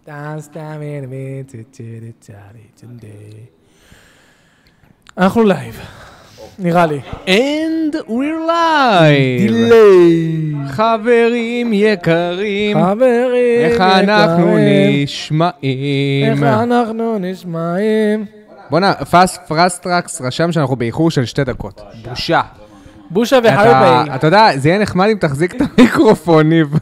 אנחנו לייב, נראה לי. And we're live. דילי. חברים יקרים. חברים איך אנחנו נשמעים? איך אנחנו נשמעים? בוא'נה, פרסטרקס רשם שאנחנו באיחור של 2 דקות. בושה. בושה והרבי. אתה יודע, זה יהיה נחמד אם תחזיק את המיקרופון, ניב.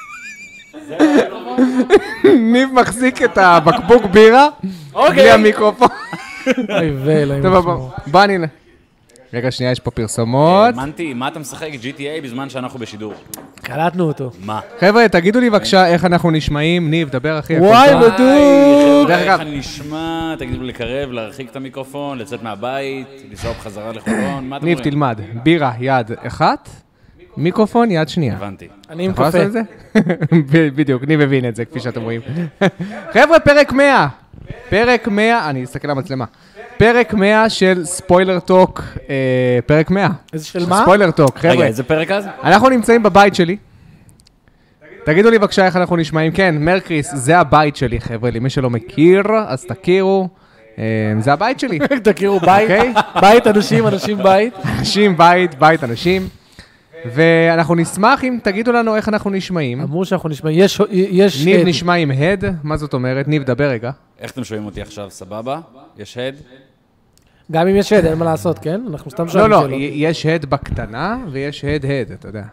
ניב מחזיק את הבקבוק בירה, בלי המיקרופון. אוי ואלוהים. טוב, בוא אני... רגע, שנייה, יש פה פרסומות. מנטי, מה אתה משחק GTA בזמן שאנחנו בשידור? קלטנו אותו. מה? חבר'ה, תגידו לי בבקשה איך אנחנו נשמעים. ניב, דבר אחי. וואי, בדוק. דרך אגב, איך אני נשמע? תגידו לי לקרב, להרחיק את המיקרופון, לצאת מהבית, לנסוע בחזרה לחולון, מה אתם ניב, אומרים? תלמד. בירה, יד אחת, מיקרופון, יד שנייה. הבנתי. אני עם אתה יכול קפה. לעשות את זה? בדיוק, ניב הבין את זה, כפי שאתם רואים. חבר'ה, פרק 100. פרק 100, אני אסתכל על המצלמה. פרק 100 של ספוילר טוק, פרק 100. איזה של מה? ספוילר טוק, רגע, חבר'ה. איזה פרק אז? אנחנו נמצאים בבית שלי. תגידו לי בבקשה איך אנחנו נשמעים. כן, מרקריס, זה הבית שלי, חבר'ה. למי שלא מכיר, אז תכירו. זה הבית שלי. תכירו בית, אוקיי? בית אנשים, אנשים בית. אנשים, בית, בית אנשים. ואנחנו נשמח אם תגידו לנו איך אנחנו נשמעים. אמרו שאנחנו נשמעים, יש... ניב נשמע עם הד, מה זאת אומרת? ניב, דבר רגע. איך אתם שומעים אותי עכשיו? סבבה? יש הד? גם אם יש הד, אין מה לעשות, כן? אנחנו סתם שואלים לא, שאלות. יש הד בקטנה ויש הד, אתה יודע.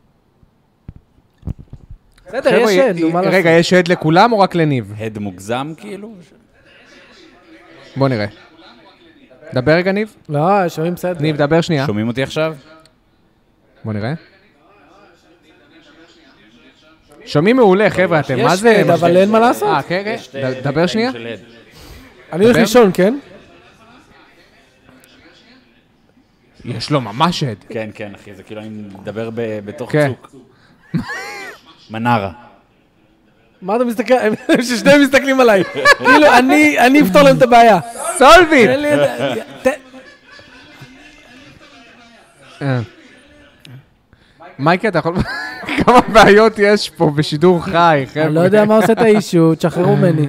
בסדר, חבר'ה, יש הד, נו, מה לעשות? רגע, יש הד לכולם או רק לניב? הד מוגזם כאילו? בוא נראה. דבר רגע, ניב. לא, שומעים בסדר. ניב, דבר שנייה. שומעים אותי עכשיו? בוא נראה. שומעים מעולה, חבר'ה, אתם מה זה? יש הד, אבל אין מה לעשות. כן, דבר שנייה. של הד. אני הולך לישון, כן? יש לו ממש הד. כן, כן, אחי, זה כאילו אני מדבר בתוך כן. צוק. מנרה. מה אתה מסתכל? ששניהם מסתכלים עליי. כאילו, אני אפתור להם את הבעיה. סולביט! תן לי... מייקי, אתה יכול... כמה בעיות יש פה בשידור חי, חבר'ה. אני לא יודע מה עושה את האישו, תשחררו ממני.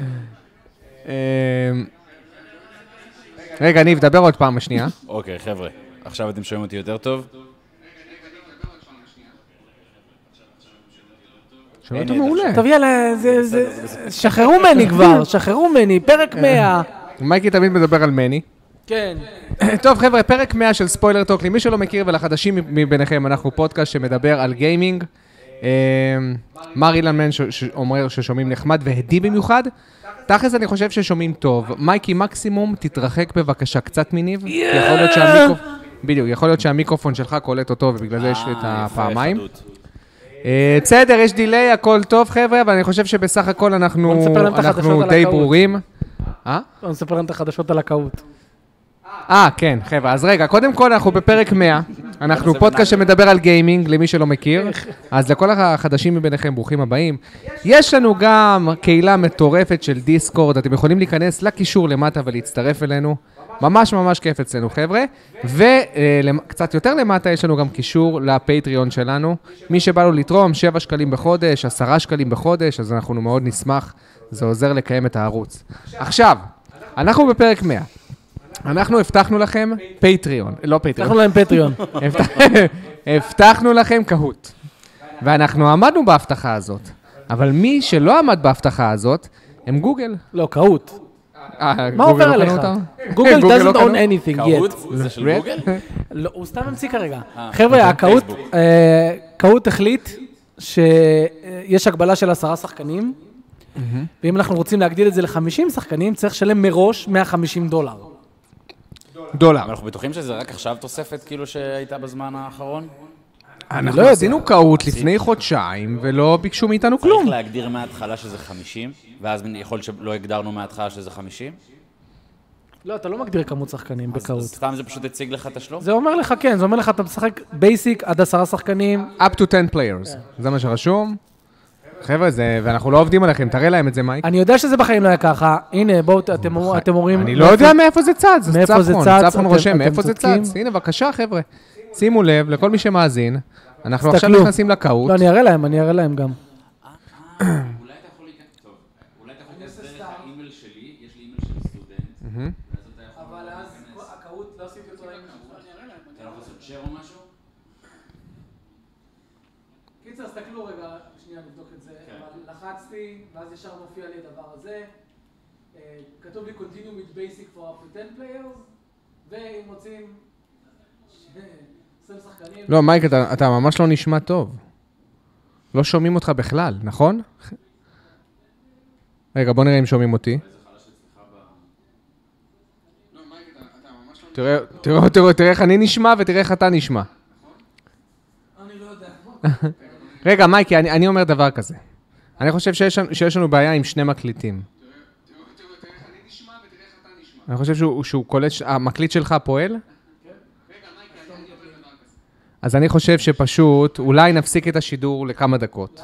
רגע, ניב, דבר עוד פעם השנייה. אוקיי, חבר'ה, עכשיו אתם שומעים אותי יותר טוב? שומע אותו מעולה. טוב, יאללה, שחררו ממני כבר, שחררו ממני, פרק 100. מייקי תמיד מדבר על מני. כן. טוב, חבר'ה, פרק 100 של ספוילר טוק. למי שלא מכיר ולחדשים מביניכם, אנחנו פודקאסט שמדבר על גיימינג. מר אילן מן שאומר ששומעים נחמד והדי במיוחד. תכלס אני חושב ששומעים טוב. מייקי, מקסימום תתרחק בבקשה קצת מניב. יכול להיות בדיוק, יכול להיות שהמיקרופון שלך קולט אותו ובגלל זה יש את הפעמיים. בסדר, יש דיליי, הכל טוב חבר'ה, אבל אני חושב שבסך הכל אנחנו די ברורים. בוא נספר להם את החדשות על הקהות. כן, חבר'ה, אז רגע, קודם כל אנחנו בפרק 100, אנחנו פודקאסט שמדבר על גיימינג, למי שלא מכיר, אז לכל החדשים מביניכם, ברוכים הבאים. יש לנו גם קהילה מטורפת של דיסקורד, אתם יכולים להיכנס לקישור למטה ולהצטרף אלינו, ממש ממש כיף אצלנו, חבר'ה, וקצת יותר למטה יש לנו גם קישור לפטריון שלנו, מי שבא לו לתרום 7 שקלים בחודש, 10 שקלים בחודש, אז אנחנו מאוד נשמח, זה עוזר לקיים את הערוץ. עכשיו, אנחנו בפרק 100. אנחנו הבטחנו לכם פטריון, לא פטריון. הבטחנו להם פטריון. הבטחנו לכם קהות. ואנחנו עמדנו בהבטחה הזאת. אבל מי שלא עמד בהבטחה הזאת, הם גוגל. לא, קהות. מה גוגל עובר לא עליך? קנו אותם? גוגל גוגל לא doesn't קנו? own anything קהות? yet. זה של גוגל? לא, הוא סתם המציא כרגע. חבר'ה, הקהות החליט שיש הגבלה של 10 שחקנים, ואם אנחנו רוצים להגדיל את זה ל-50 שחקנים, צריך לשלם מראש $150. דולר. אנחנו בטוחים שזה רק עכשיו תוספת כאילו שהייתה בזמן האחרון? אנחנו עשינו קהות לפני חודשיים, ולא ביקשו מאיתנו כלום. צריך להגדיר מההתחלה שזה 50, ואז יכול להיות שלא הגדרנו מההתחלה שזה 50? לא, אתה לא מגדיר כמות שחקנים בקהות. אז סתם זה פשוט הציג לך את השלום? זה אומר לך, כן, זה אומר לך, אתה משחק בייסיק עד 10 שחקנים. up to 10 players. זה מה שרשום. חבר'ה, ואנחנו לא עובדים עליכם, תראה להם את זה, מייק. אני יודע שזה בחיים לא היה ככה. הנה, בואו, אתם אומרים... אני לא יודע מאיפה זה צד, זה מאיפה זה צפון. צץ, צפון אתם רושם, מאיפה זה צודקים. צד. הנה, בבקשה, חבר'ה. שימו לב, לכל מי שמאזין, אנחנו עכשיו תסתכלו. נכנסים לקהות. לא, אני אראה להם גם. דרך האימייל שלי, יש לי אימייל של סטודנט, ואז אתה יכול... אבל אז הקהות, לא עשיתי אותו לאימייל שלך. אתה לא יכול לעשות share או משהו? קיצר, תסתכלו רגע, שנייה נבדוק את זה, אבל לחצתי, ואז ישר מופיע לי הדבר הזה. כתוב לי continue with basic for up to 10 players, ואם רוצים 20 שחקנים... לא, מייק, אתה ממש לא נשמע טוב. לא שומעים אותך בכלל, נכון? רגע, בוא נראה אם שומעים אותי. תראה איך אני נשמע ותראה איך אתה נשמע. אני לא יודע. רגע, מייקי, אני אומר דבר כזה. אני חושב שיש לנו בעיה עם שני מקליטים. אני חושב שהוא קולט, המקליט שלך פועל? אז אני חושב שפשוט, אולי נפסיק את השידור לכמה דקות.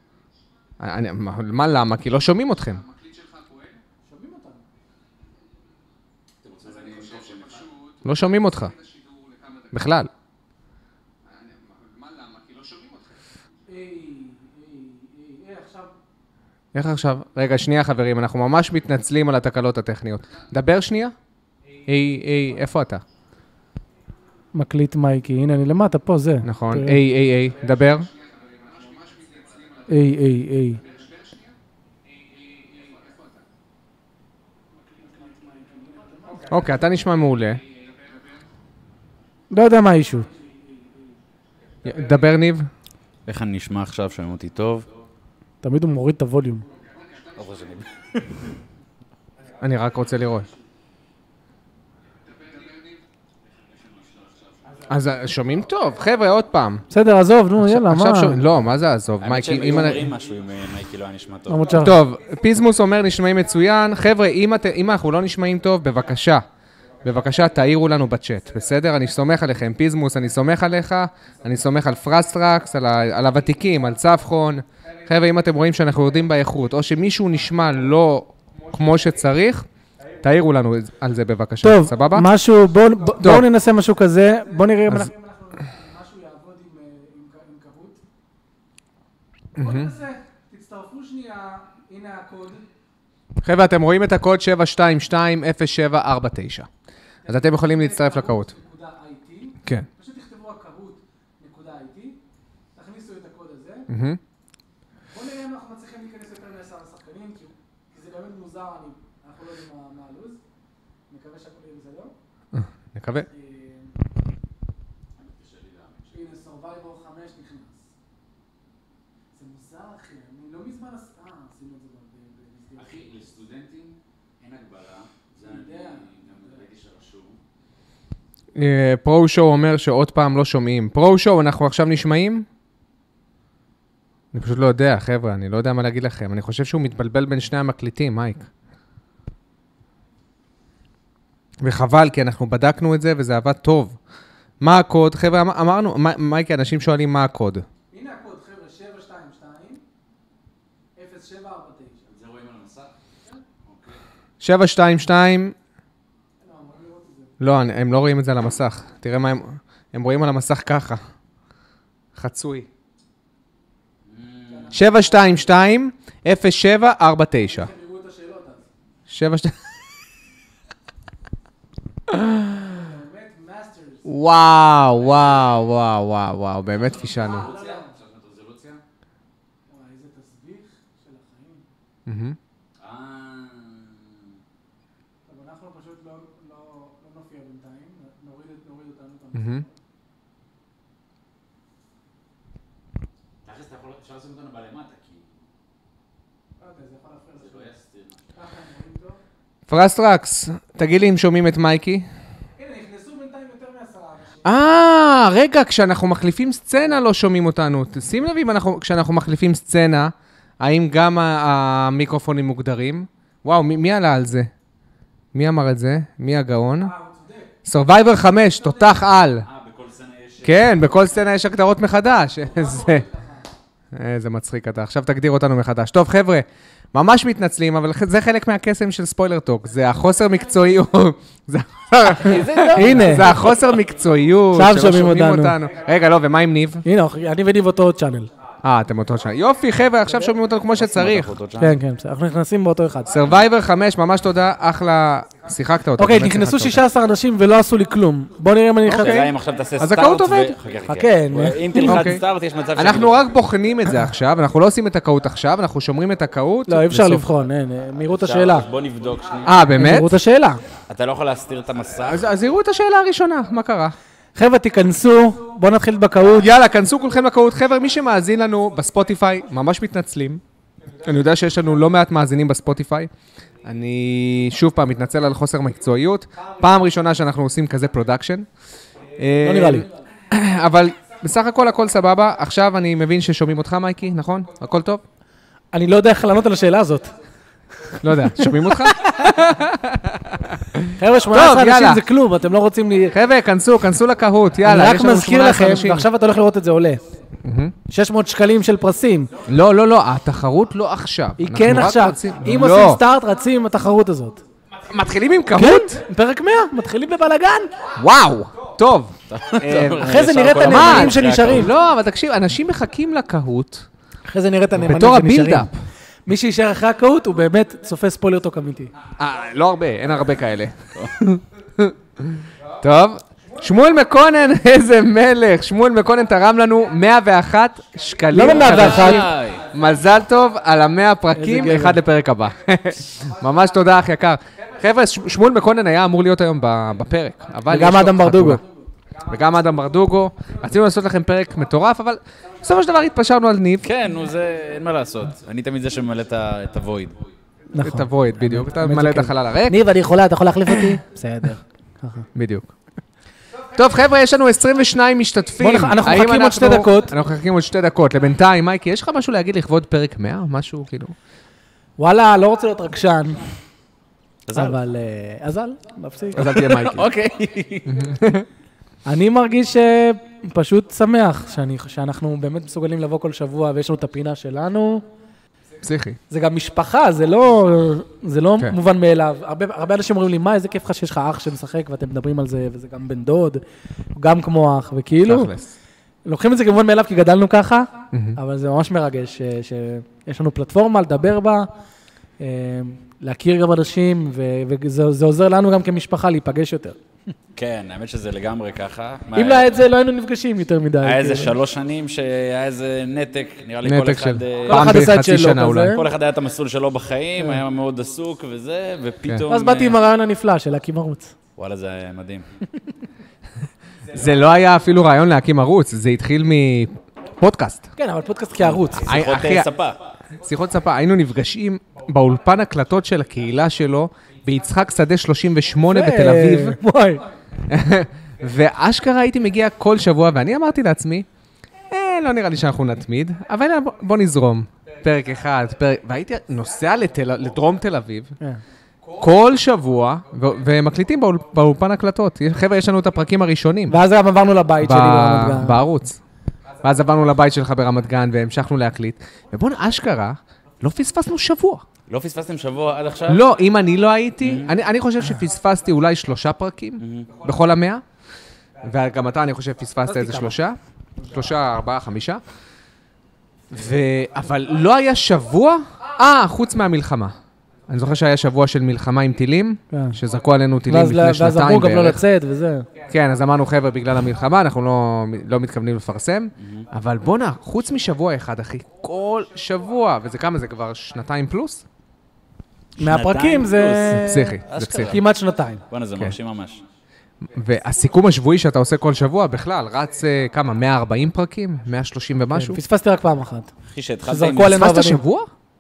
מה למה? כי לא שומעים אתכם. לא שומעים אותך. בכלל. איך עכשיו? רגע, שנייה חברים, אנחנו ממש מתנצלים על התקלות הטכניות. דבר שנייה. איפה אתה? מקליט מייקי, הנה אני למטה, פה זה. נכון, דבר. אוקיי, אתה נשמע מעולה. לא יודע מה האישו. דבר ניב. איך אני נשמע עכשיו, שומעים אותי טוב? תמיד הוא מוריד את הווליום. אני רק רוצה לראות. אז שומעים טוב, חבר'ה, עוד פעם. בסדר, עזוב, נו, יאללה, מה? לא, מה זה עזוב? האמת שהם אומרים משהו אם מייקי לא היה נשמע טוב. טוב, פיזמוס אומר נשמעים מצוין. חבר'ה, אם אנחנו לא נשמעים טוב, בבקשה, תעירו לנו בצ'אט, בסדר? אני סומך עליכם. פיזמוס, אני סומך עליך, אני סומך על פרסטרקס, על הוותיקים, על צפחון. חבר'ה, אם אתם רואים שאנחנו יורדים באיכות, או שמישהו נשמע לא כמו שצריך, תעירו לנו על זה בבקשה, טוב, סבבה? משהו, בואו ננסה משהו כזה, בואו נראה אם משהו יעבוד עם קהות. בואו ננסה, תצטרפו שנייה, הנה הקוד. חבר'ה, אתם רואים את הקוד 7220749. אז אתם יכולים להצטרף לקהות. כן. פשוט תכתבו הקהות.it, תכניסו את הקוד הזה. בואו נראה אם אנחנו מצליחים להיכנס יותר מ10 שחקנים, כי זה באמת מוזר, אנחנו לא יודעים מה הלוז. נקווה שהכל יהיה בסדר. נקווה. הנה, Survivor 5 נכנס. זה מוזר, אחי. אני לא מזמן עשינו את זה במסגרת. אחי, לסטודנטים אין הגבלה. זה אני גם ראיתי שרשום. פרו-שואו אומר שעוד פעם לא שומעים. פרו-שואו, אנחנו עכשיו נשמעים? אני פשוט לא יודע, חבר'ה, אני לא יודע מה להגיד לכם. אני חושב שהוא מתבלבל בין שני המקליטים, מייק. וחבל, כי אנחנו בדקנו את זה וזה עבד טוב. מה הקוד? חבר'ה, אמרנו, מייק, אנשים שואלים מה הקוד. הנה הקוד, חבר'ה, 722-0749. זה רואים על המסך? 722... לא, הם לא רואים את זה על המסך. תראה מה הם רואים על המסך ככה. חצוי. 722-0749. 72... וואו, באמת פישלנו. וואי, איזה תסביך של החיים. טוב, אנחנו פשוט לא נופיע בינתיים, נוריד אותנו את המסך. תכלס, אפשר לעשות אותנו בלמטה, כי... לא יודע, זה יכול להפריע זה לא יסתיר משהו. ככה הם רואים טוב. פרסטרקס, תגיד לי אם שומעים את מייקי. הנה, נכנסו בינתיים יותר מ10 אנשים. רגע, כשאנחנו מחליפים סצנה לא שומעים אותנו. שים לב אם כשאנחנו מחליפים סצנה, האם גם המיקרופונים מוגדרים? וואו, מי עלה על זה? מי אמר את זה? מי הגאון? הוא צודק. Survivor 5, תותח על. בכל סצנה יש... כן, בכל סצנה יש הגדרות מחדש. איזה מצחיק אתה. עכשיו תגדיר אותנו מחדש. טוב, חבר'ה, ממש מתנצלים, אבל זה חלק מהקסם של ספוילר טוק. זה החוסר מקצועיות. הנה. זה החוסר מקצועיות. עכשיו שומעים אותנו. רגע, לא, ומה עם ניב? הנה, אני וניב אותו צ'אנל. אתם אותו שנה. יופי, חבר'ה, עכשיו שומעים אותנו כמו שצריך. כן, כן, אנחנו נכנסים באותו אחד. Survivor 5, ממש תודה, אחלה, שיחקת אותה. אוקיי, נכנסו 16 אנשים ולא עשו לי כלום. בוא נראה אם אני אחכה. תראה אם עכשיו תעשה סטארט. הזכאות עובד. כן. אם תלחץ סטארט, יש מצב אנחנו רק בוחנים את זה עכשיו, אנחנו לא עושים את הקהות עכשיו, אנחנו שומרים את הקהות. לא, אי אפשר לבחון, מהירות השאלה. בוא נבדוק שנייה. באמת? מהירות השאלה. אתה לא יכול להסתיר את המסך. אז יראו את השאלה הראשונה, מה קרה? חבר'ה, תיכנסו, בואו נתחיל בקהות. יאללה, כנסו כולכם לקהות. חבר'ה, מי שמאזין לנו בספוטיפיי, ממש מתנצלים. אני יודע שיש לנו לא מעט מאזינים בספוטיפיי. אני שוב פעם מתנצל על חוסר מקצועיות. פעם ראשונה שאנחנו עושים כזה פרודקשן. לא נראה לי. אבל בסך הכל הכל סבבה. עכשיו אני מבין ששומעים אותך, מייקי, נכון? הכל טוב? אני לא יודע איך לענות על השאלה הזאת. לא יודע, שומעים אותך? חבר'ה, 18 אנשים זה כלום, אתם לא רוצים לי... חבר'ה, כנסו לקהות, יאללה. אני רק מזכיר לכם, ועכשיו אתה הולך לראות את זה עולה. 600 שקלים של פרסים. לא, התחרות לא עכשיו. היא כן עכשיו. אם עושים סטארט, רצים עם התחרות הזאת. מתחילים עם קהות? כן, פרק 100, מתחילים בבלגן. וואו, טוב. אחרי זה נראה את הנאמנים שנשארים. לא, אבל תקשיב, אנשים מחכים לקהות. אחרי זה נראה את הנאמנים בתור שנשארים. הבילדאפ. מי שישאר אחרי הקהות הוא באמת צופה ספוילר טוק אמיתי. לא הרבה, אין הרבה כאלה. טוב. שמואל מקונן, איזה מלך. שמואל מקונן תרם לנו 101 שקלים. לא 101. מזל טוב על 100 פרקים, אחד לפרק הבא. ממש תודה, אח יקר. חבר'ה, שמואל מקונן היה אמור להיות היום בפרק. וגם אדם ברדוגו. וגם אדם ברדוגו. רצינו לעשות לכם פרק מטורף, אבל בסופו של דבר התפשרנו על ניב. כן, אין מה לעשות. אני תמיד זה שממלא את הוויד. את הוויד, בדיוק. אתה ממלא את החלל הריק. ניב, אני יכולה, אתה יכול להחליף אותי? בסדר. בדיוק. טוב, חבר'ה, יש לנו 22 משתתפים. אנחנו מחכים עוד 2 דקות. אנחנו מחכים עוד 2 דקות. לבינתיים, מייקי, יש לך משהו להגיד לכבוד פרק 100? משהו, כאילו? וואלה, לא רוצה להיות רגשן. אבל... אזל, מפסיק. אז אל תהיה מייקי. אוקיי. אני מרגיש פשוט שמח שאנחנו באמת מסוגלים לבוא כל שבוע ויש לנו את הפינה שלנו. פסיכי. זה גם משפחה, זה לא מובן מאליו. הרבה אנשים אומרים לי, מה, איזה כיף לך שיש לך אח שמשחק ואתם מדברים על זה, וזה גם בן דוד, גם כמו אח, וכאילו, לוקחים את זה כמובן מאליו כי גדלנו ככה, אבל זה ממש מרגש שיש לנו פלטפורמה לדבר בה, להכיר גם אנשים, וזה עוזר לנו גם כמשפחה להיפגש יותר. כן, האמת שזה לגמרי ככה. אם לא היה את זה, לא היינו נפגשים יותר מדי. היה איזה 3 שנים שהיה איזה נתק, נראה לי כל אחד... פעם בחצי שנה אולי. כל אחד היה את המסלול שלו בחיים, היה מאוד עסוק וזה, ופתאום... אז באתי עם הרעיון הנפלא של להקים ערוץ. וואלה, זה היה מדהים. זה לא היה אפילו רעיון להקים ערוץ, זה התחיל מפודקאסט. כן, אבל פודקאסט כערוץ. שיחות ספה. שיחות ספה, היינו נפגשים באולפן הקלטות של הקהילה שלו, ביצחק שדה 38 בתל אביב. וואי. ואשכרה הייתי מגיע כל שבוע, ואני אמרתי לעצמי, לא נראה לי שאנחנו נתמיד, אבל בוא נזרום. פרק אחד, והייתי נוסע לדרום תל אביב, כל שבוע, ומקליטים באולפן הקלטות. חבר'ה, יש לנו את הפרקים הראשונים. ואז גם עברנו לבית שלי ברמת גן. בערוץ. ואז עברנו לבית שלך ברמת גן, והמשכנו להקליט. ובוא אשכרה, לא פספסנו שבוע. לא פספסתם שבוע עד עכשיו? לא, אם אני לא הייתי, אני חושב שפספסתי אולי 3 פרקים בכל 100, וגם אתה, אני חושב, פספסת איזה 3, 4, 5, אבל לא היה שבוע, חוץ מהמלחמה. אני זוכר שהיה שבוע של מלחמה עם טילים, שזרקו עלינו טילים לפני 2 בערך. ואז אמרו גם לא לצאת וזה. כן, אז אמרנו חבר'ה, בגלל המלחמה, אנחנו לא מתכוונים לפרסם, אבל בוא חוץ משבוע אחד, אחי, כל שבוע, וזה כמה, זה כבר 2 פלוס? מהפרקים זה... פסיכי, זה פסיכי. כמעט 2. בוא'נה, זה מרשים ממש. והסיכום השבועי שאתה עושה כל שבוע, בכלל, רץ כמה, 140 פרקים? 130 ומשהו? פספסתי רק פעם אחת. אחי, שהתחלת עם... פספסת שבוע?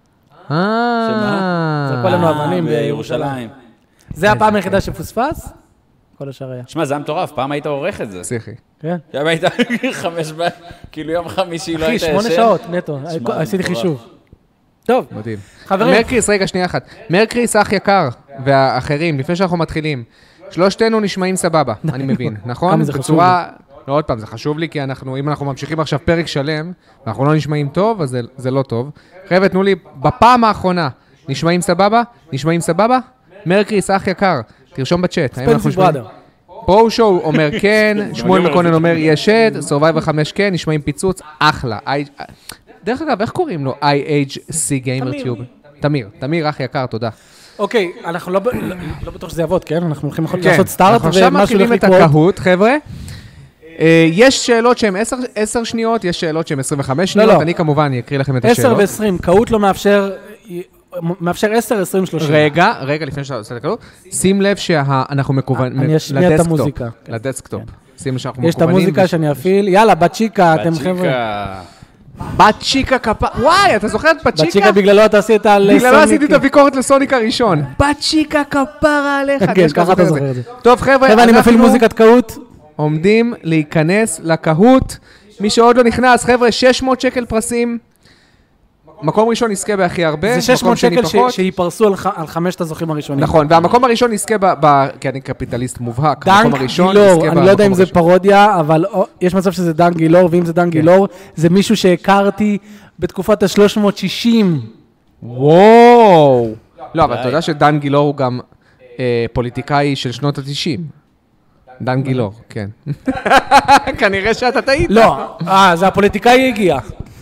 זרקו עלינו אבנים בירושלים. זה הפעם היחידה שפוספס? כל השאר היה. שמע, זה היה מטורף, פעם היית עורך את זה. פסיכי. כן. שם היית 5 כאילו יום חמישי לא היית ישן. אחי, 8 שעות נטו, עשיתי חישוב. טוב, מדהים. חברים. מרקריס, רגע, שנייה אחת. מרקריס, אח יקר, והאחרים, לפני שאנחנו מתחילים, שלושתנו נשמעים סבבה, אני מבין, נכון? כמה זה חשוב לי. לא, עוד פעם, זה חשוב לי, כי אם אנחנו ממשיכים עכשיו פרק שלם, ואנחנו לא נשמעים טוב, אז זה לא טוב. חבר'ה, תנו לי, בפעם האחרונה, נשמעים סבבה? נשמעים סבבה? מרקריס, אח יקר, תרשום בצ'אט. ספנסי בראדר. פרו שואו אומר כן, שמואל מקונן אומר יש שד, סורווייבר 5 כן, נשמעים פיצוץ, אחלה. דרך אגב, איך קוראים לו IHC Gamer Tube? תמיר, אח יקר, תודה. אוקיי, אנחנו לא בטוח שזה יעבוד, כן? אנחנו הולכים לעשות סטארט, אנחנו עכשיו מתחילים את הקהות, חבר'ה. יש שאלות שהן 10 שניות, יש שאלות שהן 25 שניות, אני כמובן אקריא לכם את השאלות. 10 ו-20, קהות לא מאפשר 10, 20, 30. רגע, לפני שאתה עושה את הקהות, שים לב שאנחנו מקוונים אני אשמיע את המוזיקה. לדסקטופ. שים לב שאנחנו מקוונים. יש את המוזיקה שאני אפעיל, יאללה, בצ'יקה, אתם חבר'ה. בצ'יקה כפה, וואי, אתה זוכר את בצ'יקה? בצ'יקה בגללו אתה עשית על סוניק. בגללו עשיתי את הביקורת לסוניק הראשון. בצ'יקה כפרה עליך. כן, ככה אתה זוכר את זה. טוב, חבר'ה, אני מפעיל מוזיקת קהות. עומדים להיכנס לקהות. מי שעוד לא נכנס, חבר'ה, 600 שקל פרסים. מקום ראשון יזכה בהכי הרבה. זה 600 שקל שיפרסו על 5 הזוכים הראשונים. נכון, והמקום הראשון יזכה כי אני קפיטליסט מובהק. דן גילור, אני לא יודע אם זה פרודיה, אבל יש מצב שזה דן גילור, ואם זה דן גילור, זה מישהו שהכרתי בתקופת ה-360. וואו. לא, אבל אתה יודע שדן גילור הוא גם פוליטיקאי של שנות ה-90. דן גילור, כן. כנראה שאתה טעית. לא, זה הפוליטיקאי הגיע.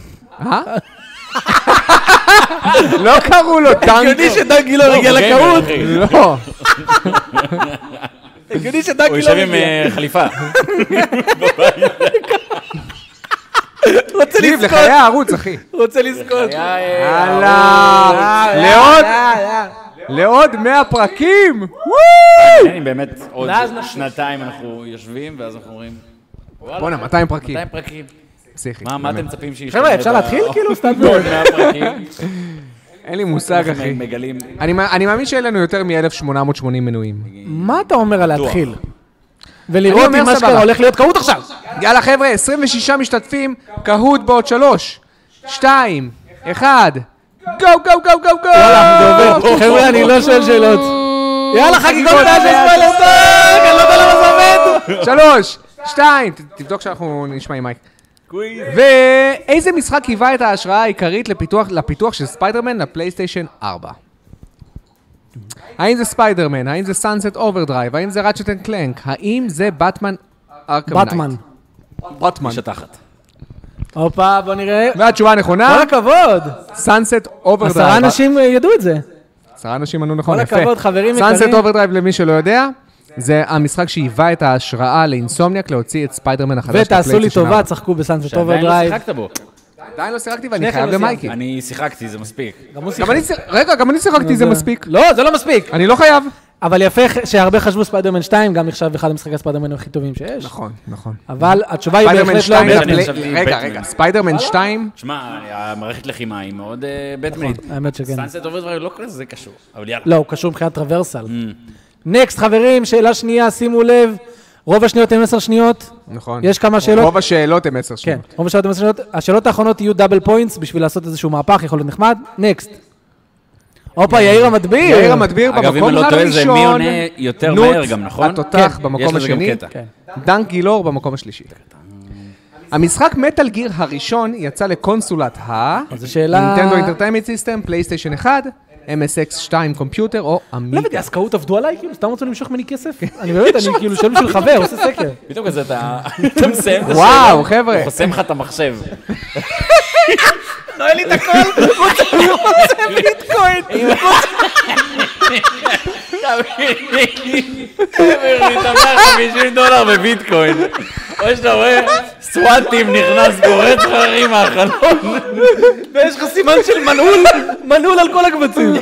לא קראו לו דן גילור. הגיוני שדן גילור הגיע לקהות. לא. הגיוני שדן הוא גילור יושב עם חליפה. רוצה תקשיב, לחיי הערוץ, אחי. רוצה לזכות. לעוד 100 פרקים. אני באמת, עוד שנתיים אנחנו יושבים, ואז אנחנו אומרים, בוא'נה, 200 פרקים. 200 פרקים. פסיכי. מה אתם מצפים שישתנה? חבר'ה, אפשר להתחיל כאילו? סתם עוד 100 פרקים. אין לי מושג, אחי. מגלים. אני מאמין שאין לנו יותר מ-1880 מנויים. מה אתה אומר על להתחיל? ולראות אם מה שקרה הולך להיות קהות עכשיו. יאללה, חבר'ה, 26 משתתפים, קהות בעוד 3, 2, 1, גו, גו, גו, גו, גו! יאללה, זה עובד. חבר'ה, אני לא שואל שאלות. יאללה, חגיגות של ספיילר טאק, אני לא יודע למה זה עובד. 3, 2, תבדוק שאנחנו נשמע עם מייק. ואיזה משחק היווה את ההשראה העיקרית לפיתוח של ספיידרמן לפלייסטיישן 4? האם זה ספיידרמן? האם זה סאנסט אוברדרייב? האם זה ראצ'ט אנד קלנק? האם זה באטמן ארכם נייט? באטמן. שטחת. הופה, בוא נראה. והתשובה הנכונה? כל הכבוד. סאנסט אוברדרייב. 10 אנשים ידעו את זה. 10 אנשים ענו נכון, יפה. כל הכבוד, חברים יקרים. סאנסט אוברדרייב, למי שלא יודע, זה המשחק שהיווה את ההשראה לאינסומניאק להוציא את ספיידרמן החדש לפלייסטיישן 4. ותעשו לי טובה, צחקו בסאנסט אוברדרייב. שעדיין לא שיחקת בו. עדיין לא שיחקתי ואני חייב למייקי. אני שיחקתי, זה מספיק. רגע, גם אני שיחקתי, זה מספיק. לא, זה לא מספיק. אני לא חייב. אבל יפה שהרבה חשבו ספיידרמן 2, גם נחשב אחד המשחקי הספיידרמן הכי טובים שיש. נכון, נכון. אבל התשובה היא בהחלט לא... רגע, ספיידרמן 2? שמע, המערכת לחימה היא מאוד בטמנית. האמת שכן. סאנסט אוברדרייב לא כזה קשור, אבל יאללה. לא, הוא קשור מבחינת טרוורסל. נקסט, חברים, שאלה שנייה, שימו לב. רוב השניות הן 10 שניות. נכון. יש כמה שאלות. רוב השאלות הן 10 שניות. כן, רוב השאלות הן 10 שניות. השאלות האחרונות יהיו דאבל פוינטס בשביל לעשות איזשהו מהפך, יכול להיות נחמד. נקסט. הופה, יאיר המדביר. יאיר המדביר במקום הראשון. אגב, אם אני לא טועה, זה מי עונה יותר מהר גם, נכון? התותח במקום השני. דן גילור במקום השלישי. המשחק מטל גיר הראשון יצא לקונסולת נינטנדו אינטרטיימנט סיסטם, פלייסטיישן 1, MSX 2 קומפיוטר או לא יודעת, הסקאות עבדו עליי, כאילו, סתם רוצים למשוך ממני כסף? אני באמת, אני כאילו שואל בשביל חבר, עושה סקר. פתאום כזה, אתה מסיים את השאלה. וואו, חבר'ה. הוא חוסם לך את המחשב. נועל לי את הכל, רוצה ביטקוין. תעביר לי את $150 בביטקוין. או שאתה רואה, סוואטים נכנס, גורץ חררים מהחלון. ויש לך סימן של מנעול על כל הקבצים.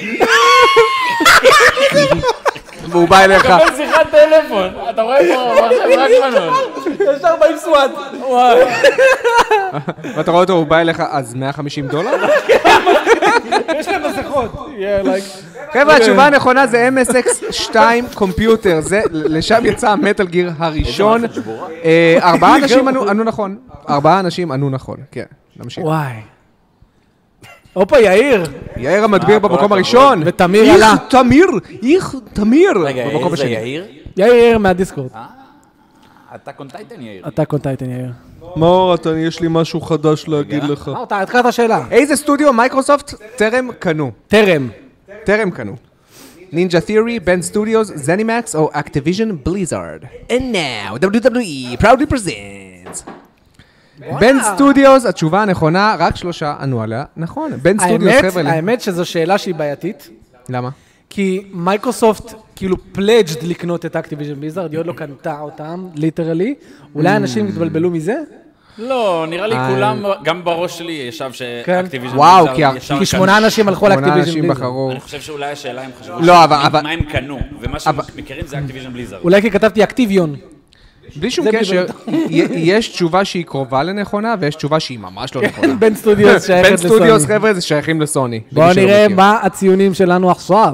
והוא בא אליך. קבל שיחת טלפון. אתה רואה פה, עכשיו רק מנעול. יש 40 סוואט. וואי. ואתה רואה אותו, הוא בא אליך, אז $150? יש להם מסכות. חבר'ה, התשובה הנכונה זה MSX 2 קומפיוטר, לשם יצא המטל גיר הראשון. 4 אנשים ענו נכון. 4 אנשים ענו נכון, כן, נמשיך. וואי. הופה, יאיר. יאיר המדביר במקום הראשון. ותמיר עלה. תמיר. רגע, במקום זה השני. יאיר? יאיר מהדיסקורד. אתה קונטייטן יאיר. אתה קונטייטן, יאיר. מאור, יש לי משהו חדש להגיד לך. אתה התחלת השאלה. איזה סטודיו מייקרוסופט טרם קנו? טרם קנו. Ninja Theory, Ben Studios, ZeniMax או Activision Blizzard. And now, WWE proudly presents בין סטודיוס, התשובה הנכונה, רק 3 ענו עליה. נכון, בין סטודיוס, חבר'ה. האמת שזו שאלה שהיא בעייתית. למה? כי מייקרוסופט כאילו פלג'ד לקנות את אקטיביז'ן בליזארד, היא עוד לא קנתה אותם, ליטרלי. אולי אנשים התבלבלו מזה? לא, נראה לי כולם, גם בראש שלי ישב שאקטיביז'ן וואו, כי 8 אנשים הלכו על אקטיביז'ן בליזארד. אני חושב שאולי השאלה הם חשבו מה הם קנו, ומה שהם מכירים זה אקטיביז'ן בליזארד. אולי כי כתבתי אקטיביון. בלי שום קשר, יש תשובה שהיא קרובה לנכונה, ויש תשובה שהיא ממש לא נכונה. בין סטודיוס שייכת בין לסוני. סטודיוס, חבר'ה, זה שייכים לסוני. בואו נראה מה הציונים שלנו עכשיו.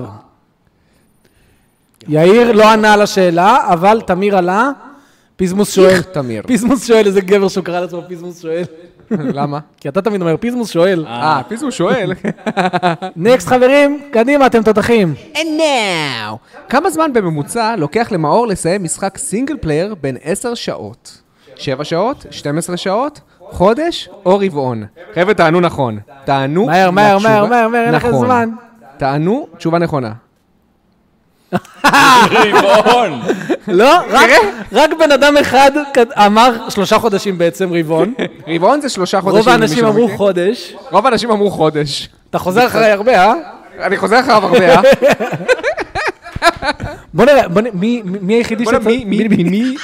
יאיר לא ענה על השאלה, אבל תמיר עלה. פיזמוס שואל. תמיר. פיזמוס שואל, איזה גבר שהוא קרא לעצמו פיזמוס שואל. למה? כי אתה תמיד אומר, פיזמוס שואל. פיזמוס שואל. נקסט חברים, קדימה, אתם תותחים. And now, כמה זמן בממוצע לוקח למאור לסיים משחק סינגל פלייר בין 10 שעות? 7 שעות? 12 שעות? חודש או רבעון? חבר'ה, תענו נכון. תענו מהר, אין לכם זמן. תענו תשובה נכונה. רבעון. לא, רק בן אדם אחד אמר 3 חודשים בעצם רבעון. רבעון זה 3 חודשים. רוב האנשים אמרו חודש. רוב האנשים אמרו חודש. אתה חוזר אחרי הרבה, אה? אני חוזר אחריו הרבה, אה? בוא נראה, מי היחידי מי?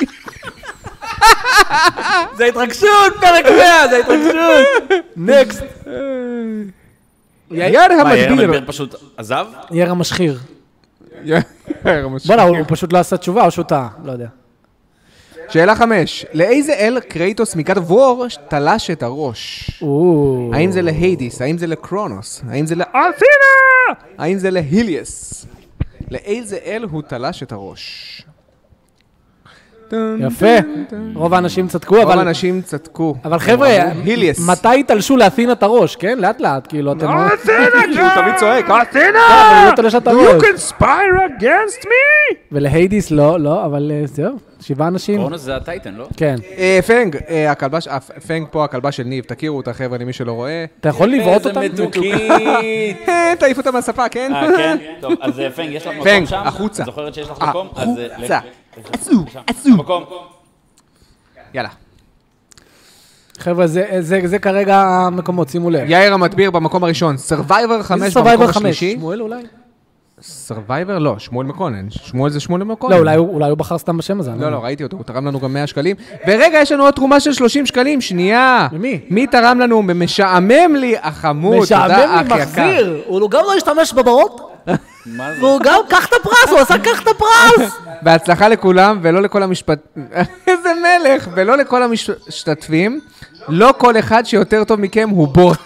זה התרגשות, פרק 100, זה התרגשות. נקסט. יאיר מה, יאיר המדביר. מדביר פשוט עזב? יאיר המשחיר. יאיר בוא'נה, הוא פשוט לא עשה תשובה או שהוא טעה, לא יודע. שאלה 5. לאיזה אל קרייטוס מקד וור תלש את הראש? האם זה להיידיס? האם זה לקרונוס? האם זה לאתינה? האם זה להיליוס? לאיזה אל הוא תלש את הראש? יפה. רוב האנשים צדקו, רוב האנשים צדקו. אבל חבר'ה, היליוס. מתי תלשו לאתינה את הראש, כן? לאט לאט, כאילו, אתם... אתינה, כי הוא תמיד צועק, אתינה! אבל לא תלש את הראש. You can spire against me! ולהיידיס לא, אבל זהו, 7 אנשים. קרונוס זה הטייטן, לא? כן. פנג, פנג פה הכלבה של ניב, תכירו אותה חבר'ה למי שלא רואה. אתה יכול לבעוט אותם? איזה מתוקית. תעיף אותה מהשפה, כן? כן? טוב, אז פנג, יש לך מקום פנג, שם? החוצה. זוכרת שיש לך מקום? החוצה. עצו. מקום. יאללה. חבר'ה, זה כרגע המקומות, שימו לב. יאיר המדביר במקום הראשון, Survivor 5 במקום השלישי. שמואל אולי? Survivor? לא, שמואל מקונן. שמואל זה שמואל מקונן. לא, אולי הוא בחר סתם בשם הזה. לא, ראיתי אותו, הוא תרם לנו גם 100 שקלים. ורגע, יש לנו עוד תרומה של 30 שקלים, שנייה. למי? מי תרם לנו? משעמם לי החמוד, תודה אח יקר. מחזיר, הוא גם לא השתמש בברות. מה זה? והוא גם, קח את הפרס, הוא עשה קח את הפרס. בהצלחה לכולם, ולא לכל איזה מלך, ולא לכל המשתתפים. לא כל אחד שיותר טוב מכם הוא בוט.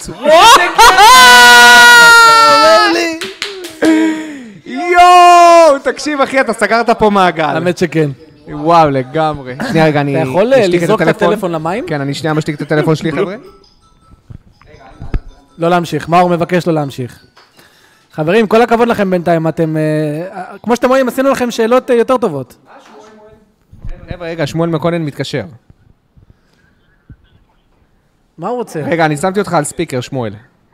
יואו, תקשיב אחי, אתה סגרת פה מעגל. האמת שכן. וואו, לגמרי. שנייה רגע, אני... אתה יכול לזרוק את הטלפון למים? כן, אני שנייה משתיק את הטלפון שלי, חבר'ה. לא להמשיך, מה הוא מבקש לא להמשיך? חברים, כל הכבוד לכם בינתיים, אתם... כמו שאתם רואים, עשינו לכם שאלות יותר טובות. רגע, שמואל מקונן מתקשר. מה הוא רוצה? רגע, אני שמתי אותך על ספיקר, שמואל.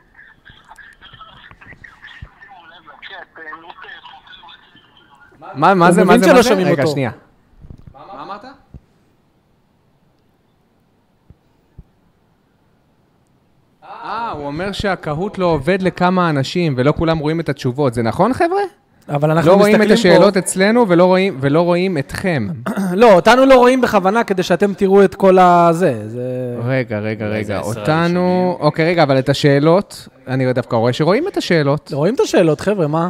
מה זה? הוא מבין שלא שומעים רגע, אותו. שנייה. מה אמרת? הוא אומר שהקהות לא עובד לכמה אנשים, ולא כולם רואים את התשובות. זה נכון, חבר'ה? אבל אנחנו לא מסתכלים רואים פה... את השאלות אצלנו, ולא רואים אתכם. לא, אותנו לא רואים בכוונה כדי שאתם תראו את כל הזה. רגע. אותנו... אוקיי, רגע, אבל את השאלות, אני דווקא רואה שרואים את השאלות. לא רואים את השאלות, חבר'ה, מה?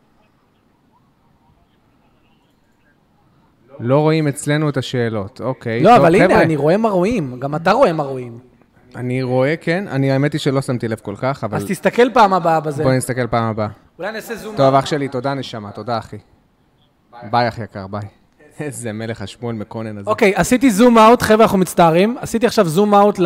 לא רואים אצלנו את השאלות, אוקיי. לא, אבל הנה, אני רואה מה רואים. גם אתה רואה מה רואים. אני רואה, כן. האמת היא שלא שמתי לב כל כך, אבל... אז תסתכל פעם הבאה בזה. בוא נסתכל פעם הבאה. אולי נעשה זום. טוב, אח שלי, תודה נשמה, תודה אחי. ביי אח יקר, ביי. איזה מלך השמואל מקונן הזה. אוקיי, עשיתי זום אאוט, חבר'ה, אנחנו מצטערים. עשיתי עכשיו זום אאוט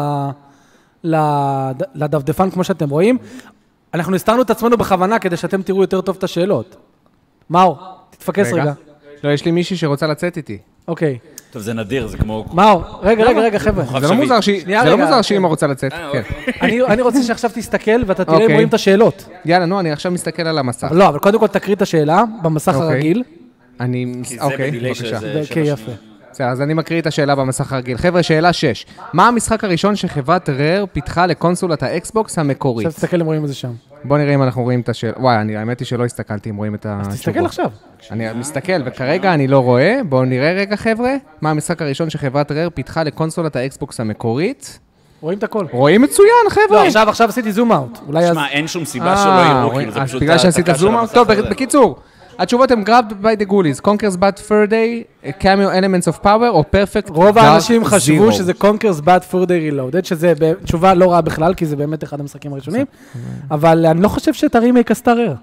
לדפדפן, כמו שאתם רואים. אנחנו הסתרנו את עצמנו בכוונה כדי שאתם תראו יותר טוב את השאלות. מאור, תתפקס רגע. לא, יש לי מישהי שרוצה לצאת איתי. אוקיי. טוב, זה נדיר, זה כמו... מאור, רגע, חבר'ה. זה לא מוזר שאמא רוצה לצאת. אני רוצה שעכשיו תסתכל ואתה תראה אם רואים את השאלות. יאללה, נו, אני עכשיו מסתכל על המסך. לא, אבל קודם כל תקריא את השאלה במסך הרגיל. אוקיי, בבקשה. אוקיי, יפה. בסדר, אז אני מקריא את השאלה במסך הרגיל. חבר'ה, שאלה 6. מה המשחק הראשון שחברת רר פיתחה לקונסולת האקסבוקס המקורית? עכשיו תסתכל אם רואים את זה שם. בוא נראה אם אנחנו רואים את השאלה. וואי, האמת היא שלא הסתכלתי אם רואים את התשובות. אז תסתכל עכשיו. אני מסתכל, וכרגע אני לא רואה. בואו נראה רגע, חבר'ה. מה המשחק הראשון שחברת רר פיתחה לקונסולת האקסבוקס המקורית? רואים את הכל. רואים מצוין, חבר'ה. לא, עכשיו עשיתי זום אאוט. אולי אז... שמע, אין שום סיבה שלא יראו, כאילו זה פשוט... בגלל שעשית זום אאוט? טוב, בקיצור. התשובות הן Grabbed by the Ghoulies, Conquer's Bad Fur Day, Cameo Elements of Power, או Perfect Dark Zero. רוב האנשים חשבו שזה Conquer's Bad Fur Day Reloaded, שזה תשובה לא רעה בכלל, כי זה באמת אחד המשחקים הראשונים, אבל אני לא חושב שאת הרימייק עשתה רר.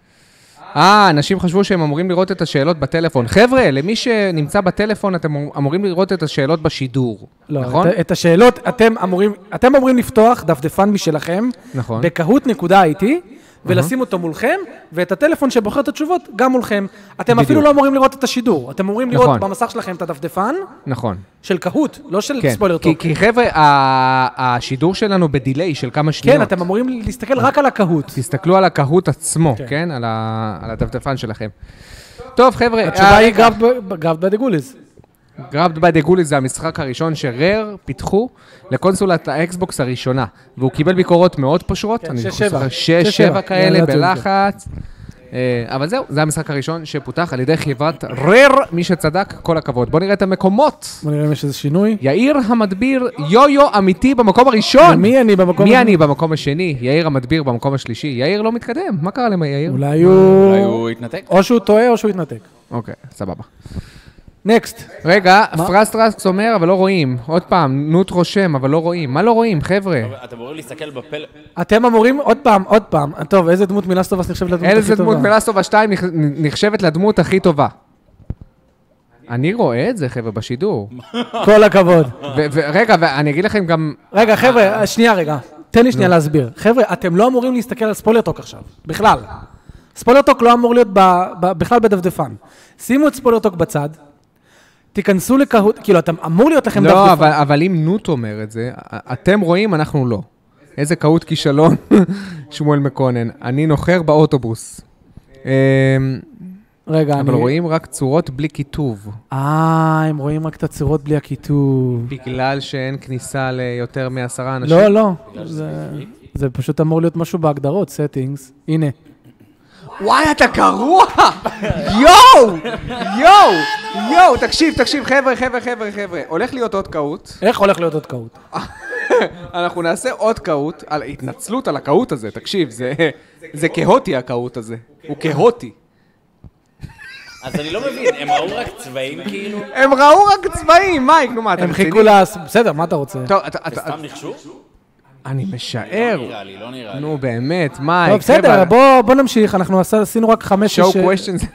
אנשים חשבו שהם אמורים לראות את השאלות בטלפון. חבר'ה, למי שנמצא בטלפון, אתם אמורים לראות את השאלות בשידור, נכון? את השאלות, אתם אמורים לפתוח דפדפן משלכם, נכון. בקהות.it, ולשים אותו מולכם, ואת הטלפון שבוחר את התשובות גם מולכם. אתם אפילו לא אמורים לראות את השידור, אתם אמורים לראות במסך שלכם את הדפדפן, נכון. של קהות, לא של ספוילר טוק. כי חבר'ה, השידור שלנו בדיליי של כמה שניות. כן, אתם אמורים להסתכל רק על הקהות. תסתכלו על הקהות עצמו, כן? על הדפדפן שלכם. טוב, חבר'ה. התשובה היא Grabbed by the Ghoulies. Grabbed by the Ghoulies זה המשחק הראשון שרר פיתחו לקונסולת האקסבוקס הראשונה, והוא קיבל ביקורות מאוד פשורות, אני זוכר 6-7 כאלה בלחץ, אבל זהו, זה המשחק הראשון שפותח על ידי חברת רר, מי שצדק, כל הכבוד. בוא נראה את המקומות. בוא נראה אם יש איזה שינוי. יאיר המדביר, יו-יו אמיתי במקום הראשון. מי אני במקום מי אני במקום השני? יאיר המדביר במקום השלישי. יאיר לא מתקדם, מה קרה למה יאיר? אולי הוא התנתק? או שהוא טועה או שהוא התנתק. אוקיי, סבבה. נקסט. רגע, פרסטרקס אומר, אבל לא רואים. עוד פעם, נוט רושם, אבל לא רואים. מה לא רואים, חבר'ה? אתם אמורים להסתכל בפל... אתם אמורים, עוד פעם. טוב, איזה דמות מלאסטובס נחשבת לדמות הכי טובה? איזה דמות מלאסטובס 2 נחשבת לדמות הכי טובה? אני רואה את זה, חבר'ה, בשידור. כל הכבוד. רגע, ואני אגיד לכם גם... רגע, חבר'ה, שנייה רגע. תן לי שנייה להסביר. חבר'ה, אתם לא אמורים להסתכל על ספוילר טוק עכשיו. בכלל. ספוילר טוק לא אמור להיות בכלל בדפדפן. שימו את ספוילר טוק בצד. תיכנסו לקהות, כאילו, אתם אמור להיות לכם דף דפדפן. לא, אבל אם נוט אומר את זה, אתם רואים, אנחנו לא. איזה קהות כישלון, שמואל מקונן. אני נוחר באוטובוס. רגע, אבל רואים רק צורות בלי כיתוב. הם רואים רק את הצורות בלי הכיתוב. בגלל שאין כניסה ליותר מ10 אנשים? לא. זה פשוט אמור להיות משהו בהגדרות, settings. הנה. וואי, אתה קרוע! יואו! תקשיב, חבר'ה. הולך להיות עוד קהות. איך הולך להיות עוד קהות? אנחנו נעשה עוד קהות, על התנצלות על הקהות הזה, תקשיב, זה כהותי הקהות הזה. הוא כהותי. אז אני לא מבין, הם ראו רק צבעים כאילו? הם ראו רק צבעים, מייק, נו מה, אתה הם חיכו לה... בסדר, מה אתה רוצה? טוב, זה סתם נחשו? אני משער. לא נראה לי. נו באמת, מייק. טוב, בסדר, בוא נמשיך, אנחנו עשינו רק 5-6... show questions.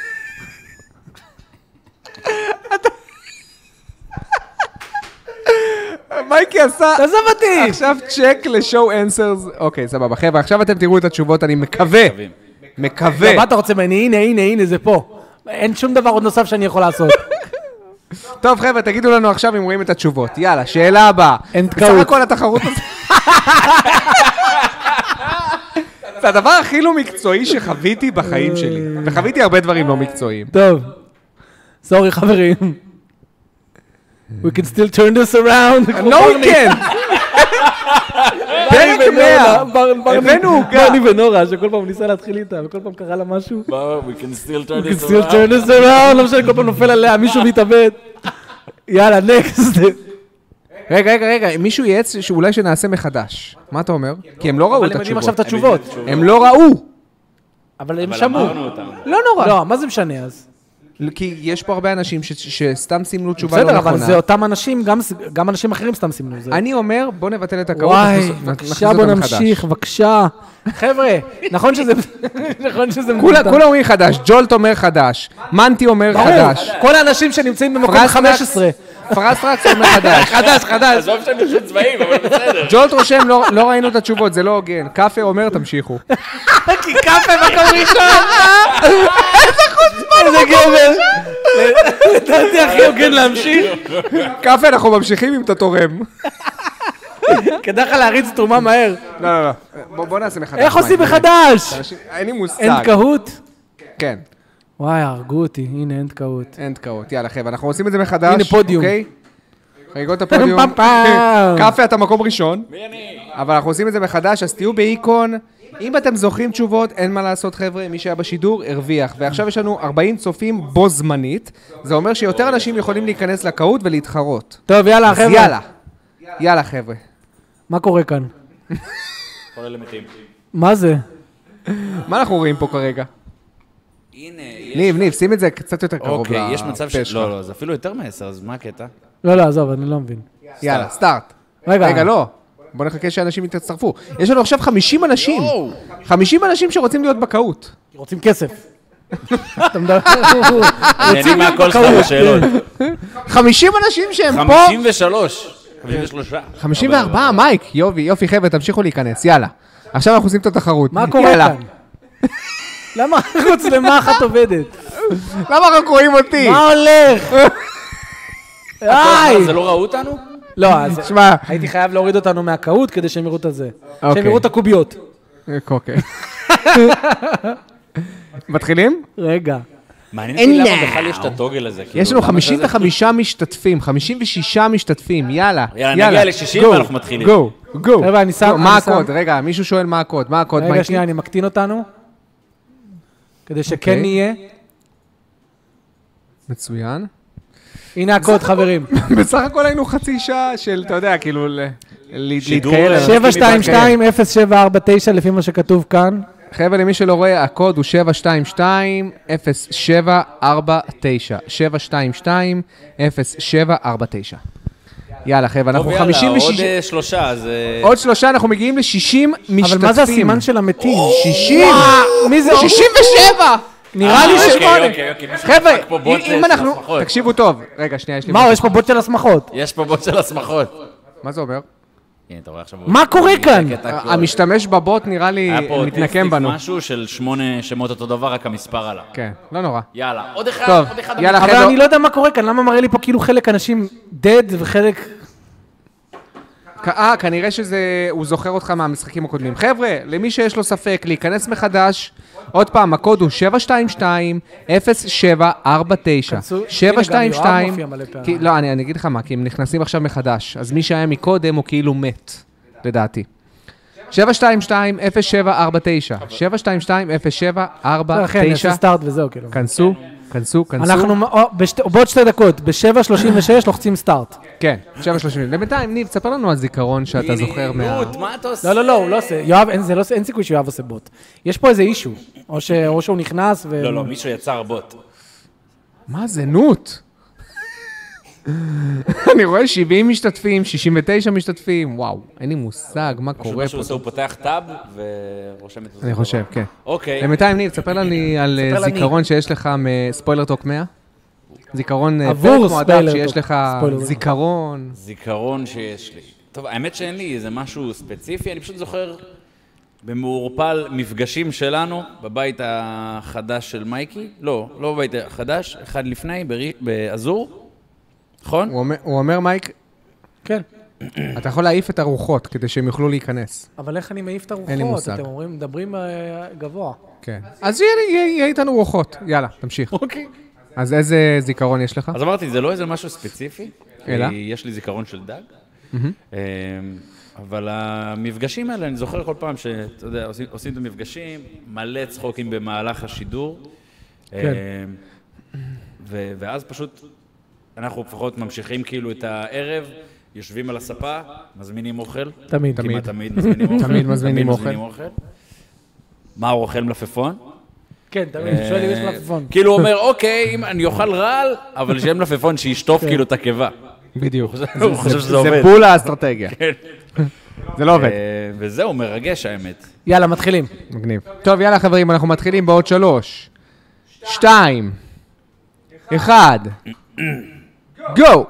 מייקי עשה... תעזוב אותי! עכשיו צ'ק לשואו אנסרס. אוקיי, סבבה. חבר'ה, עכשיו אתם תראו את התשובות, אני מקווה. מה אתה רוצה ממני? הנה, זה פה. אין שום דבר עוד נוסף שאני יכול לעשות. טוב, חבר'ה, תגידו לנו עכשיו אם רואים את התשובות. יאללה, שאלה הבאה. אין בסך הכל התחרות הזאת. זה הדבר הכי לא מקצועי שחוויתי בחיים שלי. וחוויתי הרבה דברים לא מקצועיים. טוב. סורי, חברים. We can still turn this around. No, we can't. פרק 100. הבאנו הוגה. ברני ונורה, שכל פעם ניסה להתחיל איתה, וכל פעם קרה לה משהו. We can still turn We can this still around. turn this around. לא משנה, כל פעם נופל עליה, מישהו מתאבד. יאללה, נקסט. רגע, מישהו יעץ שאולי שנעשה מחדש. מה אתה אומר? כי הם לא ראו אבל את הם יודעים התשובות. עכשיו את התשובות. הם לא ראו. אבל הם אבל שמעו. אמרנו אותם. לא נורא. לא, מה זה משנה אז? כי יש פה הרבה אנשים שסתם סימנו תשובה לא בסדר, נכונה. אבל זה אותם אנשים, גם אנשים אחרים סתם סימנו. אני אומר, בוא נבטל את הקהות. וואי, בבקשה בוא נמשיך, בבקשה. חבר'ה, נכון שזה... כולם אומרים חדש, ג'ולט אומר חדש, מנטי אומר חדש. כל האנשים שנמצאים במקום 15. פרסטרקס אומר חדש. חדש. עזוב שאני חושב צבעים, אבל בסדר. ג'ולט רושם, לא ראינו את התשובות, זה לא הוגן. קאפה אומר, תמשיכו. כי קאפה מקום ראשון. איזה גבר. לדעתי הכי הוגן להמשיך. קאפה, אנחנו ממשיכים אם אתה תורם. כדאי לך להריץ תרומה מהר. לא. בוא נעשה מחדש. איך עושים מחדש? אין לי מושג. אין קהות? כן. וואי, הרגו אותי, הנה, אין תקעות. אין תקעות. יאללה, חבר'ה, אנחנו עושים את זה מחדש. הנה פודיום. אוקיי? חגיגות הפודיום. פעם פעם. קאפה, אתה מקום ראשון. אבל אנחנו עושים את זה מחדש, אז תהיו באיקון. אם אתם זוכרים תשובות, אין מה לעשות, חבר'ה. מי שהיה בשידור, הרוויח. ועכשיו יש לנו 40 צופים בו זמנית. זה אומר שיותר אנשים יכולים להיכנס לקהות ולהתחרות. טוב, יאללה, אז חבר'ה. יאללה. יאללה, חבר'ה. מה קורה כאן? כל אלה מתים. מה זה? מה אנחנו רואים פה כרגע? הנה, ניב, שים את זה קצת יותר קרוב אוקיי, יש מצב לפה שלך. לא, זה אפילו יותר מ10, אז מה הקטע? לא, עזוב, אני לא מבין. יאללה, סטארט. רגע. רגע, לא. בוא נחכה שאנשים יתצטרפו. יש לנו עכשיו 50 אנשים. 50 אנשים שרוצים להיות בקהות. רוצים כסף. אתה מדבר... נהנים מהכל שלך בשאלות. 50 אנשים שהם פה. 53. 54, מייק. יופי, חבר'ה, תמשיכו להיכנס. יאללה. עכשיו אנחנו עושים את התחרות. מה קורה יאללה. כאן? למה חוץ למה אחת עובדת? למה רק רואים אותי? מה הולך? זה לא ראו אותנו? לא, אז שמע. הייתי חייב להוריד אותנו מהקהות כדי שהם יראו את הזה. אוקיי. שהם יראו את הקוביות. אוקיי. מתחילים? רגע. מעניין אותי למה בכלל יש את הטוגל הזה. יש לנו 55 משתתפים, 56 משתתפים, יאללה. יאללה, נגיע ל-60 ואנחנו מתחילים. גו. חבר'ה, אני שם... מה הקוד? רגע, מישהו שואל מה הקוד. מה הקוד, רגע, מייקי? שנייה, אני מקטין אותנו. כדי שכן אוקיי. נהיה. מצוין. הנה הקוד, חברים. בסך הכל היינו חצי שעה של, אתה יודע, כאילו, שידור להתקהל. 722-0749 לפי מה שכתוב כאן. חבר'ה, למי שלא רואה, הקוד הוא 722-0749. 722-0749. יאללה, חבר'ה, אנחנו 56... עוד 3, אז... עוד 3, אנחנו מגיעים ל-60 משתתפים. אבל מה זה הסימן של המתים? 60! מי זה? 67! נראה לי אוקיי. חבר'ה, אם אנחנו... תקשיבו טוב. רגע, שנייה, יש לי... מה, יש פה בוט של הסמכות. יש פה בוט של הסמכות. מה זה אומר? הנה, אתה רואה עכשיו... מה קורה כאן? המשתמש בבוט נראה לי היה פה מתנקם בנו. משהו של 8 שמות אותו דבר, רק המספר עלה. כן, לא נורא. יאללה, עוד אחד, טוב, עוד אחד. יאללה, אבל חבר'ה. אני לא יודע מה קורה כאן, למה מראה לי פה כאילו חלק אנשים dead וחלק... כנראה שהוא זוכר אותך מהמשחקים הקודמים. חבר'ה, למי שיש לו ספק להיכנס מחדש, עוד פעם, הקוד הוא 722-0749. 722... לא, אני אגיד לך מה, כי הם נכנסים עכשיו מחדש. אז מי שהיה מקודם הוא כאילו מת, לדעתי. 722-0749. 722-0749. אחי, אני אעשה סטארט וזהו, כאילו. כנסו. אנחנו בעוד 2 דקות, ב-7:36 לוחצים סטארט. כן, 7:30. לבינתיים, ניב, תספר לנו על זיכרון שאתה זוכר מה... מה אתה עושה? לא, הוא לא עושה. יואב, אין סיכוי שיואב עושה בוט. יש פה איזה אישו. או שהוא נכנס ו... לא, מישהו יצר בוט. מה זה, נוט? אני רואה 70 משתתפים, 69 משתתפים, וואו, אין לי מושג מה קורה מה שהוא פה. עושה, הוא פותח טאב ורושם את זה. אני חושב, כן. אוקיי. למתיים, ניב, תספר לי על זיכרון שיש לך מספוילר טוק 100. זיכרון עבור פרק מועדף ספיילר שיש טוק. לך ספוילר. זיכרון. זיכרון שיש לי. טוב, האמת שאין לי איזה משהו ספציפי, אני פשוט זוכר במעורפל מפגשים שלנו בבית החדש של מייקי. לא בבית החדש, אחד לפני, באזור. נכון? הוא אומר, מייק, כן. אתה יכול להעיף את הרוחות כדי שהם יוכלו להיכנס. אבל איך אני מעיף את הרוחות? אין לי מושג. אתם אומרים, מדברים גבוה. כן. אז יהיה איתנו רוחות. יאללה, תמשיך. אוקיי. אז איזה זיכרון יש לך? אז אמרתי, זה לא איזה משהו ספציפי. אלא? יש לי זיכרון של דג. אבל המפגשים האלה, אני זוכר כל פעם שאתה יודע, עושים את המפגשים, מלא צחוקים במהלך השידור. כן. ואז פשוט אנחנו לפחות ממשיכים כאילו את הערב, יושבים על הספה, מזמינים אוכל. תמיד. כמעט תמיד מזמינים אוכל. תמיד מזמינים אוכל. מה הוא אוכל מלפפון? כן, תמיד. שואל אם יש מלפפון. כאילו הוא אומר, אוקיי, אם אני אוכל רעל, אבל שיהיה מלפפון שישטוף כאילו את הקיבה. בדיוק. הוא חושב שזה עובד. זה בול האסטרטגיה. זה לא עובד. וזהו, מרגש האמת. יאללה, מתחילים. מגניב. טוב, יאללה חברים, אנחנו מתחילים בעוד 3, 2, 1, גו!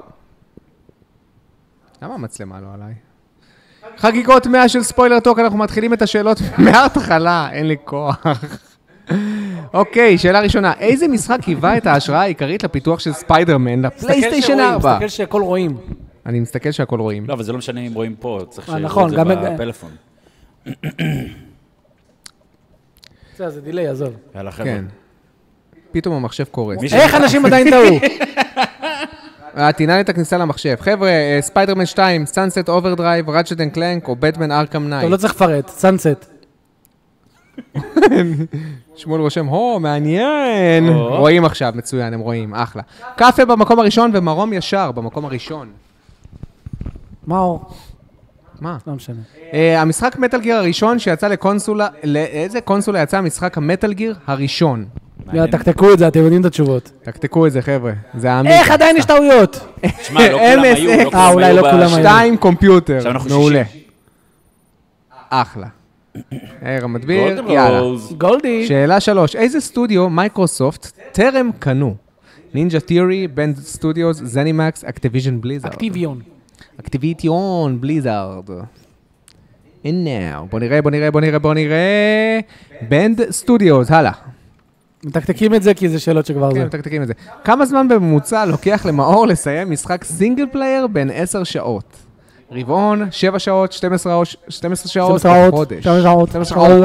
למה המצלמה לא עליי? חגיגות 100 של ספוילר טוק, אנחנו מתחילים את השאלות מההתחלה, אין לי כוח. אוקיי, שאלה ראשונה, איזה משחק היווה את ההשראה העיקרית לפיתוח של ספיידרמן לפלייסטיישן 4? מסתכל שהכל רואים. אני מסתכל שהכל רואים. לא, אבל זה לא משנה אם רואים פה, צריך נכון, שיראו את גם זה בפלאפון. זה דילי, עזוב. יאללה חבר'ה. כן. פתאום המחשב קורס. איך אנשים עדיין טעו? תנעל את הכניסה למחשב. חבר'ה, ספיידרמן 2, סאנסט אוברדרייב, ראצ'ט אנד קלנק, או בטמן ארכם נייט. טוב, לא צריך לפרט, סאנסט. שמואל רושם, מעניין. רואים עכשיו, מצוין, הם רואים, אחלה. קאפה במקום הראשון ומרום ישר במקום הראשון. מה הוא? מה? לא משנה. המשחק מטל גיר הראשון שיצא לקונסולה, לאיזה קונסולה יצא המשחק המטל גיר הראשון? יאללה, תקתקו את זה, אתם יודעים את התשובות. תקתקו את זה, חבר'ה. זה האמיץ. איך עדיין יש טעויות? תשמע, לא כולם היו. אולי לא כולם היו. 2 קומפיוטר. עכשיו אנחנו מעולה. 60. אחלה. המדביר, גולדן יאללה. רוז. גולדי. שאלה 3, איזה סטודיו מייקרוסופט טרם קנו? נינג'ה תיאורי, בנד סטודיוס, זנימקס, אקטיביז'ן בליזארד. אקטיביון. אקטיביטיון בליזארד. הנה, בוא נראה. בנד סטודיוס, הלאה. מתקתקים את זה כי זה שאלות שכבר זה. כן, מתקתקים את זה. כמה זמן בממוצע לוקח למאור לסיים משחק סינגל פלייר בין 10 שעות? רבעון, 7 שעות, 12 שעות, חודש. 12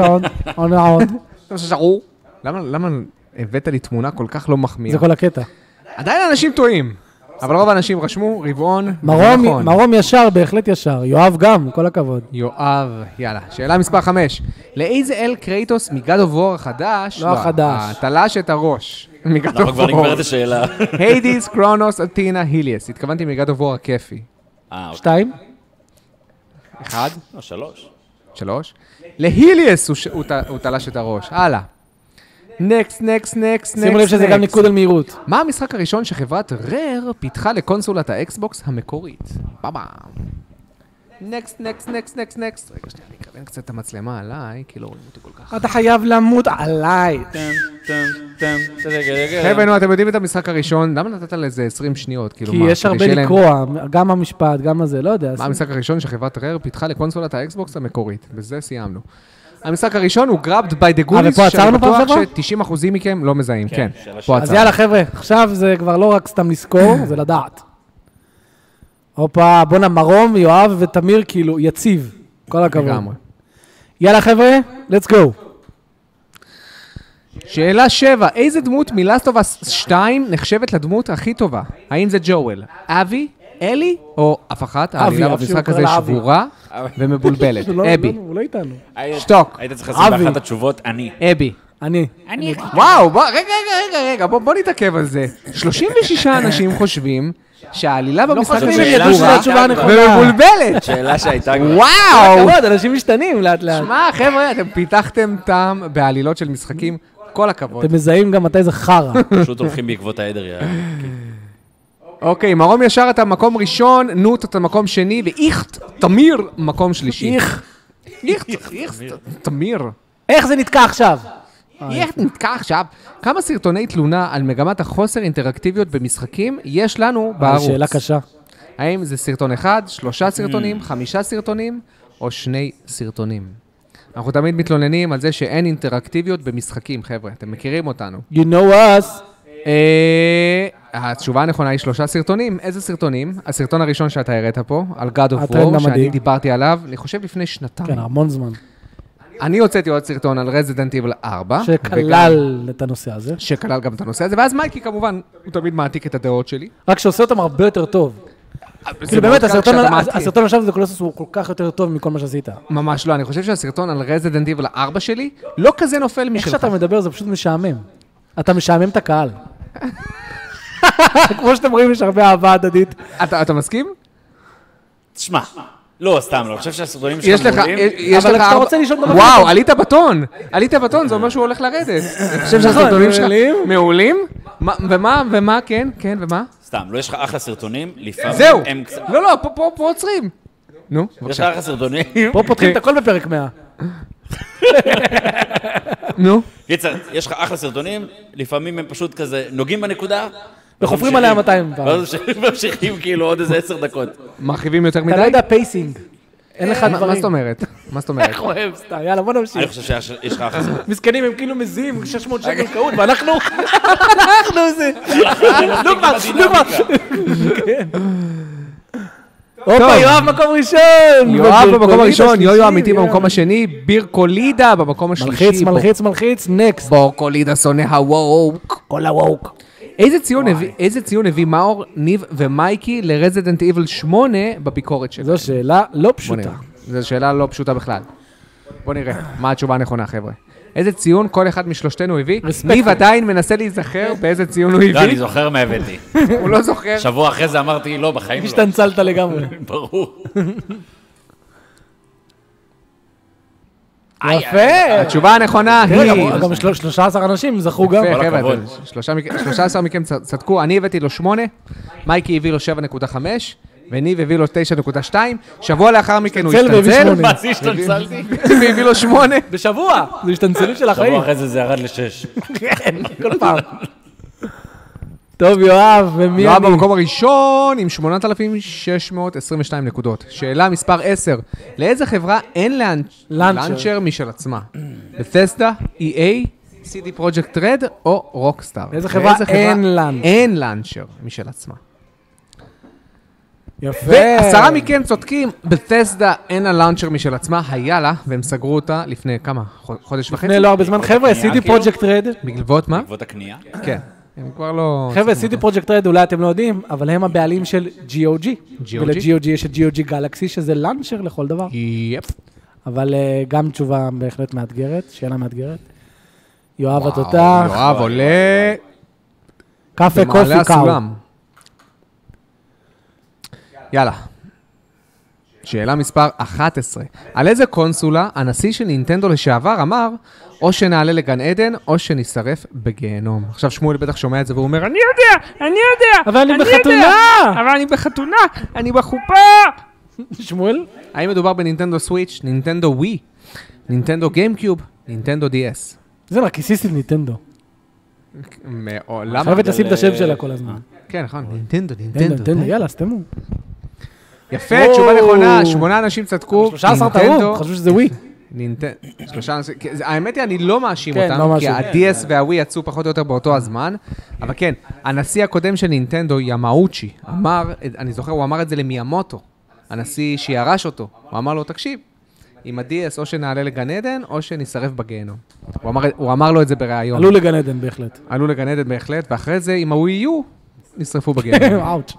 שעות. למה הבאת לי תמונה כל כך לא מחמיאה? זה כל הקטע. עדיין אנשים טועים, אבל רוב האנשים רשמו רבעון. נכון. מרום ישר, בהחלט ישר. יואב גם, כל הכבוד. יואב, יאללה. שאלה מספר 5. לאיזה אל קרייטוס מגד אוף וור החדש? לא החדש. תלש את הראש. מגד אוף אנחנו כבר וור. נגמר את השאלה. היידיס, קרונוס, אתינה, היליאס. התכוונתי מגד אוף וור הכיפי. 2. 1. 3. 3. להיליאס הוא תלש את הראש. הלאה. נקסט. שימו לב שזה גם ניקוד על מהירות. מה המשחק הראשון שחברת רר פיתחה לקונסולת האקסבוקס המקורית? בבא. נקסט. רגע, שנייה, אני אכוון קצת את המצלמה עליי, כי לא רואים אותי כל כך. אתה חייב למות עליי. חבר'ה, נו, אתם יודעים את המשחק הראשון, למה נתת לזה 20 שניות? כי יש הרבה לקרוא, גם המשפט, גם הזה, לא יודע. מה המשחק הראשון שחברת רר פיתחה לקונסולת האקסבוקס המקורית? בזה סיימנו. המשחק הראשון הוא Grabbed by the Goonies, ופה עצרנו פעם שבטוח ש-90% מכם לא מזהים, כן. פה אז עצרנו. יאללה חבר'ה, עכשיו זה כבר לא רק סתם לזכור, זה לדעת. הופה, בוא נמרום, יואב ותמיר כאילו יציב. כל הכבוד. לגמרי. יאללה חבר'ה, let's go. שאלה 7, איזה דמות מ-Last of Us 2 נחשבת לדמות הכי טובה? האם זה ג'ואל, אבי, אלי או אף אחת? העלילה במשחק הזה שבורה ומבולבלת. אבי. הוא לא איתנו. שתוק. היית צריך לשים באחת התשובות, אני. אבי. אני. וואו, רגע, בוא נתעכב על זה. 36 אנשים חושבים שהעלילה במשחק הזה שבורה ומבולבלת. שאלה שהייתה... וואו! כבוד, אנשים משתנים לאט לאט. שמע, חבר'ה, אתם פיתחתם טעם בעלילות של משחקים, כל הכבוד. אתם מזהים גם מתי זה חרא. פשוט הולכים בעקבות העדר, יאללה. אוקיי, מרום ישר אתה מקום ראשון, נוט אתה מקום שני, ואיכט, תמיר, מקום שלישי. איכט, תמיר. איך זה נתקע עכשיו? איך נתקע עכשיו? כמה סרטוני תלונה על מגמת החוסר אינטראקטיביות במשחקים יש לנו בערוץ? שאלה קשה. האם זה סרטון אחד, 3 סרטונים, 5 סרטונים, או 2 סרטונים? אנחנו תמיד מתלוננים על זה שאין אינטראקטיביות במשחקים, חבר'ה. אתם מכירים אותנו. You know us. התשובה הנכונה היא 3 סרטונים. איזה סרטונים? הסרטון הראשון שאתה הראת פה, על God of הטרנד War, שאני המדהים. דיברתי עליו, אני חושב לפני 2 כן, המון זמן. אני הוצאתי עוד סרטון על Resident Evil 4. שכלל את הנושא הזה. שכלל גם את הנושא הזה, ואז מייקי כמובן, הוא תמיד מעתיק את הדעות שלי. רק שעושה אותם הרבה יותר טוב. כאילו באמת, הסרטון עכשיו זה קולוסוס הוא כל כך יותר טוב מכל מה שעשית. ממש לא, אני חושב שהסרטון על Resident Evil 4 שלי, לא כזה נופל משלך. איך שאתה מדבר זה פשוט משעמם. אתה משעמם את הקהל. כמו שאתם רואים, יש הרבה אהבה הדדית. אתה מסכים? תשמע, לא, סתם, לא. אני חושב שהסרטונים יש שלך לך, מעולים. יש אבל לך אתה רוצה לשאול דבר וואו, עלית בטון, זה אומר שהוא הולך לרדת. אני חושב שהסרטונים שלך מעולים. ומה, כן, ומה? סתם, לא, יש לך אחלה סרטונים, לפעמים זהו. הם קצת... לא, פה עוצרים. נו, יש לך בבקשה. אחלה סרטונים. פה פותחים את הכל בפרק 100. נו. קיצר, יש לך אחלה סרטונים, לפעמים הם פשוט כזה נוגעים בנקודה. וחופרים עליה 200 פעם. ואז ממשיכים כאילו עוד איזה 10 דקות. מרחיבים יותר מדי? אתה לא יודע פייסינג. אין לך דברים. מה זאת אומרת? איך אוהב סתם, יאללה בוא אני נמשיך. חושב שיש לך אחלה סרטונים. מסכנים הם כאילו מזיעים 600 שקל קהות, ואנחנו זה. דוגמה. הופה, יואב מקום ראשון. יואב במקום הראשון, יואו אמיתי במקום השני, ביר קולידה במקום השלישי. מלחיץ, נקסט. בור קולידה שונא הווק. כל הווק. איזה ציון הביא מאור, ניב ומייקי לרזידנט איבל 8 בביקורת שלו? זו שאלה לא פשוטה. זו שאלה לא פשוטה בכלל. בוא נראה, מה התשובה הנכונה, חבר'ה. איזה ציון כל אחד משלושתנו הביא? ניב עדיין מנסה להיזכר באיזה ציון הוא הביא. לא, אני זוכר מה הבאתי. הוא לא זוכר. שבוע אחרי זה אמרתי, לא, בחיים לא. השתנצלת לגמרי. ברור. יפה. התשובה הנכונה היא... גם 13 אנשים זכו גם. יפה, חבר'ה, הכבוד. 13 מכם צדקו, אני הבאתי לו 8, מייקי הביא לו 7.5, וניב הביא לו 9.2, שבוע לאחר מכן הוא השתנצל והביא השתנצל, 8. מה זה השתנצלתי? והביא לו 8. בשבוע. זו השתנצלות של החיים. שבוע אחרי זה ירד ל6. כן, כל פעם. טוב, יואב, ומי יואב אני? במקום הראשון עם 8,622 נקודות. שאלה מספר 10, לאיזה חברה אין לאנצ'ר משל עצמה? בתסדה, EA, CD Projekt Red או רוקסטאר? לאיזה חברה אין לאנצ'ר? אין לאנצ'ר משל עצמה. יפה. ו10 מכם צודקים, בתסדה אין לה לאנצ'ר משל עצמה, היה לה, והם סגרו אותה לפני כמה? חודש וחצי? לפני לא הרבה זמן. חבר'ה, CD Projekt Red. בגלבות מה? בעקבות הקנייה? כן. הם כבר לא... חבר'ה, CD Projekt Red, אולי אתם לא יודעים, אבל הם הבעלים של GOG. ול-GOG יש את GOG Galaxy, שזה לאנצ'ר לכל דבר. יפ. אבל גם תשובה בהחלט מאתגרת, שאלה מאתגרת. יואב התותח, יואב עולה... קפה במעלה קופי קאו. הסולם. יאללה. שאלה מספר 11. על איזה קונסולה הנשיא של נינטנדו לשעבר אמר, או שנעלה לגן עדן, או שנשרף בגיהנום. עכשיו שמואל בטח שומע את זה והוא אומר, אני יודע, אבל אני בחתונה! אבל אני בחתונה, אני בחופה. שמואל? האם מדובר בנינטנדו סוויץ', נינטנדו ווי, נינטנדו גיימקיוב, נינטנדו DS? זה נרקיסיסטית ניטנדו. מעולם. חייבת לשים את השם שלה כל הזמן. כן, נכון. נינטנדו. ניטנדו, יאללה, סתמו. יפה, תשובה נכונה, 8 אנשים צדקו. 13 טעו, חשבו שזה ווי. האמת היא, אני לא מאשים כן, אותם, לא כי מאשים. ה-DS וה-Wii יצאו פחות או יותר באותו הזמן, אבל כן, הנשיא הקודם של נינטנדו, ימאוצ'י, אמר, אני זוכר, הוא אמר את זה למיאמוטו, הנשיא שירש אותו, הוא אמר לו, תקשיב, עם ה-DS או שנעלה לגן עדן, או שנשרף בגיהנום. הוא אמר לו את זה בראיון. עלו לגן עדן בהחלט. עלו לגן עדן בהחלט, ואחרי זה, עם ה-Wii U, נשרפו בגיהנום. אאוץ'.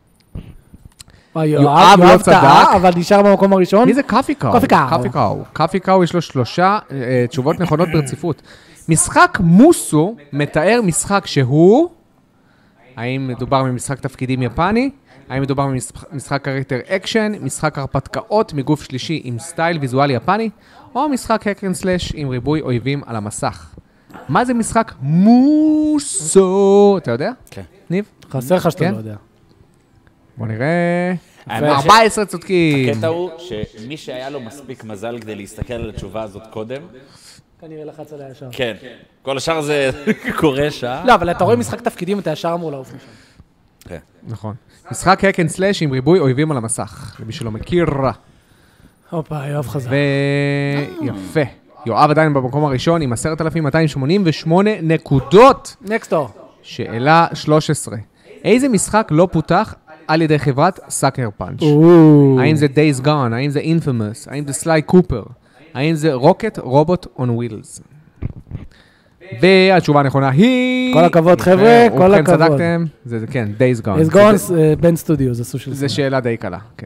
יואב לא צדק. אבל נשאר במקום הראשון. מי זה קאפי קאו? קאפי קאו. קאפי קאו. קאפי קאו יש לו 3 תשובות נכונות ברציפות. משחק מוסו מתאר משחק שהוא... האם מדובר במשחק תפקידים יפני? האם מדובר במשחק קרקטר אקשן? משחק הרפתקאות מגוף שלישי עם סטייל ויזואלי יפני? או משחק hack and slash עם ריבוי אויבים על המסך? מה זה משחק מוסו? אתה יודע? כן. ניב? חסר לך שאתה כן? לא יודע. בוא נראה... האמת 14 צודקים. הקטע הוא שמי שהיה לו מספיק מזל כדי להסתכל על התשובה הזאת קודם, כנראה לחץ עליה ישר. כן. כל השאר זה קורה שעה. לא, אבל אתה רואה משחק תפקידים, אתה ישר אמור לעוף משם. כן. נכון. משחק hack and slash עם ריבוי אויבים על המסך, למי שלא מכיר. הופה, יואב חזר. ויפה. יואב עדיין במקום הראשון עם 10,288 נקודות. נקסטור. שאלה 13. איזה משחק לא פותח על ידי חברת סאקר פאנץ'? האם זה Days Gone? האם זה Infamous? האם זה סליי קופר? האם זה רוקט רובוט און ווילס? והתשובה הנכונה היא... כל הכבוד, חבר'ה, כל ובכן הכבוד. צדקתם, זה כן, Days Gone. Days Gone, בן סטודיו, זה סוג של... זה שאלה די קלה, כן.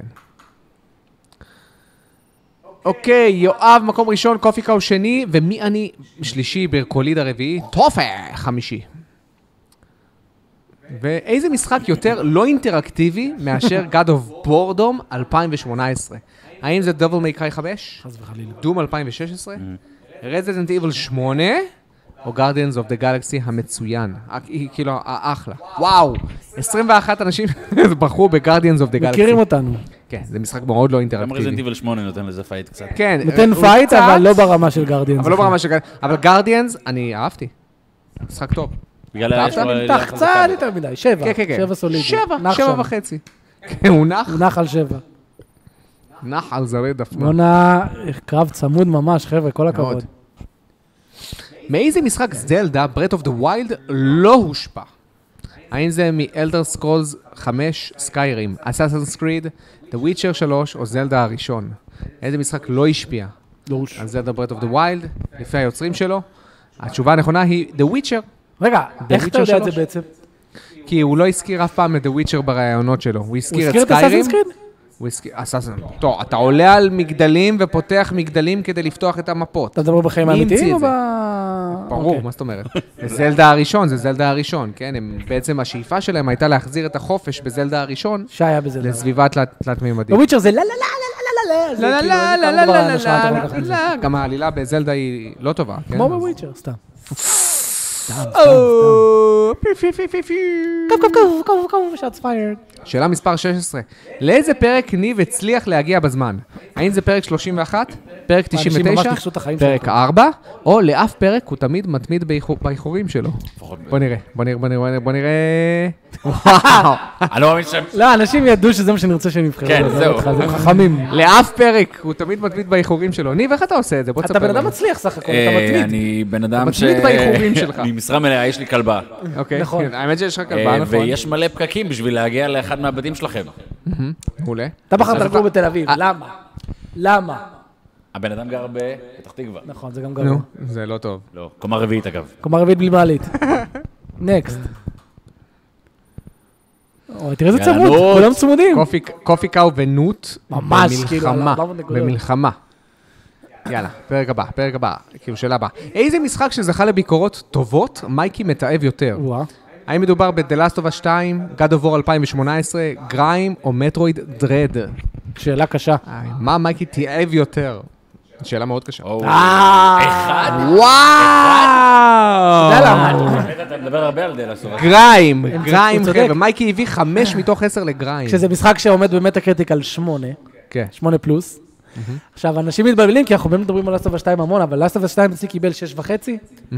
אוקיי, יואב מקום ראשון, קופי קאו שני, ומי אני שלישי, ברקוליד הרביעי, טופה חמישי. ואיזה משחק יותר לא אינטראקטיבי מאשר God of Boredom 2018? האם זה Devil May Cry 5? חס וחלילה. דום 2016? Resident Evil 8? או Guardians of the Galaxy המצוין? כאילו, האחלה. וואו, 21 אנשים בחרו ב-Guardians of the Galaxy. מכירים אותנו. כן, זה משחק מאוד לא גם אינטראקטיבי. רזידנט איבל 8 נותן לזה פייט קצת. כן. נותן הוא פייט, קצת, אבל לא ברמה של גרדיאנס. אבל לא ברמה של גרדיאנס. אבל גרדיאנס, אני אהבתי. משחק טוב. בגלל אהבת? יש לו נמתח יחס קצת חזק. יותר מדי, 7. כן, כן, כן. 7 סולידי. 7 וחצי. כן, הוא נח. הוא נח על 7. נח על זרי דפנה. בונה, קרב צמוד ממש, חבר'ה, כל הכבוד. מאוד. מאיזה משחק זלדה, Breath of the Wild, לא הושפע? האם זה מ-Elder Scrolls 5 Skyrim, Assassin's Creed, The Witcher 3 או זלדה הראשון? איזה משחק לא השפיע דוש. על זלדה Breath of the Wild, לפי היוצרים שלו? התשובה הנכונה היא The Witcher. רגע, איך אתה Witcher יודע את 3? זה בעצם? כי הוא לא הזכיר אף פעם את The Witcher ברעיונות שלו. הוא הוא הזכיר את הזכיר את סקיירים. אסאסינס קריד? הוא הזכיר... אסאסינס... טוב, אתה עולה על מגדלים ופותח מגדלים כדי לפתוח את המפות. אתה מדבר בחיים מי המציא האמיתיים את או ב... ב... ברור, אוקיי. מה זאת אומרת? זה זלדה הראשון, זה זלדה הראשון, כן? הם, בעצם השאיפה שלהם הייתה להחזיר את החופש בזלדה הראשון שהיה בזה. לסביבה תלת מימדית. בוויצ'ר זה לא, לא, לא, לא, לא, לא, לא, זה לא, כאילו, לא, אין לא, כמה דבר לא, על השעה, אתה לא, לא לא, גם העלילה בזלדה היא לא טובה, כן? כמו בוויצ'ר, סתם. shots fired. שאלה מספר 16. לאיזה פרק ניב הצליח להגיע בזמן? האם זה פרק 31, פרק אנשים 99, ממש ניחשו את החיים שלהם. פרק 4, או לאף פרק הוא תמיד מתמיד באיחורים שלו? בוא נראה. וואו. אני לא מאמין שהם... לא, אנשים ידעו שזה מה שאני רוצה שהם יבחרו. כן, זה זהו. אותך, זה חכמים. לאף פרק הוא תמיד מתמיד באיחורים שלו. ניב, איך אתה עושה את זה? בוא אתה תספר בן אדם לנו. מצליח סך הכל, אתה מתמיד. אני בן אדם מתמיד באיחורים שלך. אני משרה מלאה, יש לי כלבה. אוקיי, נכון. כן, האמת שיש לך כלבה, נכון. ויש מלא פקקים בשביל להגיע לאחד מהבתים שלכם. מעולה. אתה בחרת לגור בתל אביב, למה? למה? הבן אדם גר בפתח תקווה. נכון, זה גם נו, גרוע. זה לא טוב. לא, קומה רביעית אגב. קומה רביעית בלי מעלית. נקסט. אוי, תראה איזה יאללה, צמוד, נו. כולם צמודים. קופי קאו ונוט ממש, כאילו, על במלחמה, 400 נקודות. במלחמה. יאללה, פרק הבא, כאילו שאלה הבאה. איזה משחק שזכה לביקורות טובות, מייקי מתעב יותר? וואה. האם מדובר ב-The Last of Us 2, God of War 2018, גריים או מטרואיד דרד? שאלה קשה. מה מייקי תיעב יותר? שאלה מאוד קשה. אחד? וואו! אתה יודע למה? באמת אתה מדבר הרבה על דלס. גריים, הוא צודק. חבר'ה. מייקי הביא 5 מתוך 10 לגריים. כשזה משחק שעומד במטה קריטיק על 8, כן. 8 פלוס. עכשיו, אנשים מתבלבלים, כי אנחנו באמת מדברים על Last of Us 2 המון, אבל Last of Us 2 אצלי קיבל 6.5.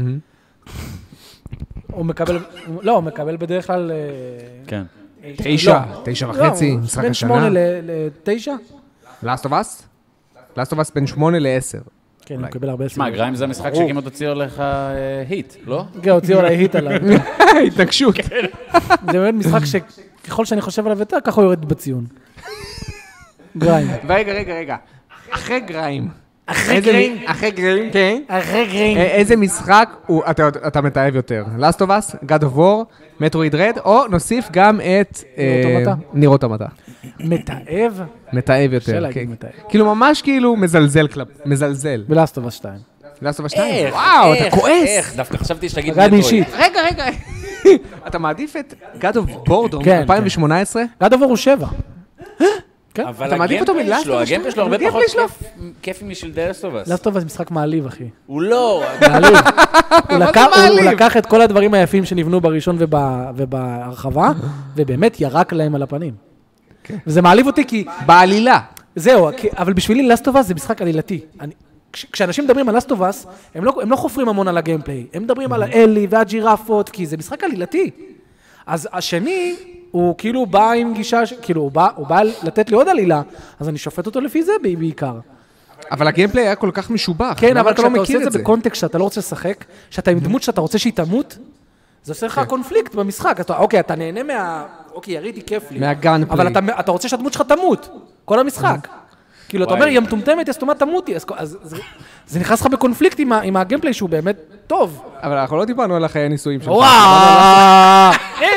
הוא מקבל, לא, הוא מקבל בדרך כלל... כן. 9, 9.5, לא, משחק בין השנה. 8 ל-9? Last of Us? Last of Us בין 8 ל-10. כן, הוא מקבל הרבה שמע, גריים זה המשחק שכמעט הוציאו לך היט, לא? כן, הוציאו עליי היט עליו. התנגשות. זה באמת משחק שככל שאני חושב עליו יותר, ככה הוא יורד בציון. גריים. רגע. אחרי גריים. אחרי גריים, כן. אחרי גריים. איזה משחק אתה מתאהב יותר? Last of Us, God of War, מטרואיד רד, או נוסיף גם את... ניר אוטומטה. מתאהב? מתאהב יותר. קשה להגיד כן. מתאהב. כאילו ממש כאילו מזלזל. בלאסט אוף 2. Last of Us 2? וואו, אתה כועס. איך? דווקא חשבתי שתגיד פגעתי אישית. רגע. אתה מעדיף את God of Boredom כן, 2018? גד עבור הוא 7. אבל אתה מעדיף אותו הגיימפלי מ-Last שלו, of Us? הגיימפלי שלו הרבה הגיימפלי פחות שלו? כיפי משל דלס אוף אס. לאסט אוף זה משחק מעליב, אחי. הוא לא, מעליב. הוא מעליב? לקח את כל הדברים היפים שנבנו בראשון ובהרחבה, ובאמת ירק להם על הפנים. וזה מעליב אותי כי... בעלילה. זהו, אבל בשבילי לאסט אוף זה משחק עלילתי. כשאנשים מדברים על לאסט אוף הם לא חופרים המון על הגיימפליי. הם מדברים על האלי והג'ירפות, כי זה משחק עלילתי. אז השני... הוא כאילו בא עם גישה, כאילו הוא בא לתת לי עוד עלילה, אז אני שופט אותו לפי זה בעיקר. אבל הגיימפליי היה כל כך משובח. כן, אבל אתה לא כשאתה עושה מכיר את זה בקונטקסט שאתה לא רוצה לשחק, שאתה עם דמות שאתה רוצה שהיא תמות, זה עושה לך קונפליקט במשחק. אוקיי, אתה נהנה אוקיי, יריתי, כיף לי. מהגאנפליי. אבל אתה רוצה שהדמות שלך תמות, כל המשחק. כאילו, אתה אומר, היא מטומטמת, אז תאמר תמותי, אז זה נכנס לך בקונפליקט עם הגיימפליי שהוא באמת טוב. אבל אנחנו לא דיברנו על החיי נישואים שלך. וואו!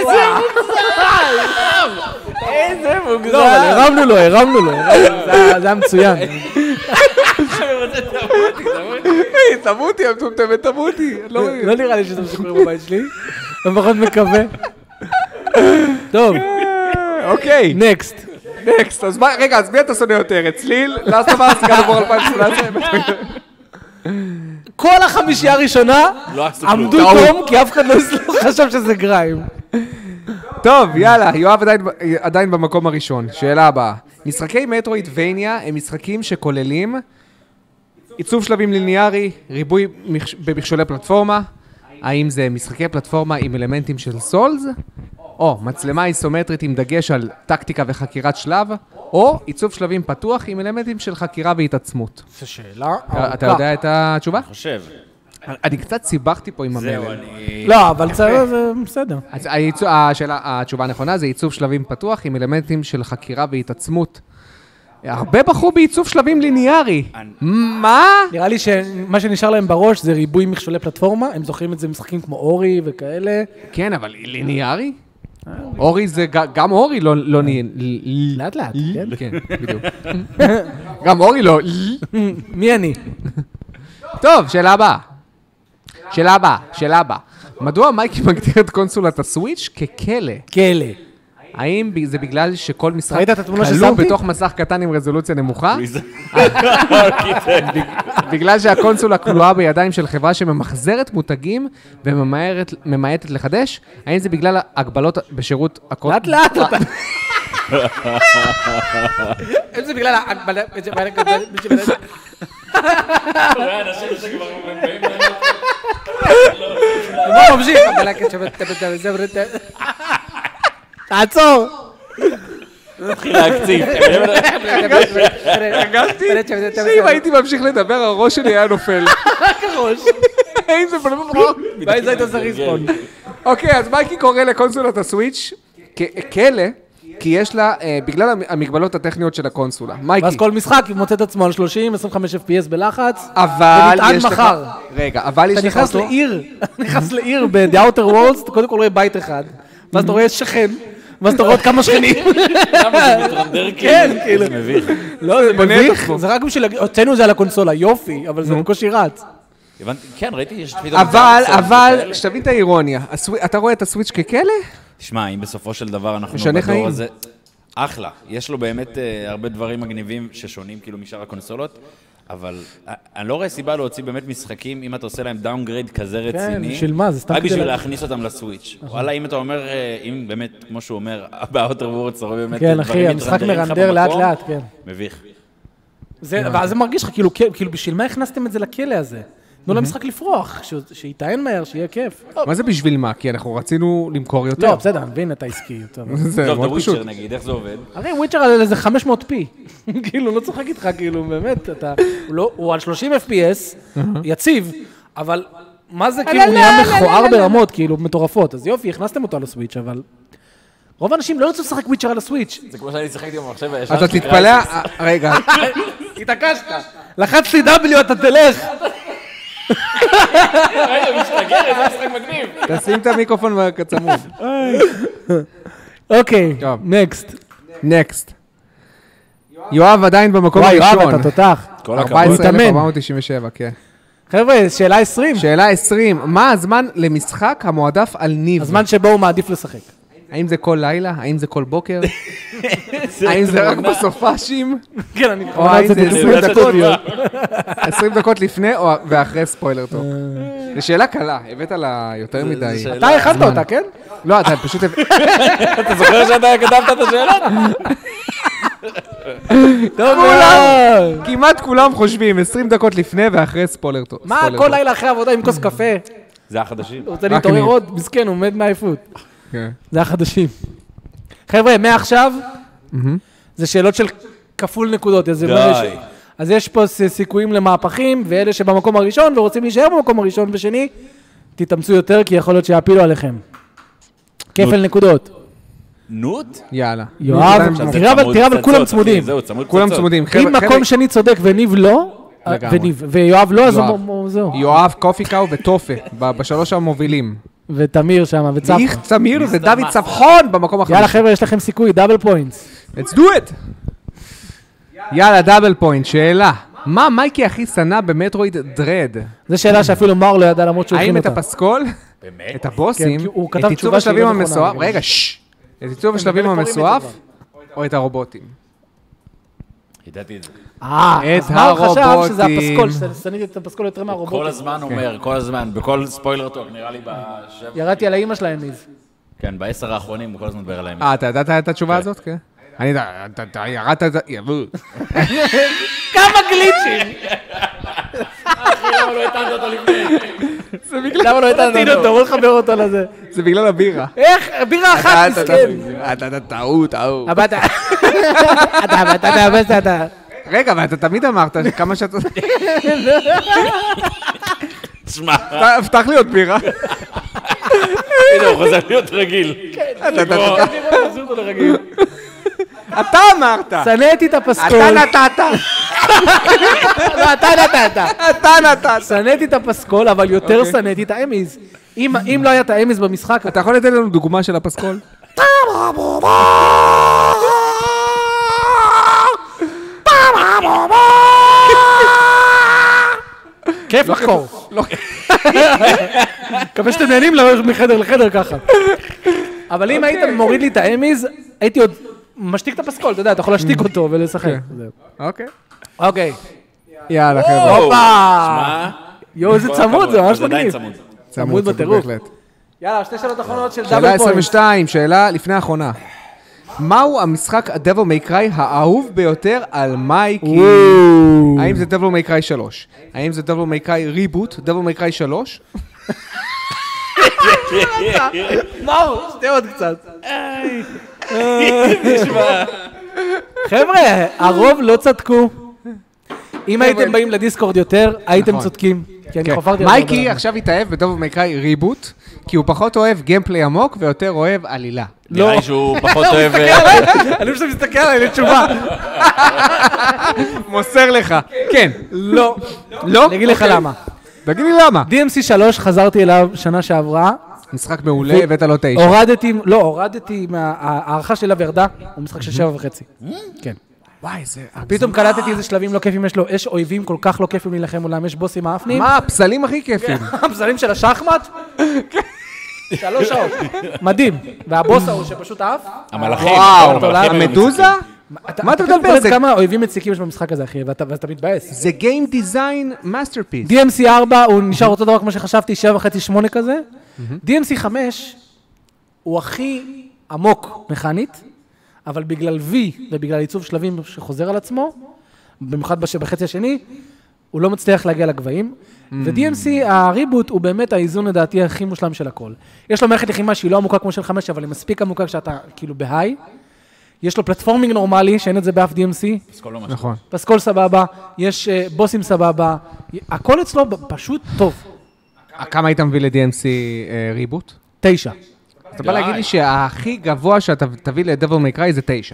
איזה מוגזם! לא, אבל הרמנו לו, זה היה מצוין. תמותי, המטומטמת, תמותי. לא נראה לי שזה מה שקורה בבית שלי, אני פחות מקווה. טוב, אוקיי. נקסט. אז רגע, אז מי אתה שונא יותר? צליל, Last of Us, God of War 2018? כל החמישייה הראשונה לא עשו כלום. עמדו טוב, כי אף אחד לא חשב שזה גריים. טוב, יאללה, יואב עדיין במקום הראשון. שאלה הבאה. משחקי מטרואידבניה הם משחקים שכוללים עיצוב שלבים ליניארי, ריבוי במכשולי פלטפורמה, האם זה משחקי פלטפורמה עם אלמנטים של סולס, או מצלמה איסומטרית עם דגש על טקטיקה וחקירת שלב, או עיצוב שלבים פתוח עם אלמנטים של חקירה והתעצמות. זו שאלה אתה יודע את התשובה? חושב. אני קצת סיבכתי פה עם זהו, המלל. אני... לא, אבל זה בסדר. אז התשובה הנכונה זה עיצוב שלבים פתוח עם אלמנטים של חקירה והתעצמות. הרבה בחרו בעיצוב שלבים ליניארי. מה? נראה לי שמה שנשאר להם בראש זה ריבוי מכשולי פלטפורמה, הם זוכרים את זה במשחקים כמו אורי וכאלה. כן, אבל ליניארי? אורי זה, גם אורי לא נהיה... לאט לאט, כן? כן, בדיוק. גם אורי לא... מי אני? טוב, שאלה הבאה. מדוע מייקי מגדיר את קונסולת הסוויץ' ככלא? כלא. האם זה בגלל שכל משחק ראית את התמונה כלוא ששמתי? בתוך מסך קטן עם רזולוציה נמוכה? בגלל שהקונסולה כלואה בידיים של חברה שממחזרת מותגים וממעטת לחדש? האם זה בגלל הגבלות בשירות לאט לאט אותה. אם זה בגלל אנשים שכבר מבאים לנו. בוא ממשיך. תעצור. נתחיל להקציב. הרגשתי שאם הייתי ממשיך לדבר, הראש שלי היה נופל. ראש. איזה ואיזה היית עושה ריספון. אוקיי, אז מייקי קורא לקונסולת הסוויץ' כלא, כי יש לה, בגלל המגבלות הטכניות של הקונסולה. מייקי. ואז כל משחק מוצא את עצמו על 30, 25 FPS בלחץ, אבל ונטען יש לך... מחר. רגע, אבל יש אתה לך נכנס לעיר ב-The Outer Worlds, אתה קודם כל רואה בית אחד, ואז אתה רואה שכן, ואז אתה רואה עוד כמה שכנים. למה זה מתרנדר כאילו? זה מביך. לא, זה מביך, זה רק בשביל... הוצאנו זה על הקונסולה, יופי, אבל זה בקושי רץ. כן, ראיתי, יש... אבל, שתבין את האירוניה, אתה רואה את הסוויץ' ככלא? תשמע, אם בסופו של דבר אנחנו משנה חיים. בדור הזה... אחלה, יש לו באמת הרבה דברים מגניבים ששונים כאילו משאר הקונסולות, אבל אני לא רואה סיבה להוציא באמת משחקים אם אתה עושה להם דאונגרייד כזה רציני. כן, בשביל מה? זה סתם רק כדי... בשביל להכניס אותם לסוויץ'. וואלה, אם אתה אומר, אם באמת, כמו שהוא אומר, באוטר וורדס, אתה רואה באמת כן, אחי, המשחק מרנדר לאט לאט, כן. מביך. ואז זה מרגיש לך, כאילו, בשביל מה הכנסתם את זה לכלא הזה? תנו למשחק לפרוח, שיטען מהר, שיהיה כיף. מה זה בשביל מה? כי אנחנו רצינו למכור יותר. לא, בסדר, אני מבין את העסקי. זה טוב, מאוד פשוט. וויצ'ר נגיד, איך זה עובד? הרי וויצ'ר על איזה 500p. כאילו, לא צוחק איתך, כאילו, באמת, הוא על 30 FPS, יציב, אבל מה זה כאילו נהיה מכוער ברמות, כאילו, מטורפות. אז יופי, הכנסתם אותו על הסוויץ', אבל... רוב האנשים לא ירצו לשחק וויצ'ר על הסוויץ'. זה כמו שאני שחקתי במחשב אתה תתפלא... רגע. התעקשת. לחצתי W, אתה תלך. רגע, משתגר, איזה משחק מגניב. תשים את המיקרופון בצמוד. אוקיי, נקסט. יואב עדיין במקום וואי, הראשון. יואב, אתה תותח. כל הכבוד. 14,497, כן. חבר'ה, שאלה 20. שאלה 20, מה הזמן למשחק המועדף על ניב? הזמן שבו הוא מעדיף לשחק. האם זה כל לילה? האם זה כל בוקר? האם זה רק בסופאשים? כן, אני או האם זה 20 זה דקות? תשובה. 20 דקות לפני ואחרי ספוילר טוב. זו שאלה קלה, הבאת לה יותר מדי. שאלה- אתה הכנת אותה, כן? לא, אתה פשוט... אתה זוכר שאתה כתבת את השאלה? טוב מאוד. כמעט כולם חושבים 20 דקות לפני ואחרי ספוילר טוב. מה, כל לילה אחרי עבודה עם כוס קפה? זה החדשים. הוא רוצה להתעורר עוד? מסכן, הוא עומד מהעייפות. כן. זה החדשים. חבר'ה, מעכשיו, זה שאלות של כפול נקודות. די. אז יש פה סיכויים למהפכים, ואלה שבמקום הראשון ורוצים להישאר במקום הראשון ושני, תתאמצו יותר, כי יכול להיות שיעפילו עליכם. כפל נקודות. נוט? יאללה. יואב, עכשיו זה תראה צמוד אבל כולם פצצות, צמודים. אחי, זהו, צמוד כולם פצצות. צמודים. אם מקום שני צודק וניב לא, לגמרי. ויואב לא, אז יואב. זהו. יואב, קופיקאו וטופה, בשלוש המובילים. ותמיר שם, וצפחה. איך תמיר ודוד צפחון במקום החמישי. יאללה חבר'ה, יש לכם סיכוי, דאבל פוינטס. Let's do it! יאללה, דאבל פוינט, שאלה. מה מייקי הכי שנא במטרואיד דרד? זו שאלה שאפילו מר לא ידע למרות שהוא הכין האם את אותה. הפסקול, באמת? את הבוסים, כן, כי הוא את כתב עיצוב תשובה שהיא השלבים לא נכונה, המסועף, גם. רגע, את עיצוב השלבים באמת קוראים המסועף, את זה או את הרובוטים? ידעתי את זה. את אז מר חשב שזה הרובוטים. הפסקול, שנאתי את הפסקול יותר כל מהרובוטים. הזמן אומר, כל הזמן, בכל ספוילר טוק, נראה לי בשבע. ירדתי על האמא שלהם, ניב. כן, ב10 האחרונים הוא כל הזמן מדבר עליהם. אתה ידעת את התשובה הזאת? כן. אני יודע, אתה ירדת את זה, כמה גליצ'ים! למה לא הטענת אותו לפני? למה לא הטענת אותו? בוא נחבר אותו לזה. זה בגלל הבירה. איך? בירה אחת, מסכן. אתה טעות. אתה. רגע, אבל אתה תמיד אמרת כמה שאתה... תשמע, הבטח לי עוד בירה. הנה הוא חוזר להיות רגיל. אתה אמרת. שנאתי את הפסקול. אתה נתת. לא, אתה נתת. אתה נתת. שנאתי את הפסקול, אבל יותר שנאתי את האמיז. אם לא היה את האמיז במשחק... אתה יכול לתת לנו דוגמה של הפסקול? כיף לחקור. מקווה שאתם נהנים לעבור מחדר לחדר ככה. אבל אם היית מוריד לי את האמיז, הייתי עוד משתיק את הפסקול, אתה יודע, אתה יכול להשתיק אותו ולשחק. אוקיי. אוקיי. יאללה, חבר'ה. הופה! יואו, איזה צמוד, זה ממש זה עדיין מגניב. צמוד. צמוד בטירוף. בהחלט. יאללה, שתי שאלות אחרונות של שאלה דאבל פוינט. 22, שאלה לפני האחרונה. מהו המשחק Devil May Cry האהוב ביותר על מייקי? האם זה Devil May Cry 3? האם זה Devil May Cry Reboot? Devil May Cry 3? מאור, שתי עוד קצת. חבר'ה, הרוב לא צדקו. אם הייתם באים לדיסקורד יותר, הייתם צודקים. כי אני חפרתי... מייקי עכשיו התאהב ב-Devil May Cry Reboot, כי הוא פחות אוהב גיימפליי עמוק ויותר אוהב עלילה. נראה לי שהוא פחות אוהב... אני חושב מסתכל עליי לתשובה. מוסר לך. כן. לא. לא? אני אגיד לך למה. תגיד לי למה. DMC 3 חזרתי אליו שנה שעברה. משחק מעולה, הבאת לו 9. הורדתי, הערכה שלה וירדה, הוא משחק של 7.5. כן. וואי, זה... פתאום קלטתי איזה שלבים לא כיפים יש לו, יש אויבים כל כך לא כיפים להילחם מולם, יש בוסים האפנים. מה, הפסלים הכי כיפים. הפסלים של השחמט? 3 שעות. מדהים. והבוס ההוא שפשוט עף. המלאכים. וואו, המדוזה? מה אתה מדבר? אתה כמה אויבים מציקים יש במשחק הזה, אחי, ואתה מתבאס. זה Game Design Masterpiece. DMC 4 הוא נשאר אותו דבר כמו שחשבתי, 7.5-8 כזה. DMC 5 הוא הכי עמוק מכנית, אבל בגלל V ובגלל עיצוב שלבים שחוזר על עצמו, במיוחד בחצי השני, הוא לא מצליח להגיע לגבהים. ו-DMC, הריבוט, הוא באמת האיזון לדעתי הכי מושלם של הכל. יש לו מערכת לחימה שהיא לא עמוקה כמו של 5, אבל היא מספיק עמוקה כשאתה כאילו בהיי. יש לו פלטפורמינג נורמלי, שאין את זה באף DMC. פסקול לא משהו. נכון. פסקול סבבה, יש בוסים סבבה. הכל אצלו פשוט טוב. כמה היית מביא ל-DMC ריבוט? 9. אתה בא להגיד לי שהכי גבוה שאתה תביא ל-Devil May Cry זה 9.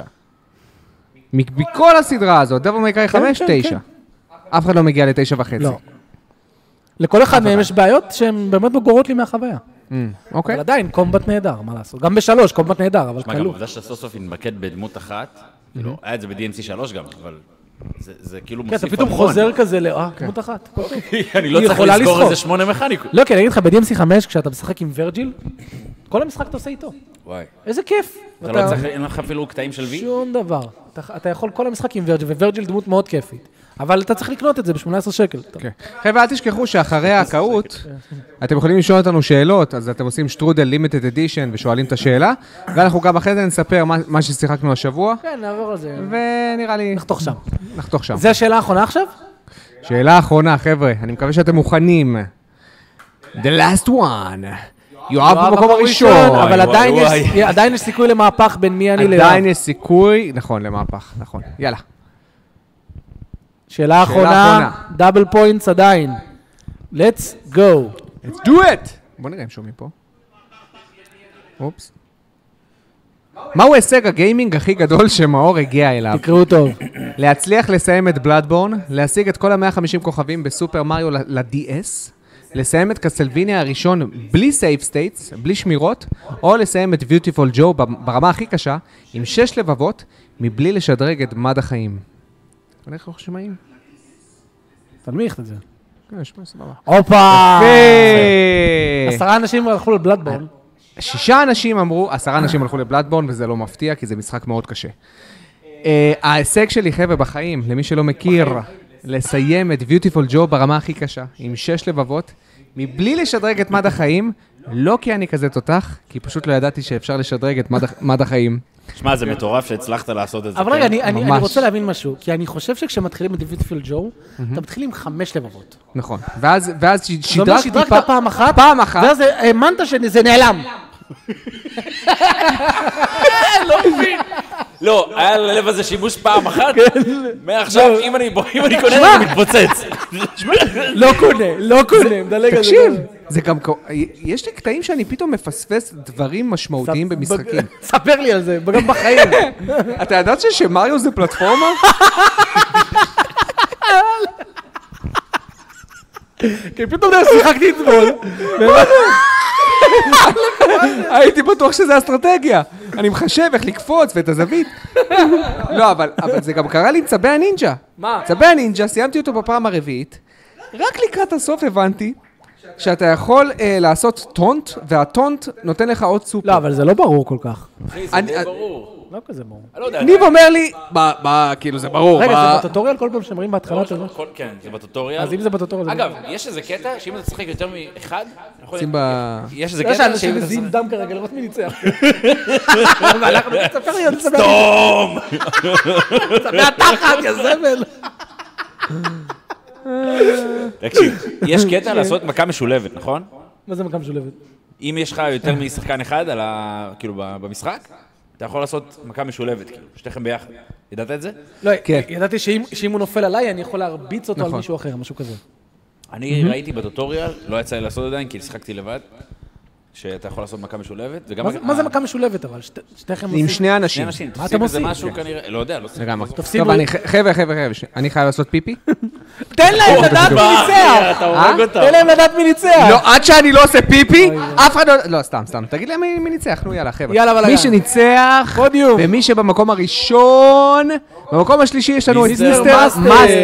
מכל הסדרה הזאת, Devil May Cry 5, 9. אף אחד לא מגיע ל-9.5. לא. לכל אחד מהם יש בעיות שהן באמת מגורות לי מהחוויה. אוקיי. אבל עדיין, קומבט נהדר, מה לעשות? גם ב3, קומבט נהדר, אבל מה, גם קלו. עובדה שאתה סוף סוף נתמקד בדמות אחת, היה את זה ב-DMC 3 גם, אבל זה כאילו כן, מוסיף אתה פתאום חוזר כזה דמות אחת. אני לא צריך לזכור איזה 8 מכניקות. לא, כי אני אגיד לך, ב-DMC 5, כשאתה משחק עם ורג'יל, כל המשחק אתה עושה איתו. וואי. איזה כיף. אתה לא צריך, אין לך אפילו קטעים של וי? שום דבר. אתה יכול כל המשחק עם ורג'יל, וורג'יל דמות מאוד כיפית. אבל אתה צריך לקנות את זה ב-18 שקל. חבר'ה, אל תשכחו שאחרי ההקאות, אתם יכולים לשאול אותנו שאלות, אז אתם עושים שטרודל לימיטד אדישן ושואלים את השאלה, ואנחנו גם אחרי זה נספר מה ששיחקנו השבוע, כן, נעבור על זה. ונראה לי... נחתוך שם. שם. זה השאלה האחרונה עכשיו? שאלה אחרונה, חבר'ה, אני מקווה שאתם מוכנים. The last one. יואב במקום הראשון. אבל עדיין יש סיכוי למהפך בין מי אני ליואב. עדיין יש סיכוי, נכון, למהפך, נכון. יאללה. שאלה אחרונה, דאבל פוינטס עדיין. Let's go. Let's do it! בוא נראה אם שומעים פה. אופס. מהו הישג הגיימינג הכי גדול שמאור הגיע אליו? תקראו טוב. להצליח לסיים את בלאדבורן, להשיג את כל ה-150 כוכבים בסופר מריו ל-DS, לסיים את קסלביניה הראשון בלי סייב סטייטס, בלי שמירות, או לסיים את ביוטיפול ג'ו ברמה הכי קשה, עם 6 לבבות, מבלי לשדרג את מד החיים. אני איך לא שומעים? תנמיך את זה. כן, שמע, סבבה. הופה! 10 10 אנשים הלכו לבלאדבורן. 10 אנשים הלכו לבלאדבורן, וזה לא מפתיע, כי זה משחק מאוד קשה. ההישג שלי, חבר'ה, בחיים, למי שלא מכיר, לסיים את ביוטיפול ג'ו ברמה הכי קשה, עם 6 לבבות, מבלי לשדרג את מד החיים, לא כי אני כזה תותח, כי פשוט לא ידעתי שאפשר לשדרג את מד החיים. שמע, זה מטורף שהצלחת לעשות את זה. אבל רגע, אני רוצה להבין משהו, כי אני חושב שכשמתחילים את ביוטיפול ג'ו, אתה מתחיל עם 5 לבבות. נכון, ואז שדרגת פעם אחת, ואז האמנת שזה נעלם. לא, היה ללב הזה שימוש פעם אחת, מעכשיו, אם אני קונה, אני מתפוצץ. לא קונה, מדלג על זה. תקשיב, זה גם, יש לי קטעים שאני פתאום מפספס דברים משמעותיים במשחקים. ספר לי על זה, גם בחיים. אתה ידעת שמריו זה פלטפורמה? כי פתאום שיחקתי אתמול. הייתי בטוח שזה אסטרטגיה. אני מחשב איך לקפוץ ואת הזווית. לא, אבל זה גם קרה לי עם צבי הנינג'ה. מה? צבי הנינג'ה, סיימתי אותו בפעם הרביעית. רק לקראת הסוף הבנתי שאתה יכול לעשות טונט, והטונט נותן לך עוד סופר. לא, אבל זה לא ברור כל כך. אחי, זה די ברור. לא כזה ברור. ניב אומר לי, כאילו זה ברור. רגע, זה בטוטוריאל כל פעם שמראים בהתחלה שלו? כן, זה בטוטוריאל. אז אם זה בטוטוריאל... אגב, יש איזה קטע שאם אתה תשחק יותר מאחד, שים ב... יש איזה יש קטע אנשים מזיעים דם כרגע, לראות מי ניצח. תספר לי, אני ספר. סתום! ספר תחת, יא זבל. תקשיב, יש קטע לעשות מכה משולבת, נכון? מה זה מכה משולבת? אם יש לך יותר משחקן אחד, כאילו במשחק, אתה יכול לעשות מכה משולבת, כאילו, שתיכם ביחד. ידעת את זה? לא, ידעתי שאם הוא נופל עליי, אני יכול להרביץ אותו על מישהו אחר, משהו כזה. אני ראיתי בטוטוריאל, לא יצא לי לעשות עדיין, כי שיחקתי לבד, שאתה יכול לעשות מכה משולבת, וגם... מה זה מכה משולבת, אבל? שתיכם עושים... עם שני אנשים. שני אנשים, מה אתם תוסיף איזה עושים? משהו כנראה, לא יודע, לא עושים. טוב, חבר'ה, אני חייב לעשות פיפי? תן להם לדעת מי ניצח! אתה הורג אותם. תן להם לדעת מי ניצח! לא, עד שאני לא עושה פיפי, אף אחד לא... לא, סתם. תגיד להם מי ניצח, נו יאללה, חבר'ה. יאללה, בלגן. מי שניצח, פודיום. ומי שבמקום הראשון, במקום השלישי יש לנו את מיסטר מאסטר.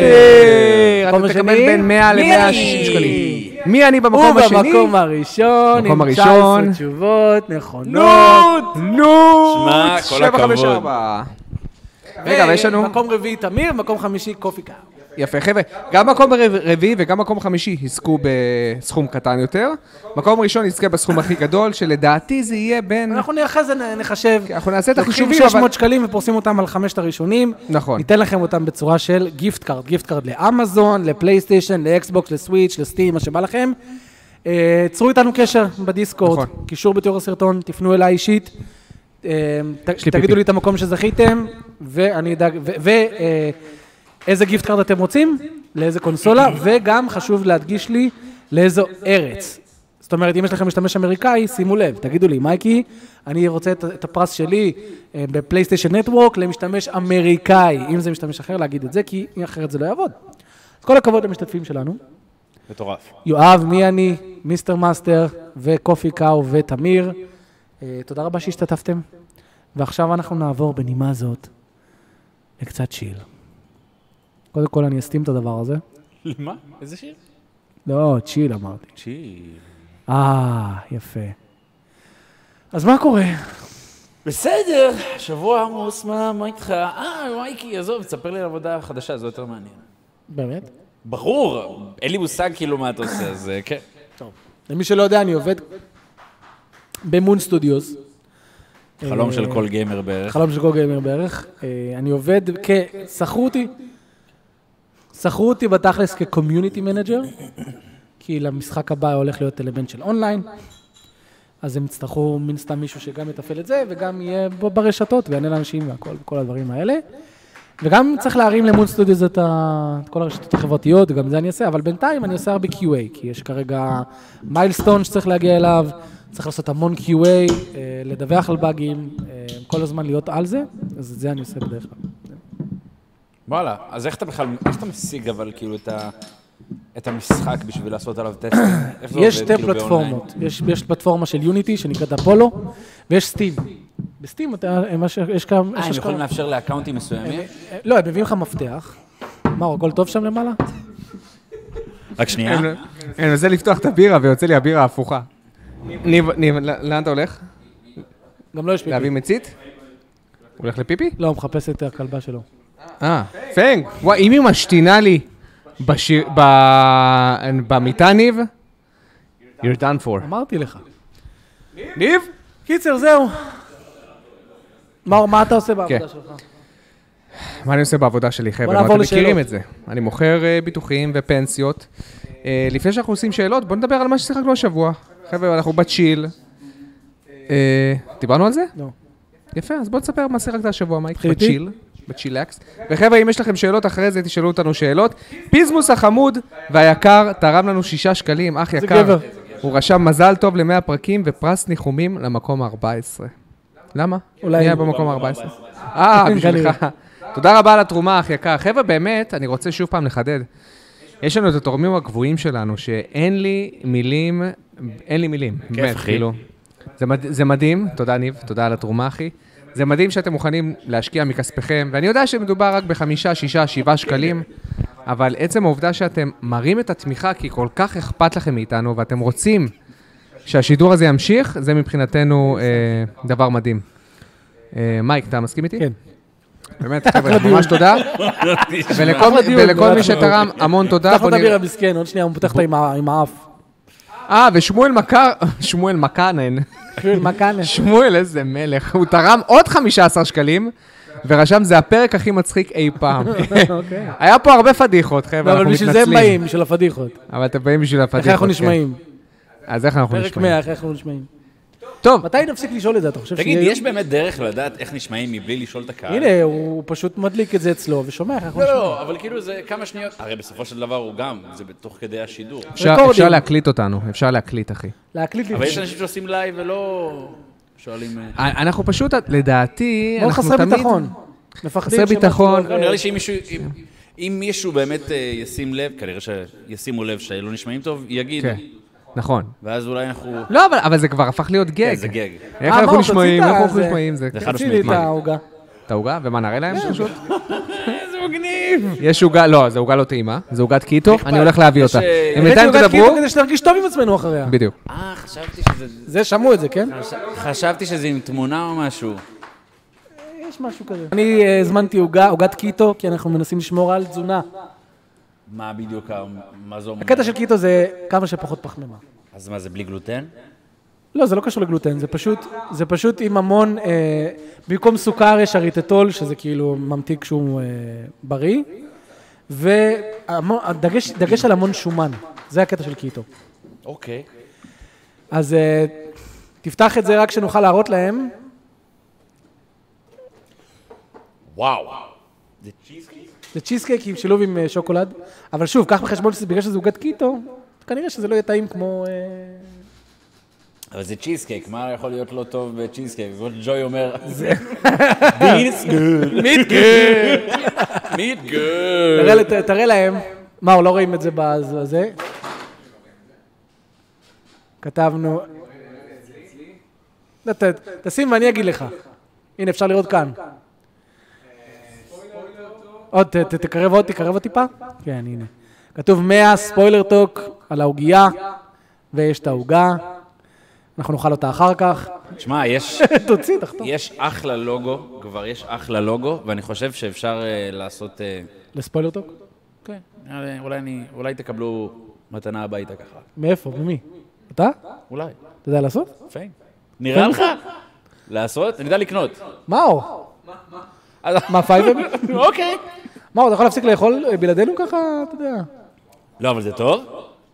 מקום אתה תקבל השני? בין 100 ל-160 שקלים. מי אני במקום השני? ובמקום הראשון, במקום עם הראשון. 19 תשובות נכונות. שמע, כל הכבוד. 754. רגע, ויש לנו... מקום רביעי תמיר, מקום חמישי קופי קאו. יפה, חבר'ה. גם מקום רביעי וגם מקום חמישי יזכו בסכום קטן יותר. מקום ראשון יזכה בסכום הכי גדול, שלדעתי זה יהיה בין... אנחנו אחרי זה נחשב. אנחנו נעשה את החישובים, לוקחים 600 שקלים ופורסים אותם על 5 הראשונים. נכון. ניתן לכם אותם בצורה של גיפט קארד. גיפט קארד לאמזון, לפלייסטיישן, לאקסבוקס, לסוויץ', לסטים, מה שבא לכם. צרו איתנו קשר בדיסקורד. נכון. קישור בתיאור הסרטון, תפנו אליי אישית. תגידו לי את המקום שזכיתם, ואני אדאג... איזה גיפט קארד אתם רוצים, לאיזה קונסולה, וגם חשוב להדגיש לי לאיזו ארץ. זאת אומרת, אם יש לכם משתמש אמריקאי, שימו לב, תגידו לי, מייקי, אני רוצה את הפרס שלי בפלייסטיישן נטוורק למשתמש אמריקאי. אם זה משתמש אחר, להגיד את זה, כי אחרת זה לא יעבוד. אז כל הכבוד למשתתפים שלנו. מטורף. יואב, מי אני, מיסטר מאסטר, וקופי קאו ותמיר. תודה רבה שהשתתפתם. ועכשיו אנחנו נעבור בנימה זאת לקצת צ'יל. קודם כל אני אסתים את הדבר הזה. מה? איזה שיר? לא, צ'יל אמרתי. צ'יל. יפה. אז מה קורה? בסדר, שבוע עמוס, מה איתך? מייקי, עזוב, תספר לי על עבודה חדשה, זה יותר מעניין. באמת? ברור, אין לי מושג כאילו מה אתה עושה, אז כן. טוב. למי שלא יודע, אני עובד במון סטודיוס. חלום של כל גיימר בערך. חלום של כל גיימר בערך. אני עובד שכרו אותי בתכלס כקומיוניטי מנג'ר, כי למשחק הבא הולך להיות אלמנט של אונליין, אז הם יצטרכו מן סתם מישהו שגם יתפעל את זה, וגם יהיה ברשתות, ויענה לאנשים וכל הדברים האלה. וגם צריך להרים למון סטודיוס את כל הרשתות החברתיות, וגם זה אני אעשה, אבל בינתיים אני עושה הרבה QA, כי יש כרגע מיילסטון שצריך להגיע אליו, צריך לעשות המון QA, לדווח על באגים, כל הזמן להיות על זה, אז את זה אני עושה בדרך כלל. וואלה, אז איך אתה בכלל, איך אתה משיג אבל כאילו את המשחק בשביל לעשות עליו טסטים? יש שתי פלטפורמות, יש פלטפורמה של יוניטי שנקראת אפולו, ויש סטים. בסטים יש כמה... הם יכולים לאפשר לאקאונטים מסוימים? לא, הם מביאים לך מפתח. מה, הכל טוב שם למעלה? רק שנייה. אני מנסה לפתוח את הבירה ויוצא לי הבירה ההפוכה. ניב, לאן אתה הולך? גם לא יש פיפי. להביא מצית? הוא הולך לפיפי? לא, הוא מחפש את הכלבה שלו. פנג. וואי, אם היא משתינה לי במיטה, ניב, you're done for. אמרתי לך. ניב? קיצר, זהו. מה אתה עושה בעבודה שלך? מה אני עושה בעבודה שלי, חבר'ה? אתם מכירים את זה. אני מוכר ביטוחים ופנסיות. לפני שאנחנו עושים שאלות, בואו נדבר על מה ששיחקנו השבוע. חבר'ה, אנחנו בצ'יל. דיברנו על זה? לא. יפה, אז בוא תספר מה שיחקת השבוע, מייק, התחילתי? בצ'ילקס. וחבר'ה, אם יש לכם שאלות אחרי זה, תשאלו אותנו שאלות. פיזמוס החמוד והיקר תרם לנו 6 שקלים, אח יקר. גבר. הוא רשם מזל טוב ל100 פרקים ופרס ניחומים למקום 14. למה? אולי- מי היה במקום 14? בשבילך. תודה רבה על התרומה, אח יקר. חבר'ה, באמת, אני רוצה שוב פעם לחדד. יש לנו את התורמים הקבועים שלנו, שאין לי מילים, באמת, אחי. כאילו. זה מדהים, תודה ניב, תודה על התרומה, אחי. זה מדהים שאתם מוכנים להשקיע מכספיכם, ואני יודע שמדובר רק ב5, 6, 7 שקלים, אבל עצם העובדה שאתם מראים את התמיכה, כי כל כך אכפת לכם מאיתנו, ואתם רוצים שהשידור הזה ימשיך, זה מבחינתנו דבר מדהים. מייק, אתה מסכים איתי? כן. באמת, חבר'ה, ממש תודה. ולכל מי שתרם, המון תודה. תפתח אותה בירה מסכן, עוד שנייה הוא פותח אותה עם האף. ושמואל מקאנן. מה כאן? שמואל, איזה מלך. הוא תרם עוד 15 שקלים, ורשם, זה הפרק הכי מצחיק אי פעם. אוקיי. היה פה הרבה פדיחות, חבר'ה, אבל אנחנו בשביל זה הם מתנצלים. באים, בשביל הפדיחות. אבל אתם באים בשביל הפדיחות. איך אנחנו כן. נשמעים? אז איך אנחנו פרק נשמעים? 100, איך אנחנו נשמעים? טוב, מתי נפסיק לשאול את זה? אתה חושב תגיד, שיהיה- יש באמת דרך לדעת איך נשמעים מבלי לשאול את הקהל? הנה, הוא פשוט מדליק את זה אצלו ושומע איך אנחנו לא, נשמעים. לא, אבל כאילו זה כמה שניות. הרי בסופו של דבר הוא גם, זה בתוך כדי השידור. אפשר להקליט אותנו, אפשר להקליט, אחי. להקליט אבל יש לי. אנשים שעושים לייב ולא שואלים... אנחנו פשוט, לדעתי, מאוד אנחנו חסרי תמיד... ביטחון. מפחדים חסרי ביטחון. לא, נראה לי אם מישהו באמת ישים לב, כנראה שישימו לב שלא נשמעים טוב, יגיד. כן, נכון. ואז אולי אנחנו... לא, אבל זה כבר הפך להיות גג. כן, זה גג. איך מה, אנחנו הוא נשמעים, חצית, איך אנחנו זה- נשמעים, זה... זה חד תוציא לי משמעית. את העוגה. את העוגה? ומה, נראה להם פשוט? איזה מגניב! יש עוגה, לא, זה עוגה לא טעימה, זה עוגת קיטו, אני הולך להביא אותה. אם הבאתי בינתיים עוגת תדברו, קיטו כדי שנרגיש טוב עם עצמנו אחריה. בדיוק. חשבתי שזה... זה, שמעו את זה, כן? חשבתי שזה עם תמונה או משהו. יש משהו כזה. אני הזמנתי עוגת קיטו, כי אנחנו מנסים לשמור על תזונה. מה בדיוק, מה זה אומר? הקטע של קיטו זה כמה שפחות פחמימה. אז מה, זה בלי גלוטן? לא, זה לא קשור לגלוטן, זה פשוט עם המון, במקום סוכר יש אריתטול, שזה כאילו ממתיק שהוא בריא, ודגש על המון שומן, זה הקטע של קיטו. אוקיי. אז תפתח את זה רק שנוכל להראות להם. וואו. זה צ'יזקייק? זה צ'יזקייק עם שילוב עם שוקולד, אבל שוב, קח בחשבון שבגלל שזה עוגת קיטו, כנראה שזה לא יהיה טעים כמו... אבל זה צ'יזקייק, מה יכול להיות לא טוב בצ'יזקייק? כמו ג'וי אומר... Beans good. Meat good. Meat good. תראה להם. מה, לא רואים את זה בזה? כתבנו... תשים ואני אגיד לך. הנה, אפשר לראות כאן. עוד, תקרב עוד טיפה? כן, הנה. כתוב 100 ספוילר טוק על העוגיה, ויש את העוגה. אנחנו נאכל אותה אחר כך. תשמע, תוציא, תחתום. יש אחלה לוגו, כבר יש אחלה לוגו, ואני חושב שאפשר לעשות... לספוילר טוק? כן, אולי תקבלו מתנה הביתה ככה. מאיפה? ממי? אתה? אולי. אתה יודע לעשות? פיין. נראה לך? לעשות? אני יודע לקנות. מאור. מה, פייבר? אוקיי. מאור, אתה יכול להפסיק לאכול בלעדינו ככה? אתה יודע. לא, אבל זה טוב?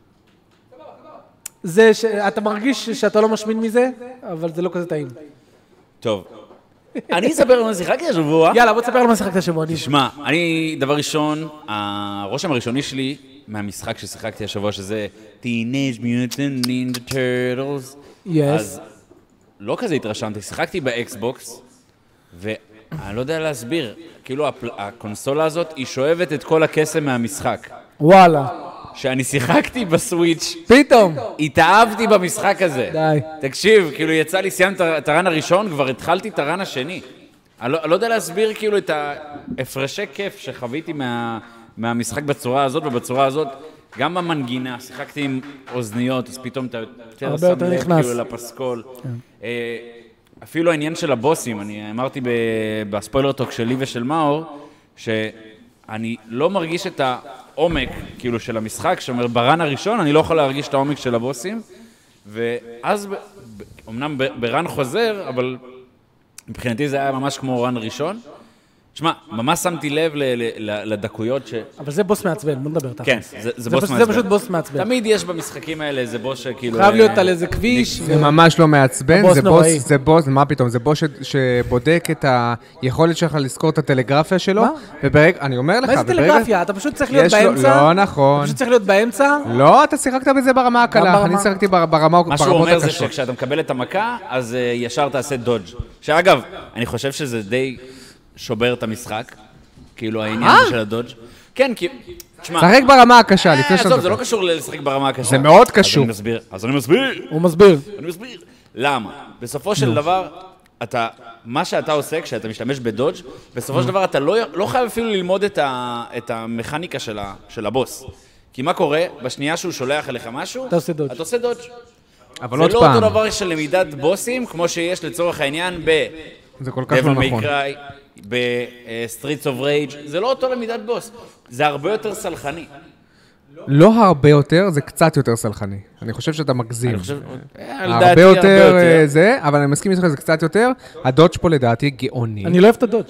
זה שאתה מרגיש שאתה לא משמין מזה, אבל זה לא כזה טעים. טוב. אני אספר על מה שיחקתי השבוע. יאללה, בוא תספר על מה שיחקת השבוע. שמע, דבר ראשון, הרושם הראשוני שלי מהמשחק ששיחקתי השבוע, שזה Teenage Mutant Ninja Turtles. אז לא כזה התרשמתי, שיחקתי באקסבוקס, ואני לא יודע להסביר, כאילו הקונסולה הזאת, היא שואבת את כל הקסם מהמשחק. וואלה. שאני שיחקתי בסוויץ', פתאום. התאהבתי במשחק הזה. די. תקשיב, כאילו יצא לי, סיימת את הרן הראשון, כבר התחלתי את הרן השני. אני לא יודע להסביר כאילו את ההפרשי כיף שחוויתי מהמשחק בצורה הזאת ובצורה הזאת. גם במנגינה, שיחקתי עם אוזניות, אז פתאום אתה יותר שם לב כאילו לפסקול. אפילו העניין של הבוסים, אני אמרתי בספוילר טוק שלי ושל מאור, שאני לא מרגיש את העומק כאילו של המשחק, שאומר ברן הראשון אני לא יכול להרגיש את העומק של הבוסים, ואז אמנם ברן חוזר, אבל מבחינתי זה היה ממש כמו רן ראשון, תשמע, ממש שמתי לב לדקויות ש... אבל זה בוס מעצבן, בוא נדבר תכף. כן, זה בוס מעצבן. זה פשוט בוס מעצבן. תמיד יש במשחקים האלה איזה בוס שכאילו... חייב להיות על איזה כביש. זה ממש לא מעצבן, הבוס נוראי. זה בוס, מה פתאום, זה בוס שבודק את היכולת שלך לזכור את הטלגרפיה שלו, וברגע, אני אומר לך, מה זה טלגרפיה? אתה פשוט צריך להיות באמצע. לא נכון. אתה פשוט צריך להיות באמצע. לא, אתה שיחקת בזה ברמה הקלה, אני שיחקתי ברמות מה שהוא אומר זה הקשות. שכשאתה מקבל את המכה, אז ישר תעשה דודג'. שאגב, אני חושב שזה די שובר את המשחק, כאילו העניין של הדודג'. כן, כי... שחק ברמה הקשה, לפני שאתה... עזוב, זה לא קשור לשחק ברמה הקשה. זה מאוד קשור. אז אני מסביר. הוא מסביר. אני מסביר. למה? בסופו של דבר, מה שאתה עושה כשאתה משתמש בדודג', בסופו של דבר אתה לא חייב אפילו ללמוד את המכניקה של הבוס. כי מה קורה? בשנייה שהוא שולח אליך משהו, אתה עושה דודג'. אתה עושה דודג'. אבל זה עוד לא פעם. אותו דבר של למידת בוסים, כמו שיש לצורך העניין זה כל כך לא נכון. ב-Streets of Rage, זה לא אותו למידת בוס, זה הרבה יותר סלחני. לא הרבה יותר, זה קצת יותר סלחני. אני חושב שאתה מגזים. אני חושב, הרבה יותר זה, אבל אני מסכים איתך, זה קצת יותר. הדודג' פה לדעתי גאוני. אני לא אוהב את הדודג'.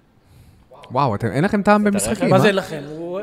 וואו, אין לכם טעם במשחקים, מה זה לכם?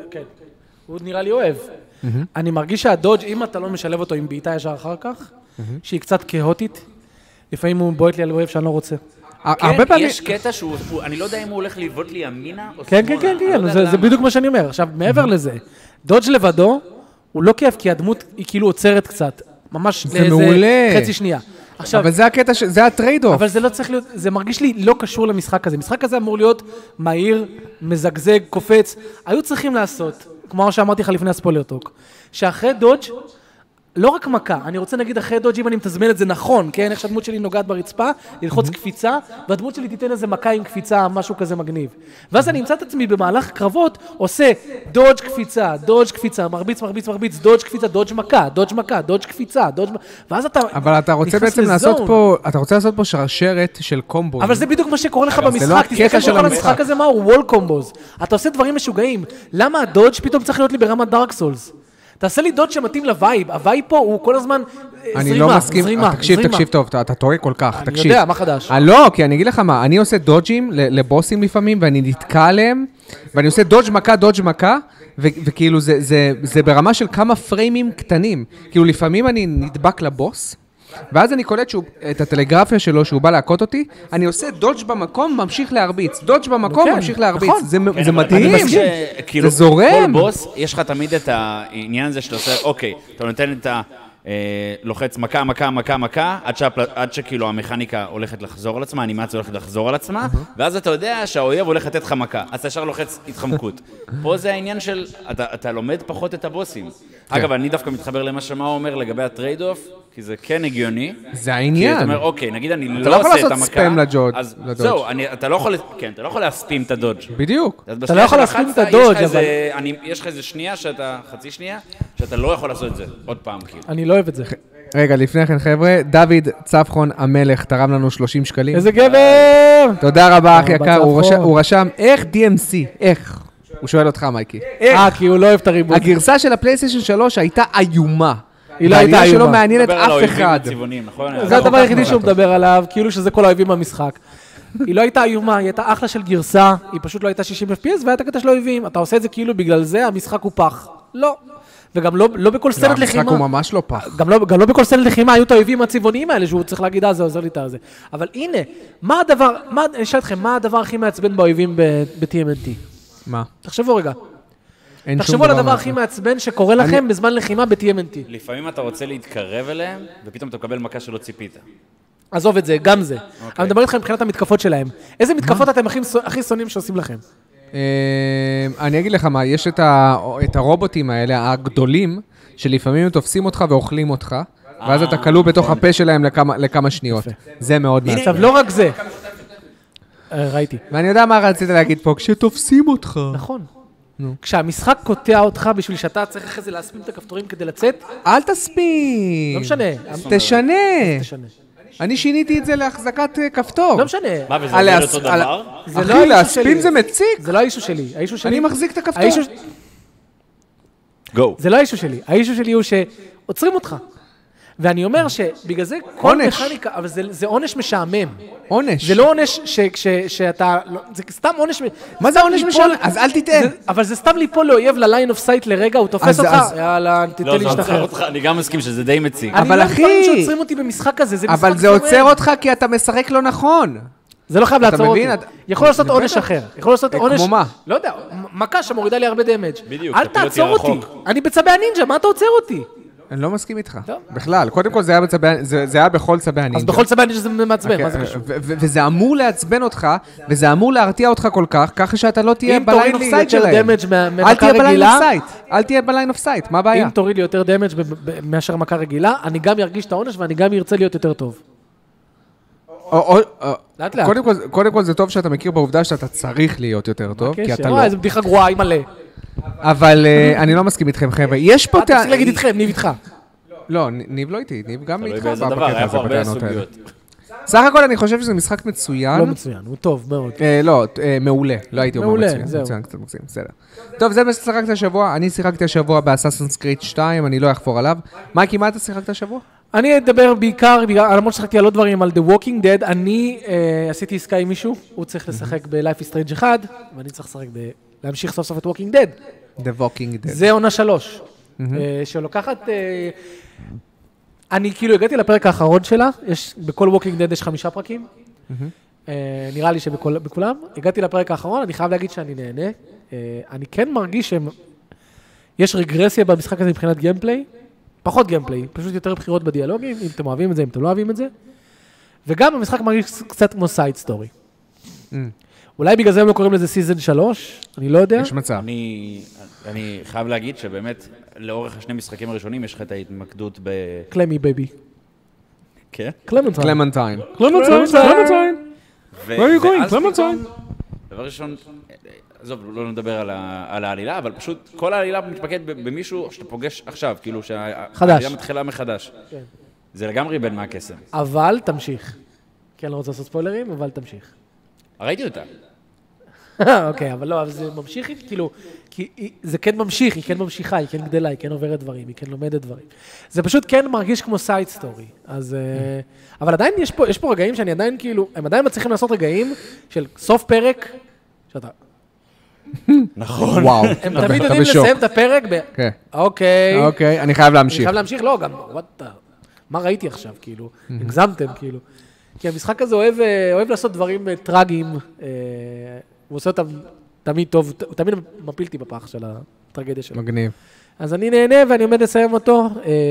הוא נראה לי אוהב. אני מרגיש שהדודג', אם אתה לא משלב אותו עם בעיטה ישר אחר כך, שהיא קצת כאוטית, לפעמים הוא בועט לי על אוהב שאני לא רוצה. הרבה פעמים... יש קטע שהוא, אני לא יודע אם הוא הולך לבעוט לי ימינה או כן, כן, כן, כן, זה בדיוק מה שאני אומר. עכשיו, מעבר לזה, דודג' לבדו, הוא לא כיף, כי הדמות היא כאילו עוצרת קצת, ממש לאיזה חצי שנייה. אבל זה הקטע, זה הטרייד-אוף. אבל זה לא צריך להיות, זה מרגיש לי לא קשור למשחק הזה. משחק הזה אמור להיות מהיר, מזגזג, קופץ. היו צריכים לעשות, כמו שאמרתי לך לפני הספוילר-טוק, שאחרי דודג' לא רק מכה, אני רוצה נגיד אחרי דודג' אם אני מתזמן את זה נכון, כן? איך שהדמות שלי נוגעת ברצפה, ללחוץ קפיצה, והדמות שלי תיתן איזה מכה עם קפיצה, משהו כזה מגניב. ואז אני אמצא את עצמי במהלך קרבות, עושה דודג' קפיצה, דודג' קפיצה, מרביץ, מרביץ, מרביץ, דודג' קפיצה, דודג' מכה, דודג' מכה, דודג' קפיצה, דודג'... ואז אתה... אבל אתה רוצה בעצם לעשות פה, אתה רוצה לעשות פה שרשרת של קומבו. אבל זה בדיוק מה שקורה לך במשחק, תסתכל של המשחק הזה, מהו? וול קומבוז. אתה עושה דברים משוגעים. למה הדודג' פתאום צריך להיות לי ברמת דארק סולס? תעשה לי דוד שמתאים לווייב, הווייב פה הוא כל הזמן זרימה, אני לא מסכים, תקשיב טוב, אתה טועה כל כך, תקשיב. אני יודע, מה חדש? לא, כי אני אגיד לך מה, אני עושה דודג'ים לבוסים לפעמים, ואני נתקע עליהם, ואני עושה דודג' מכה, וכאילו זה ברמה של כמה פריימים קטנים. כאילו לפעמים אני נדבק לבוס, ואז אני קולט את הטלגרפיה שלו, שהוא בא להכות אותי, אני עושה דודג' במקום, ממשיך להרביץ. דודג' במקום, ממשיך להרביץ. זה מדהים, זה זורם. כל בוס, יש לך תמיד את העניין הזה שאתה עושה, אוקיי, אתה נותן את לוחץ מכה, עד שכאילו המכניקה הולכת לחזור על עצמה, האנימציה הולכת לחזור על עצמה, ואז אתה יודע שהאויב הולך לתת לך מכה, אז אתה ישר לוחץ התחמקות. פה זה העניין של, אתה לומד פחות את הבוסים. אגב, אני דווקא מתחבר למה שמה אומר לגבי הטרייד-אוף, כי זה כן הגיוני. זה העניין. כי אתה אומר, אוקיי, נגיד אני לא עושה את המכה, אז זהו, אתה לא יכול להספים את הדודג'. בדיוק. אתה לא יכול להספים את הדודג', אבל... יש לך איזה שנייה, חצי שנייה, שאתה לא יכול לעשות את זה עוד פעם, כאילו. אני לא אוהב את זה. רגע, לפני כן, חבר'ה, דוד צפחון המלך תרם לנו 30 שקלים. איזה גבר! תודה רבה, אח יקר. הוא רשם, איך DMC? איך? הוא שואל אותך, מייקי. כי הוא לא אוהב את הריבוד. הגרסה של הפלייסטיישן 3 הייתה איומה. היא לא הייתה איומה. שלא מעניינת אף אחד. זה הדבר היחידי שהוא מדבר עליו, כאילו שזה כל האויבים במשחק. היא לא הייתה איומה, היא הייתה אחלה של גרסה, היא פשוט לא הייתה 60 FPS, והייתה קטע של אויבים. אתה עושה את זה כאילו בגלל זה המשחק הוא פח. לא. וגם לא בכל סצנת לחימה. המשחק הוא ממש לא פח. גם לא בכל סצנת לחימה היו את האויבים הצבעוניים האלה, שהוא צריך להגיד, זה עוזר לי את זה. אבל הנה, אני אשאל אתכם, מה הדבר הכי מעצבן באויבים ב-TMNT? מה? תחשבו רגע. תחשבו על הדבר הכי מעצבן שקורה לכם בזמן לחימה ב-TMNT. לפעמים אתה רוצה להתקרב אליהם, ופתאום אתה מקבל מכה שלא ציפית. עזוב את זה, גם זה. אני מדבר איתכם מבחינת המתקפות שלהם. איזה מתקפות אתם הכי שונאים שעושים לכם? אני אגיד לך מה, יש את הרובוטים האלה, הגדולים, שלפעמים הם תופסים אותך ואוכלים אותך, ואז אתה כלוא בתוך הפה שלהם לכמה שניות. זה מאוד מעצבן. עכשיו, לא רק זה. ראיתי. ואני יודע מה רצית להגיד פה, כשתופסים אותך. נכון. כשהמשחק קוטע אותך בשביל שאתה צריך אחרי זה להספין את הכפתורים כדי לצאת, אל תספין. לא משנה. תשנה. אני שיניתי את זה להחזקת כפתור. לא משנה. מה, וזה עובד אותו דבר? אחי, להספין זה מציק. זה לא האישו שלי. האישו שלי... אני מחזיק את הכפתור. גו. זה לא האישו שלי. האישו שלי הוא שעוצרים אותך. ואני אומר שבגלל זה כל מכניקה, אבל זה עונש משעמם. עונש. זה לא עונש שאתה... זה סתם עונש... מה זה עונש משנה? אז אל תטעה. אבל זה סתם ליפול לאויב לליין אוף סייט לרגע, הוא תופס אותך, יאללה, תתן לי להשתחרר. אני גם מסכים שזה די מציג. אבל אחי... אני לא דברים שעוצרים אותי במשחק הזה, זה משחק אבל זה עוצר אותך כי אתה משחק לא נכון. זה לא חייב לעצור אותי. מבין? יכול לעשות עונש אחר. יכול לעשות עונש... כמו מה? לא יודע, מכה שמורידה לי הרבה דמג'. בדיוק, אל תעצור אותי. אני בצבי הנינג'ה, מה אתה עוצר אותי? אני לא מסכים איתך. בכלל, קודם כל זה היה בכל צבי הנינג'ה. אז בכל צבי הנינג'ה זה מעצבן, מה זה קשור? וזה אמור לעצבן אותך, וזה אמור להרתיע אותך כל כך, ככה שאתה לא תהיה בליין אוף סייט שלהם. אל תהיה בליין אוף סייט, מה הבעיה? אם תוריד לי יותר דמג' מאשר מכה רגילה, אני גם ארגיש את העונש ואני גם ארצה להיות יותר טוב. קודם כל זה טוב שאתה מכיר בעובדה שאתה צריך להיות יותר טוב, כי אתה לא. איזה בדיחה גרועה, היא מלא. אבל אני לא מסכים איתכם, חבר'ה. יש פה... אתה צריך להגיד איתכם, ניב איתך. לא, ניב לא איתי, ניב גם איתך. באיזה דבר, היה פה הרבה סוגיות. סך הכל אני חושב שזה משחק מצוין. לא מצוין, הוא טוב מאוד. לא, מעולה. לא הייתי אומר מצוין. מעולה, זהו. מצוין, קצת מקסים, בסדר. טוב, זה מה ששיחקת השבוע. אני שיחקתי השבוע באסאסינס קריד 2, אני לא אחפור עליו. מייקי, מה אתה שיחקת השבוע? אני אדבר בעיקר, למרות ששחקתי על עוד דברים, על The Walking Dead, אני עשיתי עסקה עם מישהו, הוא צריך לשחק ב-Life is Strange 1, ואני צריך לשחק להמשיך סוף סוף את Walking Dead. The Walking Dead. זה עונה 3, שלוקחת... אני כאילו הגעתי לפרק האחרון שלה, בכל Walking Dead יש 5 פרקים, נראה לי שבכולם, הגעתי לפרק האחרון, אני חייב להגיד שאני נהנה, אני כן מרגיש שיש רגרסיה במשחק הזה מבחינת גיימפליי, פחות גיימפליי, פשוט יותר בחירות בדיאלוגים, אם אתם אוהבים את זה, אם אתם לא אוהבים את זה, וגם המשחק מרגיש קצת כמו סייד סטורי. אולי בגלל זה הם לא קוראים לזה סיזן 3, אני לא יודע. יש מצב. אני חייב להגיד שבאמת, לאורך השני משחקים הראשונים, יש לך את ההתמקדות ב... קלמי בייבי. כן? קלמנטיין. קלמנטיין. קלמנטיין. Where are you going? קלמנטיין. דבר ראשון, עזוב, לא נדבר על העלילה, אבל פשוט כל העלילה מתמקד במישהו שאתה פוגש עכשיו, כאילו שהעלילה מתחילה מחדש. זה לגמרי בן מהקסם. אבל תמשיך. כי אני לא רוצה לעשות ספוילרים, אבל תמשיך. ראיתי אותה. אוקיי, אבל לא, אבל זה ממשיך, כאילו, כי זה כן ממשיך, היא כן ממשיכה, היא כן גדלה, היא כן עוברת דברים, היא כן לומדת דברים. זה פשוט כן מרגיש כמו סייד סטורי. אז... אבל עדיין יש פה רגעים שאני עדיין כאילו, הם עדיין מצליחים לעשות רגעים של סוף פרק, שאתה... נכון. וואו. הם תמיד יודעים לסיים את הפרק ב... אוקיי. אוקיי, אני חייב להמשיך. אני חייב להמשיך, לא, גם, מה ראיתי עכשיו, כאילו? הגזמתם, כאילו. כי המשחק הזה אוהב לעשות דברים טרגיים, הוא עושה אותם תמיד טוב, הוא תמיד מפיל אותי בפח של הטרגדיה שלו. מגניב. אז אני נהנה ואני עומד לסיים אותו,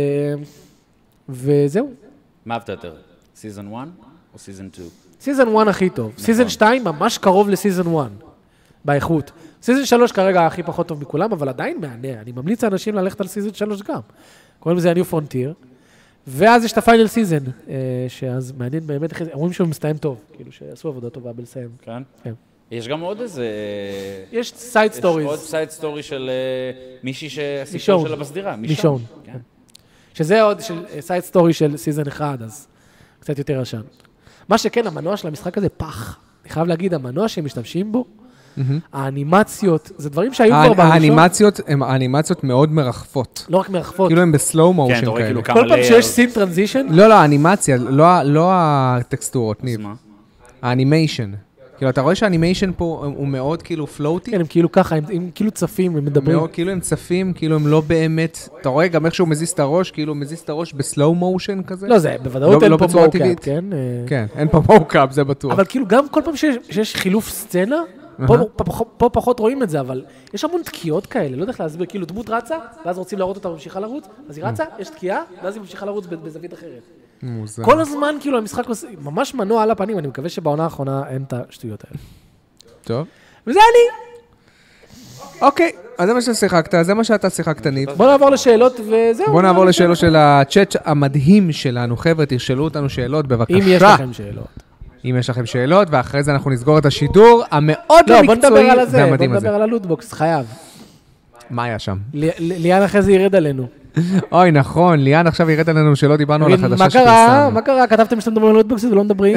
וזהו. מה אהבת יותר? סיזן 1 או סיזן 2? סיזן 1 הכי טוב. סיזן 2 ממש קרוב לסיזן 1, באיכות. סיזן 3 כרגע הכי פחות טוב מכולם, אבל עדיין מענה. אני ממליץ לאנשים ללכת על סיזן 3 גם. קוראים לזה ה-New Frontier. ואז יש את הפיינל סיזן, שאז מעניין באמת, אומרים שהוא מסתיים טוב, כאילו שעשו עבודה טובה בלסיים. כן? כן. יש גם עוד איזה... יש סייד סטוריז. יש עוד סייד סטורי של מישהי שהסיפור שלה בסדירה. מישון. שזה עוד סייד סטורי של סיזן 1, אז קצת יותר ישן. מה שכן, המנוע של המשחק הזה פח. אני חייב להגיד, המנוע שהם משתמשים בו, האנימציות, זה דברים שהיו כבר בראשון. האנימציות מאוד מרחפות. לא רק מרחפות. כאילו הם בסלואו מושן כאלה. כל פעם שיש סין טרנזישן? לא, האנימציה, לא הטקסטורות, ניב. האנימיישן. כאילו, אתה רואה שהאנימיישן פה הוא מאוד כאילו פלוטי? כן, הם כאילו ככה, הם כאילו צפים, הם מדברים. כאילו הם צפים, כאילו הם לא באמת... אתה רואה גם איך שהוא מזיז את הראש, כאילו הוא מזיז את הראש בסלואו מושן כזה? לא, זה בוודאות אין פה מוקאפ, כן? כן, אין פה מוקאפ, זה בטוח. אבל כאילו גם כל פעם שיש חילוף סצנה, פה פחות רואים את זה, אבל יש המון תקיעות כאלה, לא יודע איך להסביר, כאילו דמות רצה, ואז רוצים להראות אותה וממשיכה לרוץ, אז היא רצה, יש תקיעה, ואז היא ממשיכה לרוץ בזווית אחרת. כל הזמן כאילו המשחק ממש מנוע על הפנים, אני מקווה שבעונה האחרונה אין את השטויות האלה. טוב. וזה אני! אוקיי, אז זה מה ששיחקת, זה מה שאתה שיחקת, ניב. בוא נעבור לשאלות וזהו. בוא נעבור לשאלות של הצ'אט המדהים שלנו. חבר'ה, תשאלו אותנו שאלות, בבקשה. אם יש לכם שאלות. אם יש לכם שאלות, ואחרי זה אנחנו נסגור את השידור המאוד לא מקצועי והמדהים הזה. בוא נדבר על הלוטבוקס, חייב. מה היה שם? ליאן אחרי זה ירד עלינו. אוי, נכון, ליאן עכשיו ירד עלינו שלא דיברנו על החדשה שפרסמנו. מה קרה? כתבתם שאתם מדברים על לוטבוקס ולא מדברים?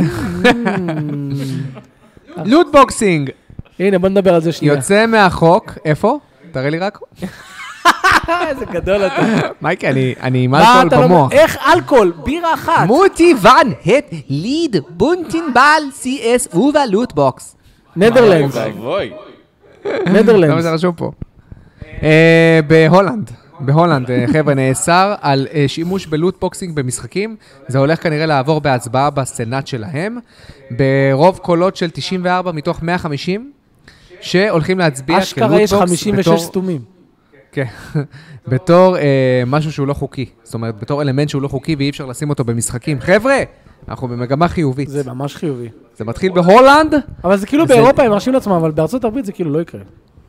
לוטבוקסינג. הנה, בוא נדבר על זה שנייה. יוצא מהחוק, איפה? תראה לי רק. איזה גדול אתה. מייקי, אני עם מה אלכוהול אתה לא- במוח. איך אלכוהול? בירה אחת. מוטי ון הט ליד בונטינבל CS ובלוטבוקס. נדרלנדס. אבוי. למה נדרלנדס. זה רשום פה? בהולנד, חבר'ה, נאסר על שימוש בלוטבוקסינג במשחקים. זה הולך כנראה לעבור בהצבעה בסנאט שלהם. ברוב קולות של 94 מתוך 150, שהולכים להצביע אשכרה יש כלוטבוקס 56 סתומים. כן, בתור משהו שהוא לא חוקי. זאת אומרת, בתור אלמנט שהוא לא חוקי ואי אפשר לשים אותו במשחקים. חבר'ה, אנחנו במגמה חיובית. זה ממש חיובי. זה מתחיל בהולנד. אבל זה כאילו באירופה הם מרשים לעצמם, אבל בארצות הברית זה כאילו לא יקרה.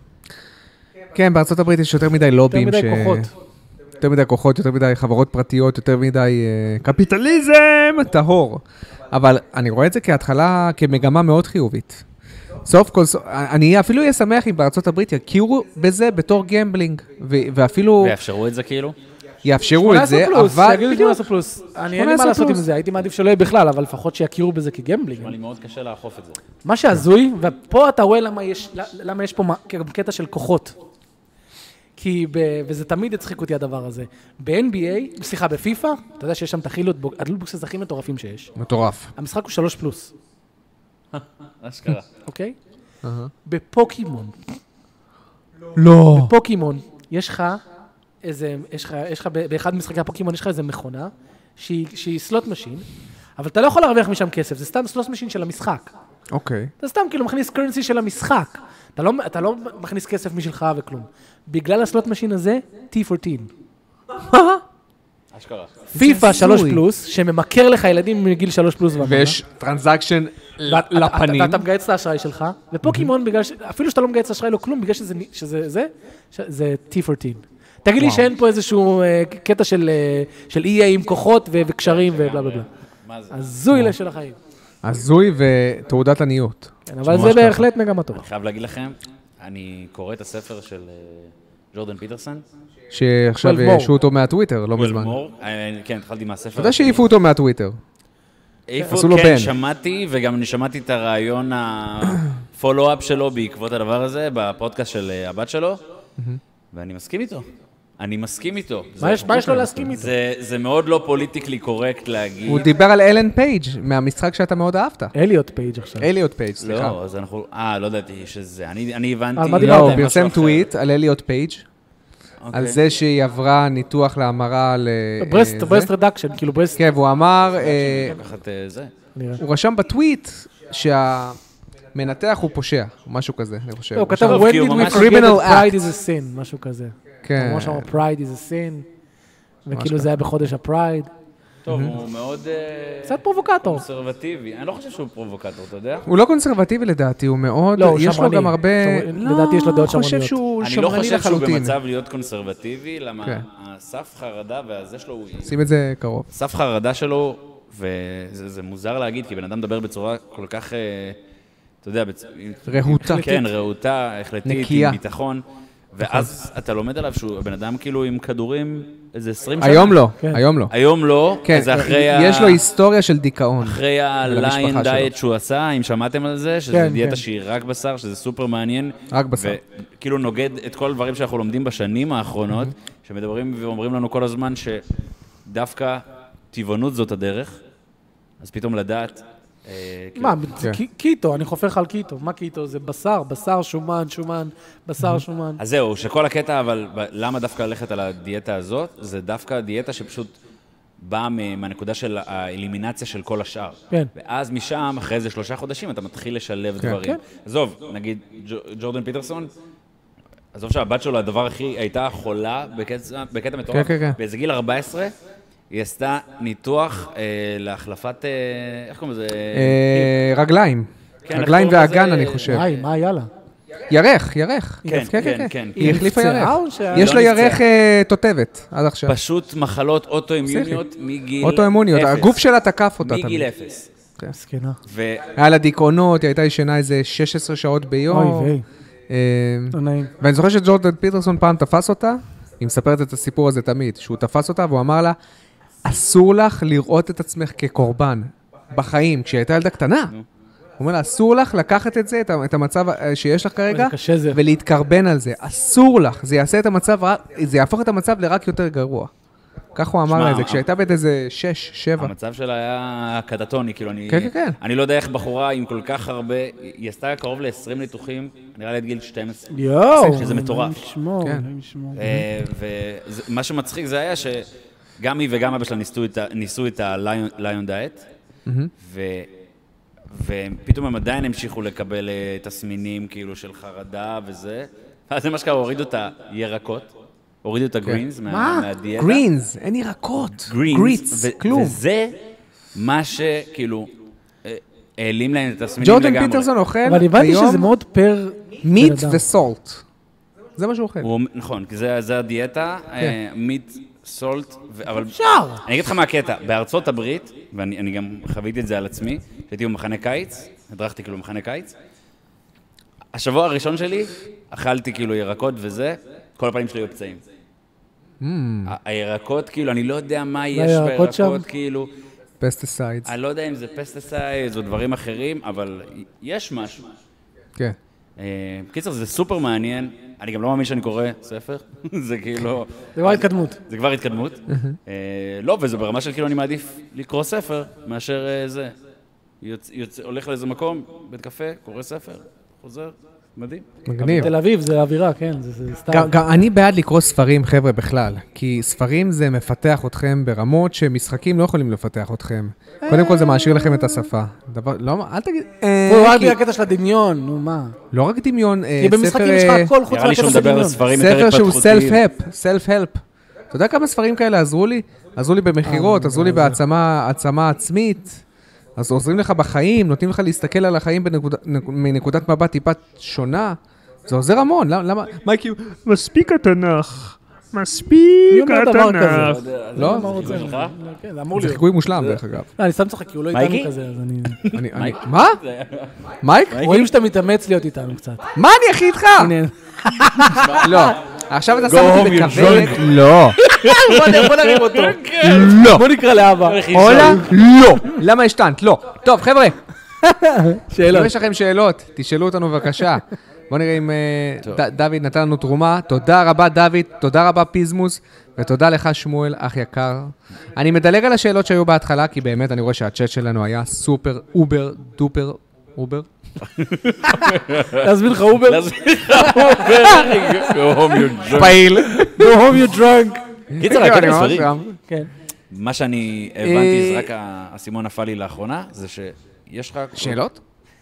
כן, בארצות הברית יש יותר מדי לובים. יותר מדי כוחות. יותר מדי כוחות, יותר מדי חברות פרטיות, יותר מדי קפיטליזם טהור. אבל אני רואה את זה כהתחלה, כמגמה מאוד חיובית. סוף כל סוף, אני אפילו אהיה שמח אם בארצות הברית יכירו בזה בתור גמבלינג, ואפילו ויאפשרו את זה כאילו? יאפשרו את זה, 18 פלוס, אבל... שיגידו 18 פלוס. אין לי מה לעשות עם זה, הייתי מעדיף שלא יהיה בכלל, אבל לפחות שיכירו בזה כגמבלינג. אבל לי מאוד קשה לאכוף את זה. מה שהזוי, ופה אתה רואה למה יש פה קטע של כוחות. כי, וזה תמיד הצחיק אותי הדבר הזה. ב-NBA, סליחה, בפיפא, אתה יודע שיש שם את הלוטבוקסס הכי מטורפים שיש. מטורף. המשחק הוא 3 פלוס, אשכרה. אוקיי? בפוקימון, לא. בפוקימון, יש לך באחד משחקי הפוקימון, יש לך איזה מכונה, שהיא סלוט משין, אבל אתה לא יכול להרוויח משם כסף, זה סתם סלוט משין של המשחק. אוקיי. אתה סתם כאילו מכניס קרנסי של המשחק. אתה לא מכניס כסף משלך וכלום. בגלל הסלוט משין הזה, T14. אשכרה. פיפא 3 פלוס, שממכר לך ילדים מגיל 3 פלוס ומעלה. ויש טרנזקשן לפנים. ואתה מגייס את האשראי שלך, ופוקימון, אפילו שאתה לא מגייס את האשראי לו כלום, בגלל שזה T14. תגיד לי שאין פה איזשהו קטע של EA עם כוחות וקשרים ובלה בלה בלה. מה זה? הזוי של החיים. הזוי ותעודת עניות. כן, אבל זה בהחלט מגמה טובה. אני חייב להגיד לכם, אני קורא את הספר של ג'ורדן פיטרסון. שעכשיו 12 ישו אותו מהטוויטר, לא מזמן. כן, התחלתי מהספר. אתה יודע שהעיפו אותו מהטוויטר. עשו לו כן, בן. שמעתי, וגם אני שמעתי את הרעיון הפולו-אפ שלו בעקבות הדבר הזה, בפודקאסט של הבת שלו, ואני מסכים איתו. אני מסכים איתו. מה יש לו להסכים איתו? זה מאוד לא פוליטיקלי קורקט להגיד. הוא דיבר על אלן פייג' מהמשחק שאתה מאוד אהבת. אליוט פייג' עכשיו. אליוט פייג', סליחה. לא, אז אנחנו... לא ידעתי שזה... אני הבנתי... על מה לא, דיברתם? הוא פרסם טוויט על אליוט פייג', על זה שהיא עברה ניתוח להמרה ל... ברסט רדקשן, כאילו ברסט... כן, והוא אמר, לקחת זה. הוא רשם בטוויט שהמנתח הוא פושע, או משהו כזה, אני חושב. הוא כתב, עכשיו, when כי הוא did we ממש- forget Criminal that pride is a sin, משהו כזה. כן. הוא ממש אמר pride is a sin, וכאילו זה היה בחודש הפרייד. טוב, הוא מאוד קצת פרובוקטור. קונסרבטיבי. אני לא חושב שהוא פרובוקטור, אתה יודע? הוא לא קונסרבטיבי לדעתי, הוא מאוד... לא, הוא יש לו שמרני. גם הרבה... לדעתי יש לו דעות אני חושב שמרניות. שהוא אני לא שמרני חושב שהוא לחלוטין. במצב להיות קונסרבטיבי, למה כן. הסף חרדה והזה שלו הוא... שים את זה קרוב. סף חרדה שלו, וזה מוזר להגיד, כי בן אדם מדבר בצורה כל כך, אתה יודע, רהוטה. כן, רהוטה, החלטית, נקייה. עם ביטחון, ואז אתה לומד עליו שהוא בן אדם כאילו עם כדורים איזה 20 שנה. היום לא, כן. היום לא. היום לא, כן, זה אחרי יש לו היסטוריה של דיכאון. אחרי ולמשפחה הליין שלו. דיאט שהוא עשה, אם שמעתם על זה, שזה כן, דיאטה כן. שהיא רק בשר, שזה סופר מעניין. רק בשר. וכאילו נוגד את כל הדברים שאנחנו לומדים בשנים האחרונות, שמדברים ואומרים לנו כל הזמן שדווקא טבעונות זאת הדרך, אז פתאום לדעת... מה, זה כן. קיטו, אני חופר לך על קיטו. מה קיטו? זה בשר, בשר, שומן, בשר, שומן. אז זהו, שכל הקטע, אבל למה דווקא ללכת על הדיאטה הזאת? זה דווקא דיאטה שפשוט באה מהנקודה של האלימינציה של כל השאר. כן. ואז משם, אחרי איזה 3 חודשים, אתה מתחיל לשלב דברים. כן. עזוב, נגיד ג'ורדן פיטרסון, עזוב שהבת שלו, הדבר הכי הייתה חולה בקטע מטורף. כן, כן. באיזה גיל 14, היא עשתה ניתוח להחלפת, איך קוראים לזה? רגליים. כן, רגליים איך קוראים והגן, לזה? אני חושב. מה היה לה? ירך. כן. היא החליפה נפצעה ירך. או יש לא לה נפצעה. ירך תותבת, עד עכשיו. פשוט מחלות אוטואימיוניות מגיל 0. אוטואימוניות, הגוף שלה תקף אותה מגיל תמיד. 0. מסכנה. היה לה דיכאונות, היא הייתה ישנה איזה 16 שעות ביום. אוי ויי, לא נעים. ואני זוכר שג'ורדן פיטרסון פעם תפס אותה, היא מספרת את הסיפור הזה תמיד, שהוא תפס אותה והוא אמר לה, אסור לך לראות את עצמך כקורבן בחיים, כשהיא הייתה ילדה קטנה. הוא אומר לה, אסור לך לקחת את זה, את המצב שיש לך כרגע, ולהתקרבן על זה. אסור לך. זה יעשה את המצב, זה יהפוך את המצב לרק יותר גרוע. כך הוא אמר לה את זה, כשהייתה בת איזה 6, 7. המצב שלה היה קטטוני, כאילו כן. אני לא יודע איך בחורה עם כל כך הרבה, היא עשתה קרוב ל-20 ניתוחים, נראה לי עד גיל 12. יואו, שזה מטורף. ומה שמצחיק זה היה שגם היא וגם אבא שלה ניסו את הליון דיאט, ופתאום הם עדיין המשיכו לקבל תסמינים כאילו של חרדה וזה, ואז זה מה שקרה, הורידו את הירקות, הורידו את הגרינס מהדיאטה. גרינס, אין ירקות, גריטס, כלום. וזה מה שכאילו העלים להם את התסמינים לגמרי. ג'ורדן פיטרסון אוכל אבל הבנתי שזה מאוד פר... מיט וסולט. זה מה שהוא אוכל. נכון, כי זה הדיאטה, מיט, סולט, אבל... אפשר! אני אגיד לך מה הקטע, בארצות הברית, ואני גם חוויתי את זה על עצמי, שהייתי במחנה קיץ, הדרכתי כאילו במחנה קיץ, השבוע הראשון שלי, אכלתי כאילו ירקות וזה, כל הפנים שלי היו פצעים. הירקות, כאילו, אני לא יודע מה יש בירקות, כאילו... פסטיסיידס. אני לא יודע אם זה פסטיסיידס או דברים אחרים, אבל יש משהו. כן. בקיצור, זה סופר מעניין. אני גם לא מאמין שאני קורא ספר. זה כאילו... זה כבר התקדמות. זה כבר התקדמות. לא, וזה ברמה של כאילו אני מעדיף לקרוא ספר מאשר זה. הולך לאיזה מקום, בית קפה, קורא ספר, חוזר. מדהים. מגניב. תל אביב זה אווירה, כן, זה סתם. גם אני בעד לקרוא ספרים, חבר'ה, בכלל. כי ספרים זה מפתח אתכם ברמות שמשחקים לא יכולים לפתח אתכם. קודם כל זה מעשיר לכם את השפה. לא, אל תגיד... הוא רק בגלל הקטע של הדמיון, נו מה. לא רק דמיון, כי במשחקים יש לך הכל חוץ מהקטע של הדמיון. ספר שהוא self-help. אתה יודע כמה ספרים כאלה עזרו לי? עזרו לי במחירות, עזרו לי בהעצמה עצמית. אז עוזרים לך בחיים, נותנים לך להסתכל על החיים מנקודת מבט טיפה שונה. זה עוזר המון, למה? מייקי, מספיק התנ"ך. מספיק התנ"ך. לא? זה אמור זה להיות. חיקוי מושלם, דרך אגב. אני סתם צוחק, כי הוא לא איתנו כזה, אז אני... מה? מייק? רואים שאתה מתאמץ להיות איתנו קצת. מה אני הכי איתך? לא. עכשיו אתה שם אותי בכוונת. לא. בוא נרים אותו. לא. בוא נקרא לאבא. אולה? לא. למה השתנת? לא. טוב, חבר'ה. שאלות. אם יש לכם שאלות, תשאלו אותנו בבקשה. בוא נראה אם דוד נתן לנו תרומה. תודה רבה דוד, תודה רבה פיזמוס, ותודה לך שמואל, אח יקר. אני מדלג על השאלות שהיו בהתחלה, כי באמת אני רואה שהצ'אט שלנו היה סופר, אובר, דופר, אובר. להזמין לך אובר? פעיל. Go home you drunk. קיצר, הקטע ספרים. כן. מה שאני הבנתי, זה רק האסימון נפל לי לאחרונה, זה שיש לך... שאלות?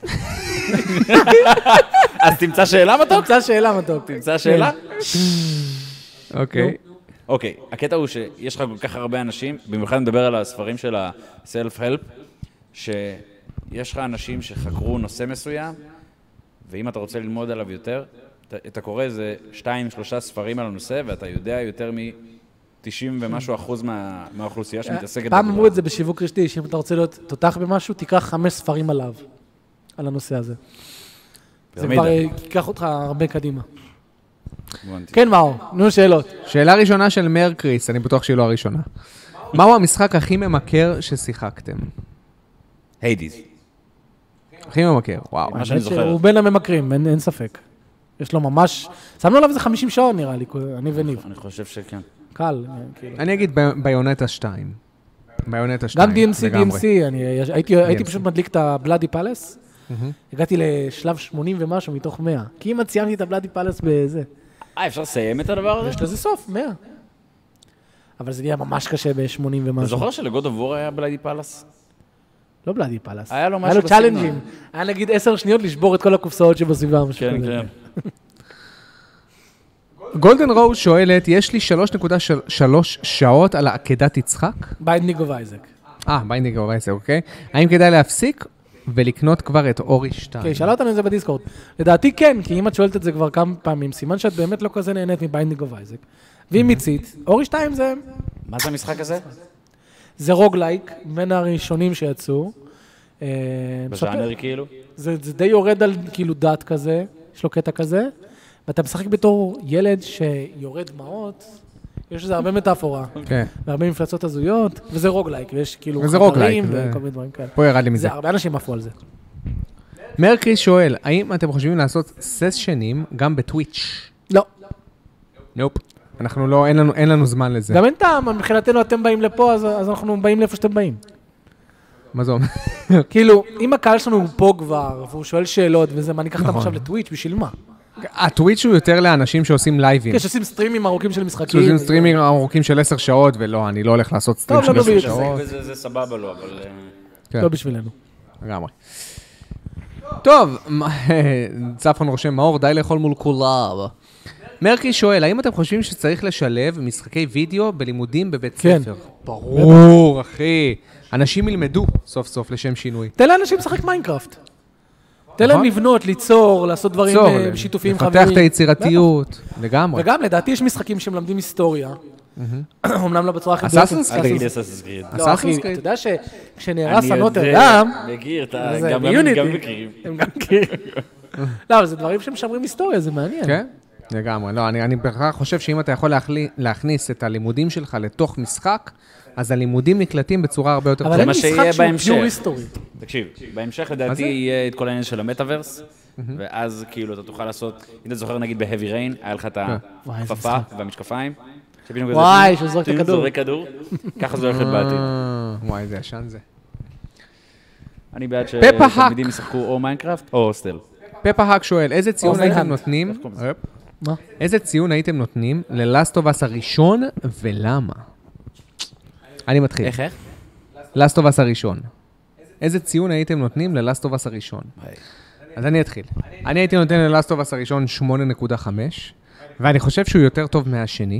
אז תמצא שאלה מתוק? תמצא שאלה? אוקיי. אוקיי, הקטע הוא שיש לך כל כך הרבה אנשים, במיוחד מדבר על הספרים של ה-self-help, שיש לך אנשים שחקרו נושא מסוים, ואם אתה רוצה ללמוד עליו יותר, אתה קורא איזה 2-3 ספרים על הנושא, ואתה יודע יותר מ-90 ומשהו אחוז מהאוכלוסייה שמתעסקת. פעם אמרו את זה בשיווק רשתי, שאם אתה רוצה להיות תותח במשהו, תיקח 5 ספרים עליו, על הנושא הזה. זה כבר ייקח אותך הרבה קדימה. כן, מאור, נו שאלות. שאלה ראשונה של מר קריס, אני בטוח שהיא לא הראשונה. מהו המשחק הכי ממכר ששיחקתם? היידיז. הכי ממכר, וואו. מה שאני זוכר. הוא בין הממכרים, אין ספק. יש לו ממש... שמנו עליו איזה 50 שעות נראה לי, אני וניב. אני חושב שכן. קל, כאילו. אני אגיד ביונטה 2. ביונטה 2. גם DMC, הייתי פשוט מדליק את הבלאדי פלס. הגעתי לשלב 80 ומשהו מתוך 100. כי אם ציימתי את הבלאדי פלס בזה. אפשר לסיים את הדבר הזה? יש לזה סוף, 100. אבל זה נהיה ממש קשה ב-80 ומשהו. אתה זוכר שלגוד אוף וור היה בלאדי פלס? לא בלאדי פלס. היה לו משהו בסגנון. היה לו צ'אלנג'ים. היה נגיד 10 שניות לשבור את כל הקופסאות שבסביבה. כן, כן. גולדן רוז שואלת, יש לי 3.3 שעות על העקדת יצחק? ביינדינג אוף אייזק. ביינדינג אוף אייזק, אוקיי. האם כדאי להפסיק ולקנות כבר את אורי 2? אוקיי, שאלה אותנו את זה בדיסקורד. לדעתי כן, כי אם את שואלת את זה כבר כמה פעמים, סימן שאת באמת לא כזה נהנית מביינדינג אוף אייזק. ואם מיצית, אורי 2 זה... מה זה המשחק הזה? זה רוגלייק, בין הראשונים שיצאו. בז'אנר כאילו? זה די יורד על כאילו דת כזה, יש לו קטע כזה, ואתה משחק בתור ילד שיורד דמעות, יש לזה הרבה מטאפורה, והרבה מפלצות הזויות, וזה רוגלייק, ויש כאילו חברים וכל מיני דברים כאלה. פה ירד לי מזה. הרבה אנשים עפו על זה. מרקריס שואל, האם אתם חושבים לעשות סשנים גם בטוויץ'? לא. נופ. אנחנו לא, אין לנו זמן לזה. גם אין טעם, מבחינתנו אתם באים לפה, אז אנחנו באים לאיפה שאתם באים. מה זה אומר? כאילו, אם הקהל שלנו הוא פה כבר, והוא שואל שאלות וזה, מה ניקח אותם עכשיו לטוויץ', בשביל מה? הטוויץ' הוא יותר לאנשים שעושים לייבים. כן, שעושים סטרימים ארוכים של משחקים. שעושים סטרימים ארוכים של 10 שעות, ולא, אני לא הולך לעשות סטרים של 10 שעות. זה סבבה לו, אבל... לא בשבילנו. לגמרי. טוב, צפון רושם מאור, די לאכול מול כולם. מרקי שואל, האם אתם חושבים שצריך לשלב משחקי וידאו בלימודים בבית כן. ספר? ברור, אחי. אנשים ילמדו סוף סוף לשם שינוי. תן לאנשים לשחק מיינקראפט. תן להם לבנות, ליצור, לעשות דברים שיתופיים חברים. לפתח את היצירתיות, לגמרי. וגם, לדעתי יש משחקים שמלמדים היסטוריה. אומנם לא בצורה הכי... אסאסינס קריד. לא, אחי, אתה יודע שכשנהרס הנוטרדם... מכיר, אתה זה גם ביוניטי. מכירים. הם גם מכירים. לא, אבל זה דברים שמשמרים היסטוריה, זה מעניין. כן? לגמרי. לא, אני בכלל חושב שאם אתה יכול להכניס את הלימודים שלך לתוך משחק, אז הלימודים נקלטים בצורה הרבה יותר טובה. אבל אין משחק שהוא פיור היסטורי. תקשיב, בהמשך לדעתי יהיה את כל העניין של המטאברס, ואז כאילו אתה תוכל לעשות, אם אתה זוכר נגיד בהאבי ריין, היה לך את הכפפה והמשקפיים. וואי, שהוא זורק את הכדור. זורק כדור, ככה זה הולך בעתיד. וואי, זה ישן זה. אני בעד שתלמידים ישחקו או מיינקראפט או סטל. פפה האק שואל, איזה ציון הייתם נותנים? מה? איזה ציון הייתם נותנים ל-Last of Us הראשון ולמה? אני מתחיל. איך? Last of Us הראשון. איזה ציון הייתם נותנים ל-Last of Us הראשון? אז אני אתחיל. אני הייתי נותן ל-Last of Us הראשון 8.5, ואני חושב שהוא יותר טוב מהשני.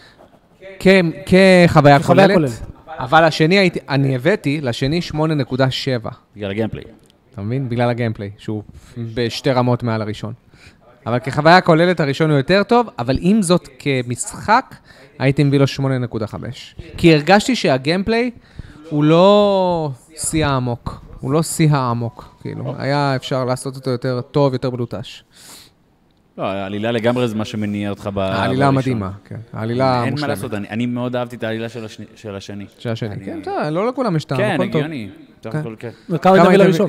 כחוויה כוללת. אבל השני אני הבאתי לשני 8.7. בגלל הגיימפליי. אתה מבין? בגלל הגיימפליי, שהוא בשתי רמות מעל הראשון. אבל כחוויה כוללת הראשון הוא יותר טוב, אבל עם זאת כמשחק, הייתי מביא לו 8.5. כי הרגשתי שהגיימפליי הוא לא שיא העמוק. הוא לא שיא העמוק, כאילו. היה אפשר לעשות אותו יותר טוב, יותר בלוטש. לא, העלילה לגמרי זה מה שמניע אותך בראשון. העלילה מדהימה, כן. העלילה מושלמת. אין מה לעשות, אני מאוד אהבתי את העלילה של השני. של השני, כן, לא לכולם יש טעם, כן, הכל טוב. הגיוני. וכמה נביא לראשון?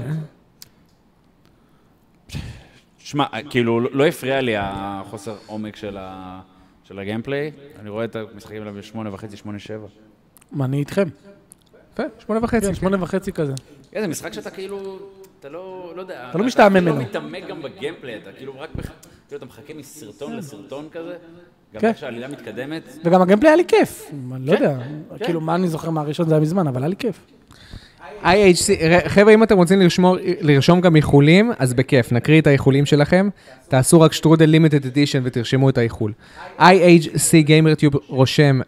שמע, כאילו, לא הפריע לי החוסר עומק של הגיימפליי. אני רואה את המשחקים האלה ב-8.5, 8.7. מה, אני איתכם? יפה, 8.5. כן, 8.5 כזה. זה משחק שאתה כאילו, אתה לא יודע. אתה לא משתעמם ממנו. ממנו. אתה לא מתעמק גם בגיימפליי, אתה כאילו רק, אתה מחכה מסרטון לסרטון כזה. גם כן. איך שהעלילה מתקדמת. וגם הגיימפליי היה לי כיף. אני לא יודע. כאילו, מה אני זוכר מהראשון זה היה מזמן, אבל היה לי כיף. IHC, חבר'ה, אם אתם רוצים לרשום גם איחולים, אז בכיף, נקריא את האיחולים שלכם, תעשו רק שטרודל לימיטד אדישן ותרשמו את האיחול. IHC GamerTube רושם,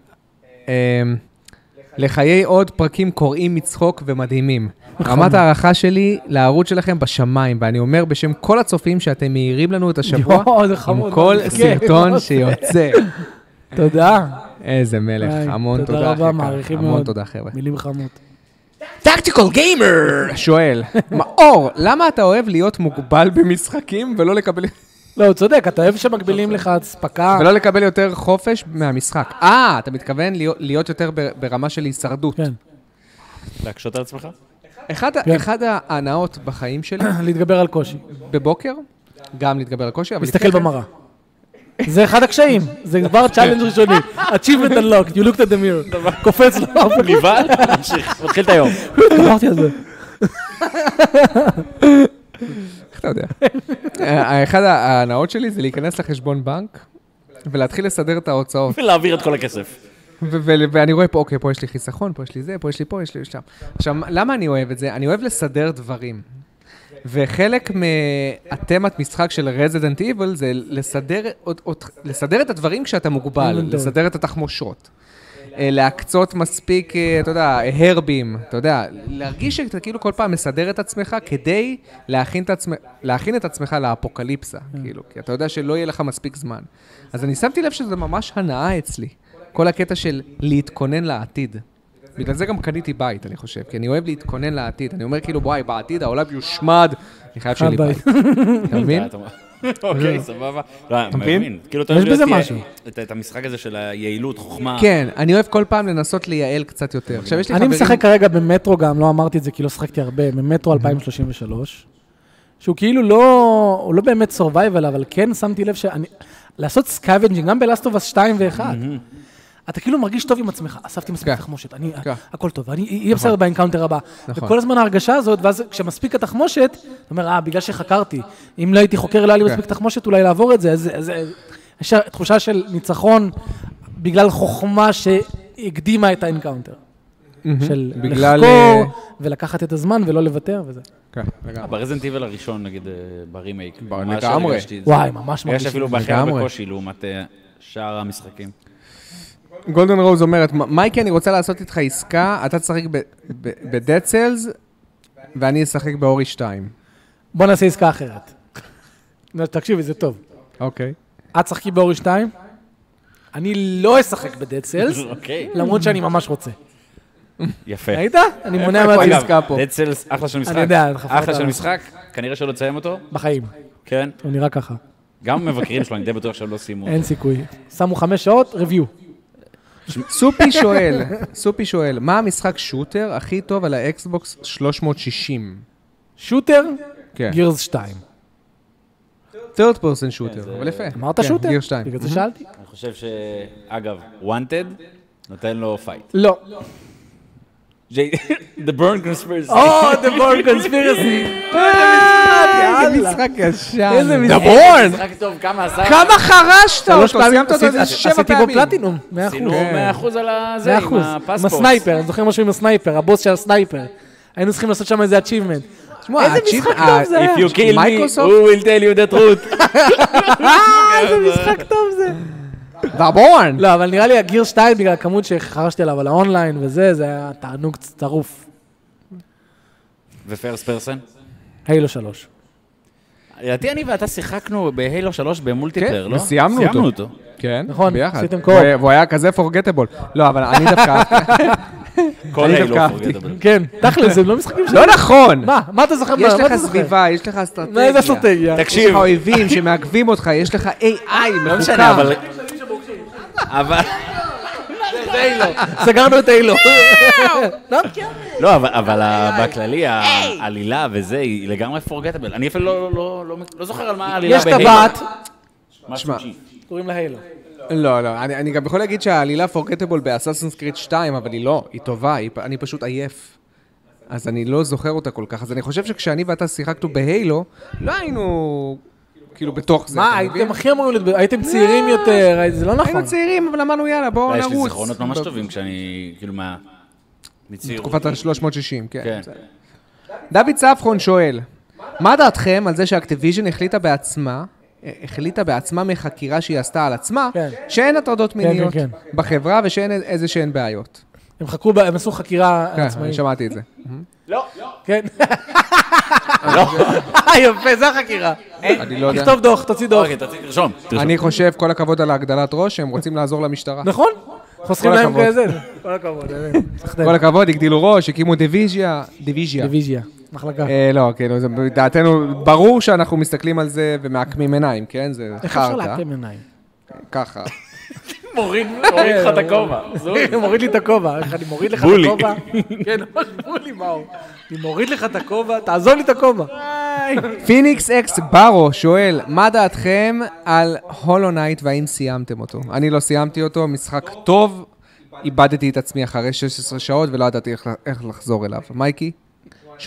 לחיי עוד פרקים קוראים מצחוק ומדהימים. רמת הערכה שלי לערוץ שלכם בשמיים, ואני אומר בשם כל הצופים שאתם מהירים לנו את השבוע, עם כל סרטון שיוצא. תודה. איזה מלך, המון תודה. תודה רבה, מעריכים מאוד. המון תודה, חבר'ה. מילים חמות. טקטיקל גיימר! שואל, מאור, למה אתה אוהב להיות מוגבל במשחקים ולא לקבל... לא, הוא צודק, אתה אוהב שמגבילים לך אספקה. ולא לקבל יותר חופש מהמשחק. אתה מתכוון להיות יותר ברמה של הישרדות. כן. להקשות על עצמך? אחד ההנאות בחיים שלי... להתגבר על קושי. בבוקר, גם להתגבר על קושי, אבל... להסתכל במראה. זה אחד הקשיים, זה כבר צ'אלנג' ראשוני. Achievement unlocked, you looked at the mirror. קופץ לו. נבהל? נמשיך, מתחיל את היום. אמרתי על זה. איך אתה יודע? אחד ההנאות שלי זה להיכנס לחשבון בנק ולהתחיל לסדר את ההוצאות. ולהעביר את כל הכסף. ואני רואה פה, אוקיי, פה יש לי חיסכון, פה יש לי זה, פה יש לי פה, יש לי שם. עכשיו, למה אני אוהב את זה? אני אוהב לסדר דברים. וחלק מהתמת משחק של Resident Evil זה לסדר את הדברים כשאתה מוגבל, לסדר את התחמושות. להקצות מספיק, אתה יודע, הרבים, אתה יודע, להרגיש שאתה כאילו כל פעם מסדר את עצמך כדי להכין את עצמך לאפוקליפסה, כאילו, כי אתה יודע שלא יהיה לך מספיק זמן. אז אני שמתי לב שזה ממש הנאה אצלי, כל הקטע של להתכונן לעתיד. בגלל זה גם קניתי בית, אני חושב, כי אני אוהב להתכונן לעתיד. אני אומר כאילו, וואי, בעתיד העולם יושמד, אני חייב שיהיה לי בית. אתה מבין? אוקיי, סבבה. לא, אני מבין. כאילו, אתה יש בזה משהו. את המשחק הזה של היעילות, חוכמה. כן, אני אוהב כל פעם לנסות לייעל קצת יותר. עכשיו, יש לי אני חברים... משחק כרגע במטרו גם, לא אמרתי את זה כי לא שחקתי הרבה, במטרו 2033. שהוא כאילו הוא לא באמת survival, אבל כן שמתי לב לעשות סקאבנג'ינג, גם בלאסטובס 2 ו-1, אתה כאילו מרגיש טוב עם עצמך, אספתי מספיק תחמושת, הכל טוב, אני אהיה בסדר באנקאונטר הבא. וכל הזמן ההרגשה הזאת, ואז כשמספיק התחמושת, אתה אומר, בגלל שחקרתי, אם לא הייתי חוקר, לא היה לי מספיק תחמושת, אולי לעבור את זה, יש תחושה של ניצחון בגלל חוכמה שהקדימה את האנקאונטר. של לחקור ולקחת את הזמן ולא לוותר וזה. כן, לגמרי. ברזנט איבל הראשון, נגיד, ברימייק. לגמרי. וואי, ממש יש אפילו בחר בקושי לעומת שאר המשחקים. גולדן רוז אומרת, מייקי, אני רוצה לעשות איתך עסקה, אתה תשחק בדד סלס, ואני אשחק באורי 2. בוא נעשה עסקה אחרת. תקשיבי, זה טוב. אוקיי. את שחקי באורי 2, אני לא אשחק בדד סלס, למרות שאני ממש רוצה. יפה. ראית? אני מונע מעצמי עסקה פה. דד סלס, אחלה של משחק. אני יודע. אחלה של משחק, כנראה שלא תסיים אותו. בחיים. כן. הוא נראה ככה. גם מבקרים שלו, אני די בטוח שלא סיימו אותו. אין סיכוי. שמו 5 שעות, ריוויו. סופי שואל, מה המשחק שוטר הכי טוב על האקסבוקס 360? שוטר? כן. גירס 2. third person שוטר, אבל יפה. אמרת שוטר? גירס 2. בגלל זה שאלתי. אני חושב אגב, Wanted נותן לו פייט. לא. The Bourne Conspiracy. The Bourne Conspiracy. איזה משחק ישן. איזה משחק. משחק טוב, כמה עשה? כמה חרשת אותו? סיימת אותו איזה 7 עשיתי פעמים. בו פלטינום, 100%. עשינו 100% על הזה, עם 100%. עם הפספורט. הסנייפר, אני זוכר משהו עם הסנייפר, הבוס של הסנייפר. היינו צריכים לעשות שם איזה achievement. איזה משחק טוב זה היה. If you kill me, who will tell you the truth? איזה משחק טוב זה. והבורן. לא, אבל נראה לי הגיר 2 בגלל הכמות שחרשתי עליו על האונליין וזה, זה היה תענוג צרוף. ופרסט פרסן? הילו 3. לדעתי אני ואתה שיחקנו בהילו 3 במולטיפלר, לא? וסיימנו אותו. כן, נכון, ביחד. עשיתם קור. והוא היה כזה פורגטבול. לא, אבל אני דווקא... כל הילו פורגטבל. כן, תכל'ס, זה לא משחקים לא נכון! מה אתה זוכר? יש לך סביבה, יש לך אסטרטגיה. איזה אסטרטגיה? יש לך אויבים שמעכבים אותך, יש לך AI לא משנה, מחוקם. אבל... סגרנו את הילו. לא, אבל בכללי, העלילה וזה, היא לגמרי פורגטבל. אני אפילו לא זוכר על מה העלילה יש בהילו. טבעת, שמע, קוראים לה הילו. לא, אני גם יכול להגיד שהעלילה פורגטבול באסאסינס קריד 2, אבל היא לא, היא טובה, אני פשוט עייף. אז אני לא זוכר אותה כל כך. אז אני חושב שכשאני ואתה שיחקנו בהילו, לא היינו כאילו בתוך זה. מה, הייתם הכי אמורים להיות, הייתם צעירים יותר, זה לא נכון. היינו צעירים, אבל אמרנו יאללה, בואו נרוץ. יש לי זיכרונות ממש טובים כשאני, כאילו מה... תקופת ה-360, כן. כן. דוד צפחון שואל, מה דעתכם על זה שהאקטיביז'ן החליטה בעצמה מחקירה שהיא עשתה על עצמה, שאין הטרדות מיניות בחברה ושאין איזה שהן בעיות? הם עשו חקירה עצמאית. כן, שמעתי את זה. לא. כן. יפה, זה החקירה. אני לא יודע. תכתוב דוח, תוציא דוח. אוקיי, תרשום. אני חושב, כל הכבוד על הגדלת ראש, שהם רוצים לעזור למשטרה. נכון? חוסכים להם כזה. כל הכבוד. כל הכבוד, הגדילו ראש, הקימו דיוויזיה. דיוויזיה, מחלקה. לא, כן, דעתנו, ברור שאנחנו מסתכלים על זה ומעקמים עיניים, כן? זה חרטה. איך אפשר לעקם עיניים? ככה. מוריד לך את הכובע. מוריד לי את הכובע. אני מוריד לך את הכובע. כן, ממש בולי, מאו. אני מוריד לך את הכובע, תעזוב לי את הכובע. פיניקס אקס ברו שואל, מה דעתכם על הולו נייט והאם סיימתם אותו? אני לא סיימתי אותו, משחק טוב, איבדתי את עצמי אחרי 16 שעות ולא ידעתי איך לחזור אליו. מייקי? 8.5.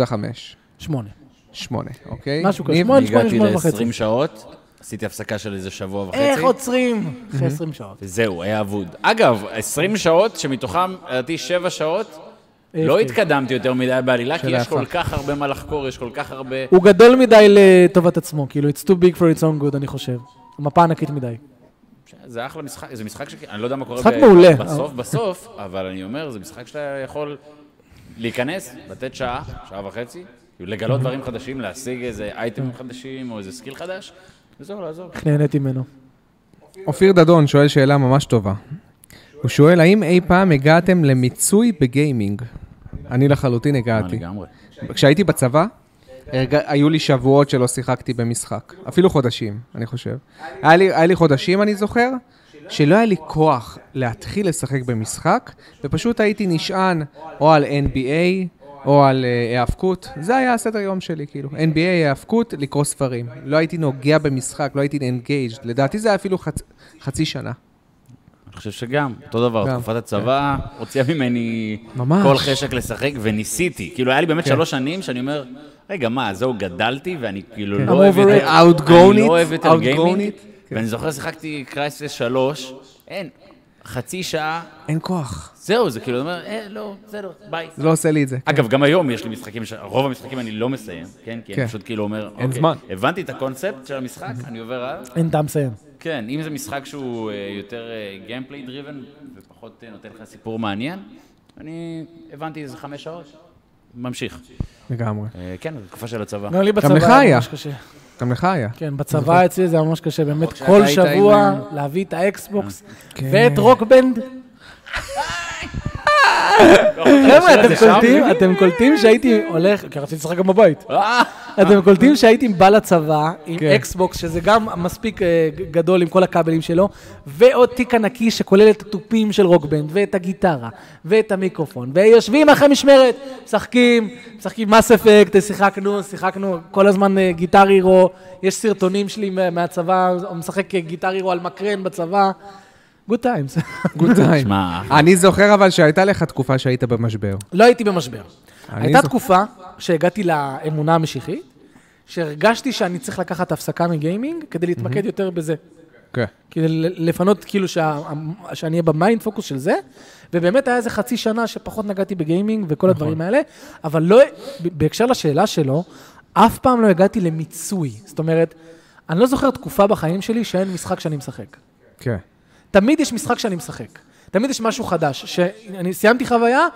8, אוקיי? משהו כזה, 8.5. הגעתי ל-20 שעות, עשיתי הפסקה של איזה שבוע וחצי. איך עוצרים? אחרי 20 שעות. וזהו, היה אבוד. אגב, 20 שעות, שמתוכם, לדעתי 7 שעות, לא התקדמתי יותר מדי בעלילה, כי יש כל כך הרבה מה לחקור, יש כל כך הרבה... הוא גדול מדי לטובת עצמו, כאילו, it's too big for its own good, אני חושב. המפה ענקית מדי. זה אחלה משחק, זה משחק אני לא יודע מה קורה בסוף, אבל אני אומר, זה משחק שאתה יכול להיכנס, לתת שעה וחצי, לגלות דברים חדשים, להשיג איזה אייטמים חדשים או איזה סקיל חדש, וזהו, לעזוב. איך נהניתי ממנו. אופיר דדון שואל שאלה ממש טובה. הוא שואל, האם אי פעם הגעתם למיצוי בגיימינג? אני לחלוטין הגעתי. כשהייתי בצבא, היו לי שבועות שלא שיחקתי במשחק. אפילו חודשים, אני חושב. היה לי חודשים, אני זוכר, שלא היה לי כוח להתחיל לשחק במשחק, ופשוט הייתי נשען או על NBA, או על האבקות. זה היה הסדר יום שלי, כאילו. NBA, האבקות, לקרוא ספרים. לא הייתי נוגע במשחק, לא הייתי engaged. לדעתי זה היה אפילו חצי שנה. אני חושב שגם, אותו דבר, תקופת הצבא, הוציאה ממני כל חשק לשחק, וניסיתי. כאילו, היה לי באמת 3 שנים שאני אומר, רגע, מה, זהו, גדלתי, ואני כאילו לא אוהב את הגיימינג, ואני זוכר, שיחקתי קרייסיס 3, אין, חצי שעה. אין כוח. זהו, זה כאילו, אומר, לא, בסדר, ביי. זה לא עושה לי את זה. אגב, גם היום יש לי משחקים, רוב המשחקים אני לא מסיים, כן? כי אני פשוט כאילו אומר, אוקיי, הבנתי את הקונספט של המשחק, אני עובר הלאה. אין טעם מסיים. כן, אם זה משחק שהוא יותר gameplay driven ופחות נותן לך סיפור מעניין, אני הבנתי איזה 5 שעות, ממשיך. לגמרי. כן, זו תקופה של הצבא. לא, לי בצבא היה ממש קשה. גם לך היה. כן, בצבא אצלי זה ממש קשה, באמת כל שבוע להביא את האקסבוקס ואת רוקבנד. חבר'ה, אתם קולטים שהייתי הולך, כי רציתי לשחק גם בבית. אתם קולטים שהייתי בא לצבא עם אקסבוקס, שזה גם מספיק גדול עם כל הכבלים שלו, ועוד תיק ענקי שכולל את התופים של רוקבנד, ואת הגיטרה, ואת המיקרופון, ויושבים אחרי משמרת, משחקים מס אפקט, שיחקנו כל הזמן גיטר הירו, יש סרטונים שלי מהצבא, הוא משחק גיטר הירו על מקרן בצבא, Good times. Good times. אני זוכר אבל שהייתה לך תקופה שהיית במשבר. לא הייתי במשבר. הייתה תקופה שהגעתי לאמונה המשיחית, שהרגשתי שאני צריך לקחת הפסקה מגיימינג, כדי להתמקד יותר בזה. כן. כדי לפנות כאילו שאני אהיה במיינד פוקוס של זה, ובאמת היה איזה חצי שנה שפחות נגעתי בגיימינג וכל הדברים האלה, אבל לא, בהקשר לשאלה שלו, אף פעם לא הגעתי למיצוי. זאת אומרת, אני לא זוכר תקופה בחיים שלי שאין משחק שאני משחק. כן. תמיד יש משחק שאני משחק. תמיד יש משהו חדש. שאני סיימתי חוויה,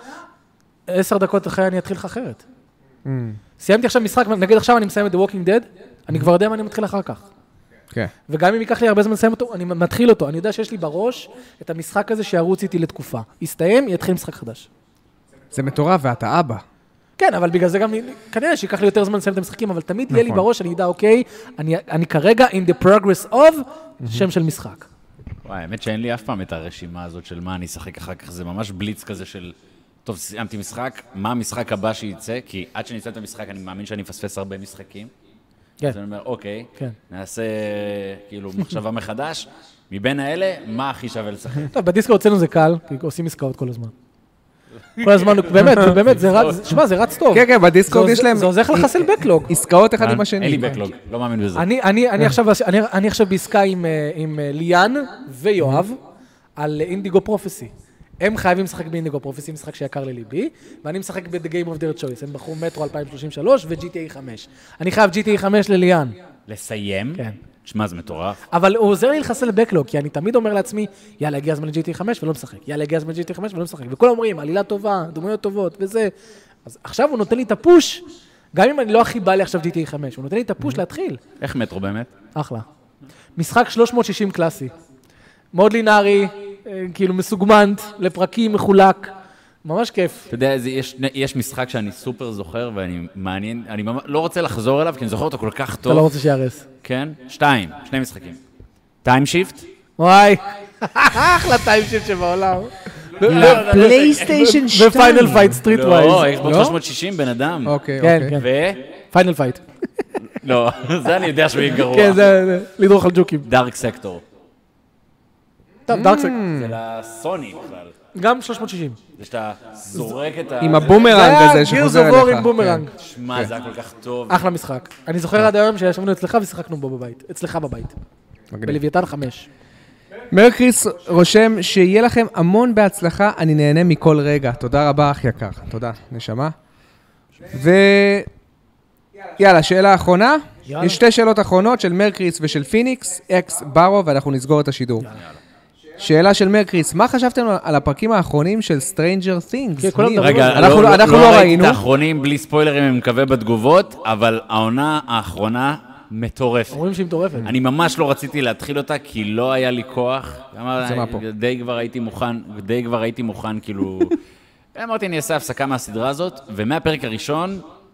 10 דקות אחרי אני אתחיל לך אחרת. סיימתי עכשיו משחק, נגיד עכשיו אני מסיים את The Walking Dead, אני כבר יודע מה אני מתחיל אחר כך. כן. וגם אם ייקח לי הרבה זמן לסיים אותו, אני מתחיל אותו. אני יודע שיש לי בראש את המשחק הזה שירוץ איתי לתקופה. יסתיים, יתחיל משחק חדש. זה מטורף, ואתה אבא. כן, אבל בגלל זה גם, כנראה שיקח לי יותר זמן לסיים את המשחקים, אבל תמיד יהיה לי בראש, אני יודע, אוקיי, אני כרגע in the progress of שם של משחק. וואי, האמת שאין לי אף פעם את הרשימה הזאת של מה אני אשחק אחר כך, זה ממש בליץ כזה של, טוב, סיימתי משחק, מה המשחק הבא שייצא, כי עד שאני אצא את המשחק, אני מאמין שאני מפספס הרבה משחקים. כן. אז אני אומר, אוקיי, כן. נעשה כאילו מחשבה מחדש, מבין האלה, מה הכי שווה לשחק? טוב, בדיסקו אצלנו זה קל, כי עושים עסקאות כל הזמן. כל הזמן, באמת, זה רץ, שמע, זה רץ טוב. כן, כן, בדיסקורד יש להם... זה עוזר לך לחסל בקלוג. עסקאות אחד עם השני. אין לי בקלוג, לא מאמין בזה. אני עכשיו בעסקה עם ליאן ויואב על אינדיגו פרופסי. הם חייבים לשחק באינדיגו פרופסי, משחק שיקר לליבי, ואני משחק ב-The Game of Their Choice. הם בחרו מטרו 2033 ו-GTA 5. אני חייב GTA 5 לליאן. לסיים? כן. שמע, זה מטורף. אבל הוא עוזר לי לחסל בקלוג, כי אני תמיד אומר לעצמי, יאללה, הגיע הזמן ל-GTA 5 ולא משחק. יאללה, הגיע הזמן ל-GTA 5 ולא משחק. וכולם אומרים, עלילה טובה, דמויות טובות וזה. אז עכשיו הוא נותן לי את הפוש, גם אם אני לא הכי בא לי עכשיו GTA 5, הוא נותן לי את הפוש להתחיל. איך מטרו באמת? אחלה. משחק 360 קלאסי. מאוד לינארי, כאילו מסוגמנט, לפרקים, מחולק. ממש כיף. אתה יודע, יש משחק שאני סופר זוכר, ואני מעניין, אני לא רוצה לחזור אליו, כי אני זוכר אותו כל כך טוב. אתה לא רוצה שיארס. כן? 2 משחקים. טיים שיפט? וואי, אחלה טיים שיפט שבעולם. פלייסטיישן 2. ופיינל פייט סטריט ווייז. לא, אקסבוקס 360 בן אדם. אוקיי, כן, אוקיי. כן. פיינל פייט. לא, זה אני יודע שהוא יהיה גרוע. כן, זה לדרוך על ג'וקים. דארק סקטור. טוב, דארק סקטור. זה לסוני בכלל. גם 360. זה שאתה זורק את ה... עם הבומרנג הזה שחוזר שחוזר אליך. זה היה גירס אוף וור עם בומרנג. שמע, זה היה כל כך טוב. אחלה משחק. אני זוכר עד היום שישבנו אצלך ושיחקנו בו בבית. אצלך בבית. בלוויתן 5. מרקריס רושם שיהיה לכם המון בהצלחה, אני נהנה מכל רגע. תודה רבה, אח יקר. תודה, נשמה. יאללה, שאלה אחרונה. יש 2 שאלות אחרונות של מרקריס ושל פיניקס, אקס ברו, ואנחנו נסגור את השידור. שאלה של מרקריס, מה חשבתם על הפרקים האחרונים של Stranger Things? רגע, אנחנו לא ראינו. את האחרונים בלי ספוילרים, אני מקווה בתגובות, אבל העונה האחרונה מטורפת. אומרים שהיא מטורפת. אני ממש לא רציתי להתחיל אותה, כי לא היה לי כוח. די כבר הייתי מוכן, כאילו... אמרתי, אני אעשה הפסקה מהסדרה הזאת, ומהפרק הראשון,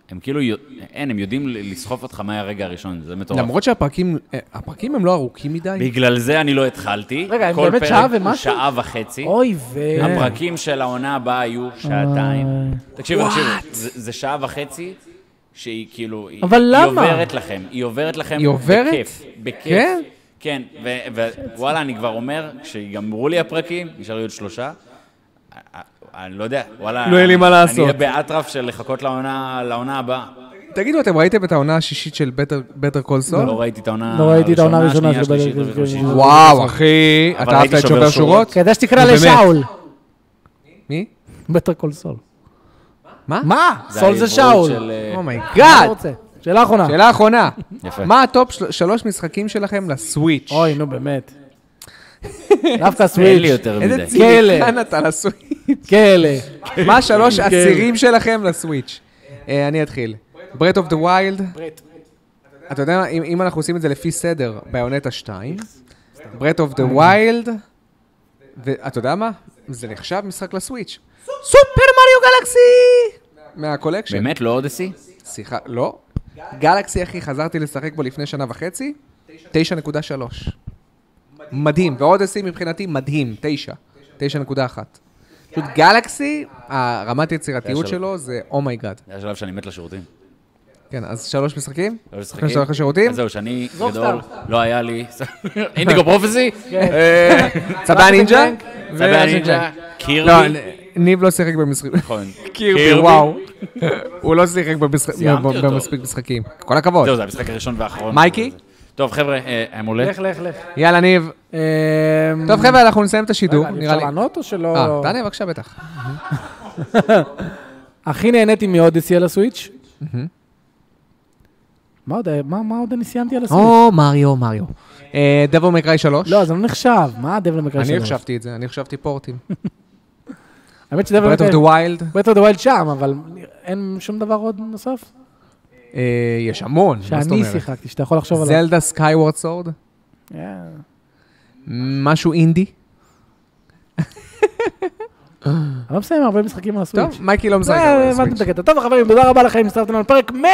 הם כאילו, הם יודעים לסחוף אותך מהרגע הראשון, זה מטורף. למרות שהפרקים הם לא ארוכים מדי. בגלל זה אני לא התחלתי. רגע, הם באמת שעה ומשהו? שעה וחצי. אוי הפרקים של העונה הבאה היו שעתיים. תקשיבו, זה שעה וחצי שהיא כאילו, אבל למה? היא עוברת לכם בכיף. כן? כן, ווואלה, אני כבר אומר, כשיגמרו לי הפרקים, נשאר לי עוד 3, אני לא יודע, וואלה, לא יהיה לי מה לעשות. אני אהיה באטרף של לחכות לעונה הבאה. תגידו, אתם ראיתם את העונה השישית של בטר קול סול? לא ראיתי את העונה הראשונה, שנייה, שלישית, רביעית. וואו, אחי, אתה אהבת את שובר שורות? כדאי שתקרא לשאול. מי? בטר קול סול. מה? מה? סול זה שאול. אומייגאד. שאלה אחרונה. שאלה אחרונה. יפה. מה הטופ 3 משחקים שלכם לסוויץ'? אוי, נו באמת. דווקא אין סוויץ'. לי יותר איזה מדי. ציליקן אתה לסוויץ'? כאלה. מה 3 עשירים שלכם לסוויץ'? אני אתחיל. Breath of the Wild. אתה יודע, אם אנחנו עושים את זה לפי סדר, ביונטה 2, Breath of the Wild, ואתה יודע מה? זה נחשב משחק לסוויץ'. סופר מריו גלקסי! מהקולקשן. באמת, לא אודסי? סליחה, לא. גלקסי, אחי, חזרתי לשחק בו לפני 1.5 שנה, 9.3. מדהים, ואודסי מבחינתי מדהים, 9.1. פשוט גלקסי, הרמת יצירתיות שלו זה אומייגאד. זה השלב שאני מת לשירותים. כן, אז 3 משחקים? 3 לפני משחקים. שהולך לשירותים? אז זהו, שאני גדול, לא היה לי... אינדיגו פרופסי? צבא נינג'ה? צבא נינג'ה, לא, קירבי. ניב לא שיחק במשחקים. נכון. קירבי, וואו. הוא לא שיחק סיימתי אותו. במספיק משחקים. כל הכבוד. זהו, זה המשחק הראשון והאחרון. מייקי? טוב, חבר'ה, המולה. לך. יאללה, ניב. טוב, חבר'ה, אנחנו נסיים את השידור. רגע, נראה אפשר לי. לענות או שלא? תענה, בבקשה, בטח. הכי נהניתי מאודיסי על הסוויץ'. מה עוד אני סיימתי על הסוויץ'? או, מריו. דבל מקראי 3. לא, זה לא נחשב. מה דבל מקראי 3? אני החשבתי את זה, אני החשבתי פורטים. האמת שדבל Breath of the Wild. Breath of the Wild שם, אבל אין שום דבר עוד נוסף? יש המון, מה זאת שאני אומרת? שיחקתי, שאתה יכול לחשוב עליו. זלדה סקייוורד סורד? משהו אינדי? אני לא מסיים הרבה משחקים על הסוויץ'. טוב, מייקי לא משחק על הבנתם את הסוויץ'. הקטע. טוב, חברים, תודה רבה לכם, הצטרפתם לפרק 100!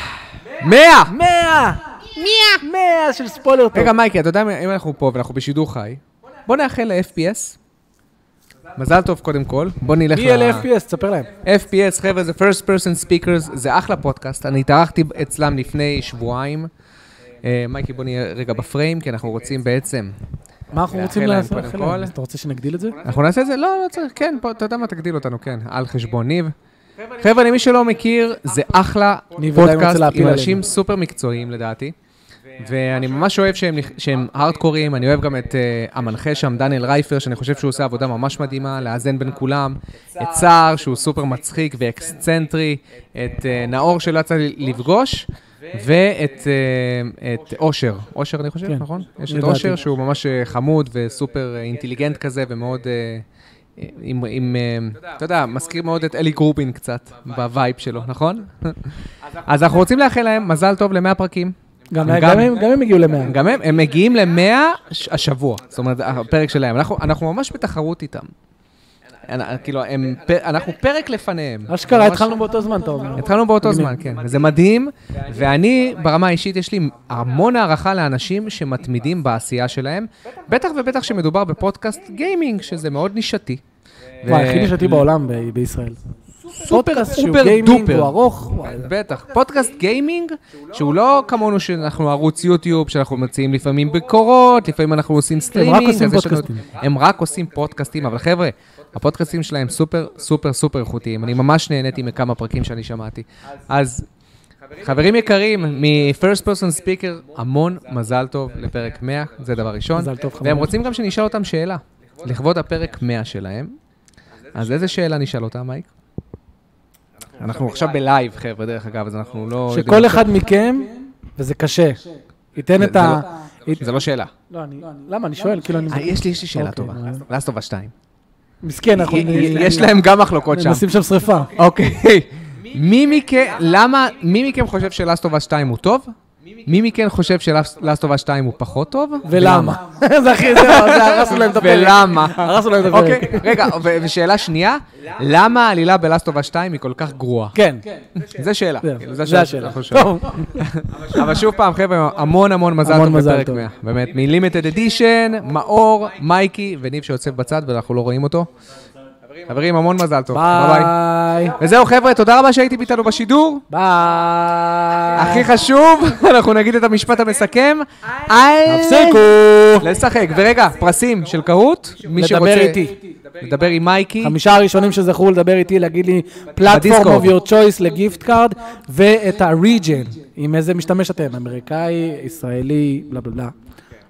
100 של ספוילר טוב. רגע, מייקי, אתה יודע, אם אנחנו פה ואנחנו בשידור חי, בוא נאחל ל-FPS. מזל טוב קודם כל. בוא נלך מי אלה FPS? תספר להם. FPS, חבר'ה, זה First Person Speakers, זה אחלה פודקאסט. אני התארחתי אצלם לפני שבועיים. מייקי, בוא נהיה רגע בפריים, כי אנחנו רוצים בעצם... מה אנחנו רוצים להם לעשות? קודם כל. אתה רוצה שנגדיל את זה? אנחנו נעשה את זה? לא צריך, כן, אתה יודע מה, תגדיל אותנו, כן, על חשבון ניב. חבר'ה, למי שלא מכיר, זה אחלה ניב עדיין רוצה פודקאסט להפיל עם עלינו. אנשים סופר מקצועיים לדעתי. ואני ממש אוהב שהם הארדקורים, אני אוהב גם את המנחה שם, דניאל רייפר, שאני חושב שהוא עושה עבודה ממש מדהימה, לאזן בין כולם, את סער, שהוא סופר מצחיק ואקסצנטרי, את נאור שלא יצא לי לפגוש, ואת אושר. אושר אני חושב, נכון? יש את אושר שהוא ממש חמוד וסופר אינטליגנט כזה, ומאוד, אתה יודע, מזכיר מאוד את אלי גרובין קצת, בווייב שלו, נכון? אז אנחנו רוצים לאחל להם מזל טוב ל100 פרקים. גם הם הגיעו ל100. גם הם מגיעים ל100 השבוע, זאת אומרת, הפרק שלהם. אנחנו ממש בתחרות איתם. כאילו, אנחנו פרק לפניהם. אשכרה, התחלנו באותו זמן, אתה אומר. התחלנו באותו זמן, כן. וזה מדהים, ואני, ברמה האישית, יש לי המון הערכה לאנשים שמתמידים בעשייה שלהם, בטח ובטח שמדובר בפודקאסט גיימינג, שזה מאוד נישתי. וואי, הכי נישתי בעולם בישראל. פודקאסט שהוא גיימינג, הוא ארוך. בטח. פודקאסט גיימינג, שהוא לא כמונו שאנחנו ערוץ יוטיוב, שאנחנו מציעים לפעמים ביקורות, לפעמים אנחנו עושים סטרימינג. הם רק עושים פודקאסטים. הם רק עושים פודקאסטים, אבל חבר'ה, הפודקאסטים שלהם סופר סופר סופר איכותיים. אני ממש נהניתי מכמה פרקים שאני שמעתי. אז חברים יקרים, מ-First Person Speaker, המון מזל טוב לפרק 100, זה דבר ראשון. מזל טוב, חברים. והם רוצים גם שנשאל אותם שאלה, לכבוד הפרק 100 שלהם. אז איזה שאלה נשאל אותם, מייק? אנחנו עכשיו בלייב, חבר'ה, דרך אגב, אז אנחנו לא... שכל אחד מכם, וזה קשה, ייתן את ה... זה לא שאלה. לא, למה? אני שואל, כאילו אני... יש לי שאלה טובה. Last of Us 2. מסכן, אנחנו... יש להם גם מחלוקות שם. נשים שם שריפה. אוקיי. מי מכם חושב ש-Last of Us 2 הוא טוב? מי מכן חושב שלאסט אוף אס 2 הוא פחות טוב? ולמה? זה הכי, זה הרסנו להם את הפרק. ולמה? הרסנו להם את הפרק. אוקיי, רגע, ושאלה שנייה, למה העלילה בלאסט אוף אס 2 היא כל כך גרועה? כן. זו שאלה. זה השאלה. טוב. אבל שוב פעם, חבר'ה, המון מזל טוב בפרק 100. באמת, מ-Limited Edition, מאור, מייקי וניב שיוצב בצד ואנחנו לא רואים אותו. חברים, המון מזל טוב. ביי. וזהו, חבר'ה, תודה רבה שהייתם איתנו בשידור. ביי. הכי חשוב, אנחנו נגיד את המשפט המסכם. תפסיקו. לשחק. ורגע, פרסים של קהות. מי שרוצה לדבר איתי. לדבר עם מייקי. 5 הראשונים שזכרו לדבר איתי, להגיד לי פלטפורם of your choice לגיפט קארד, ואת ה-region, עם איזה משתמש אתם, אמריקאי, ישראלי, בלה בלה בלה.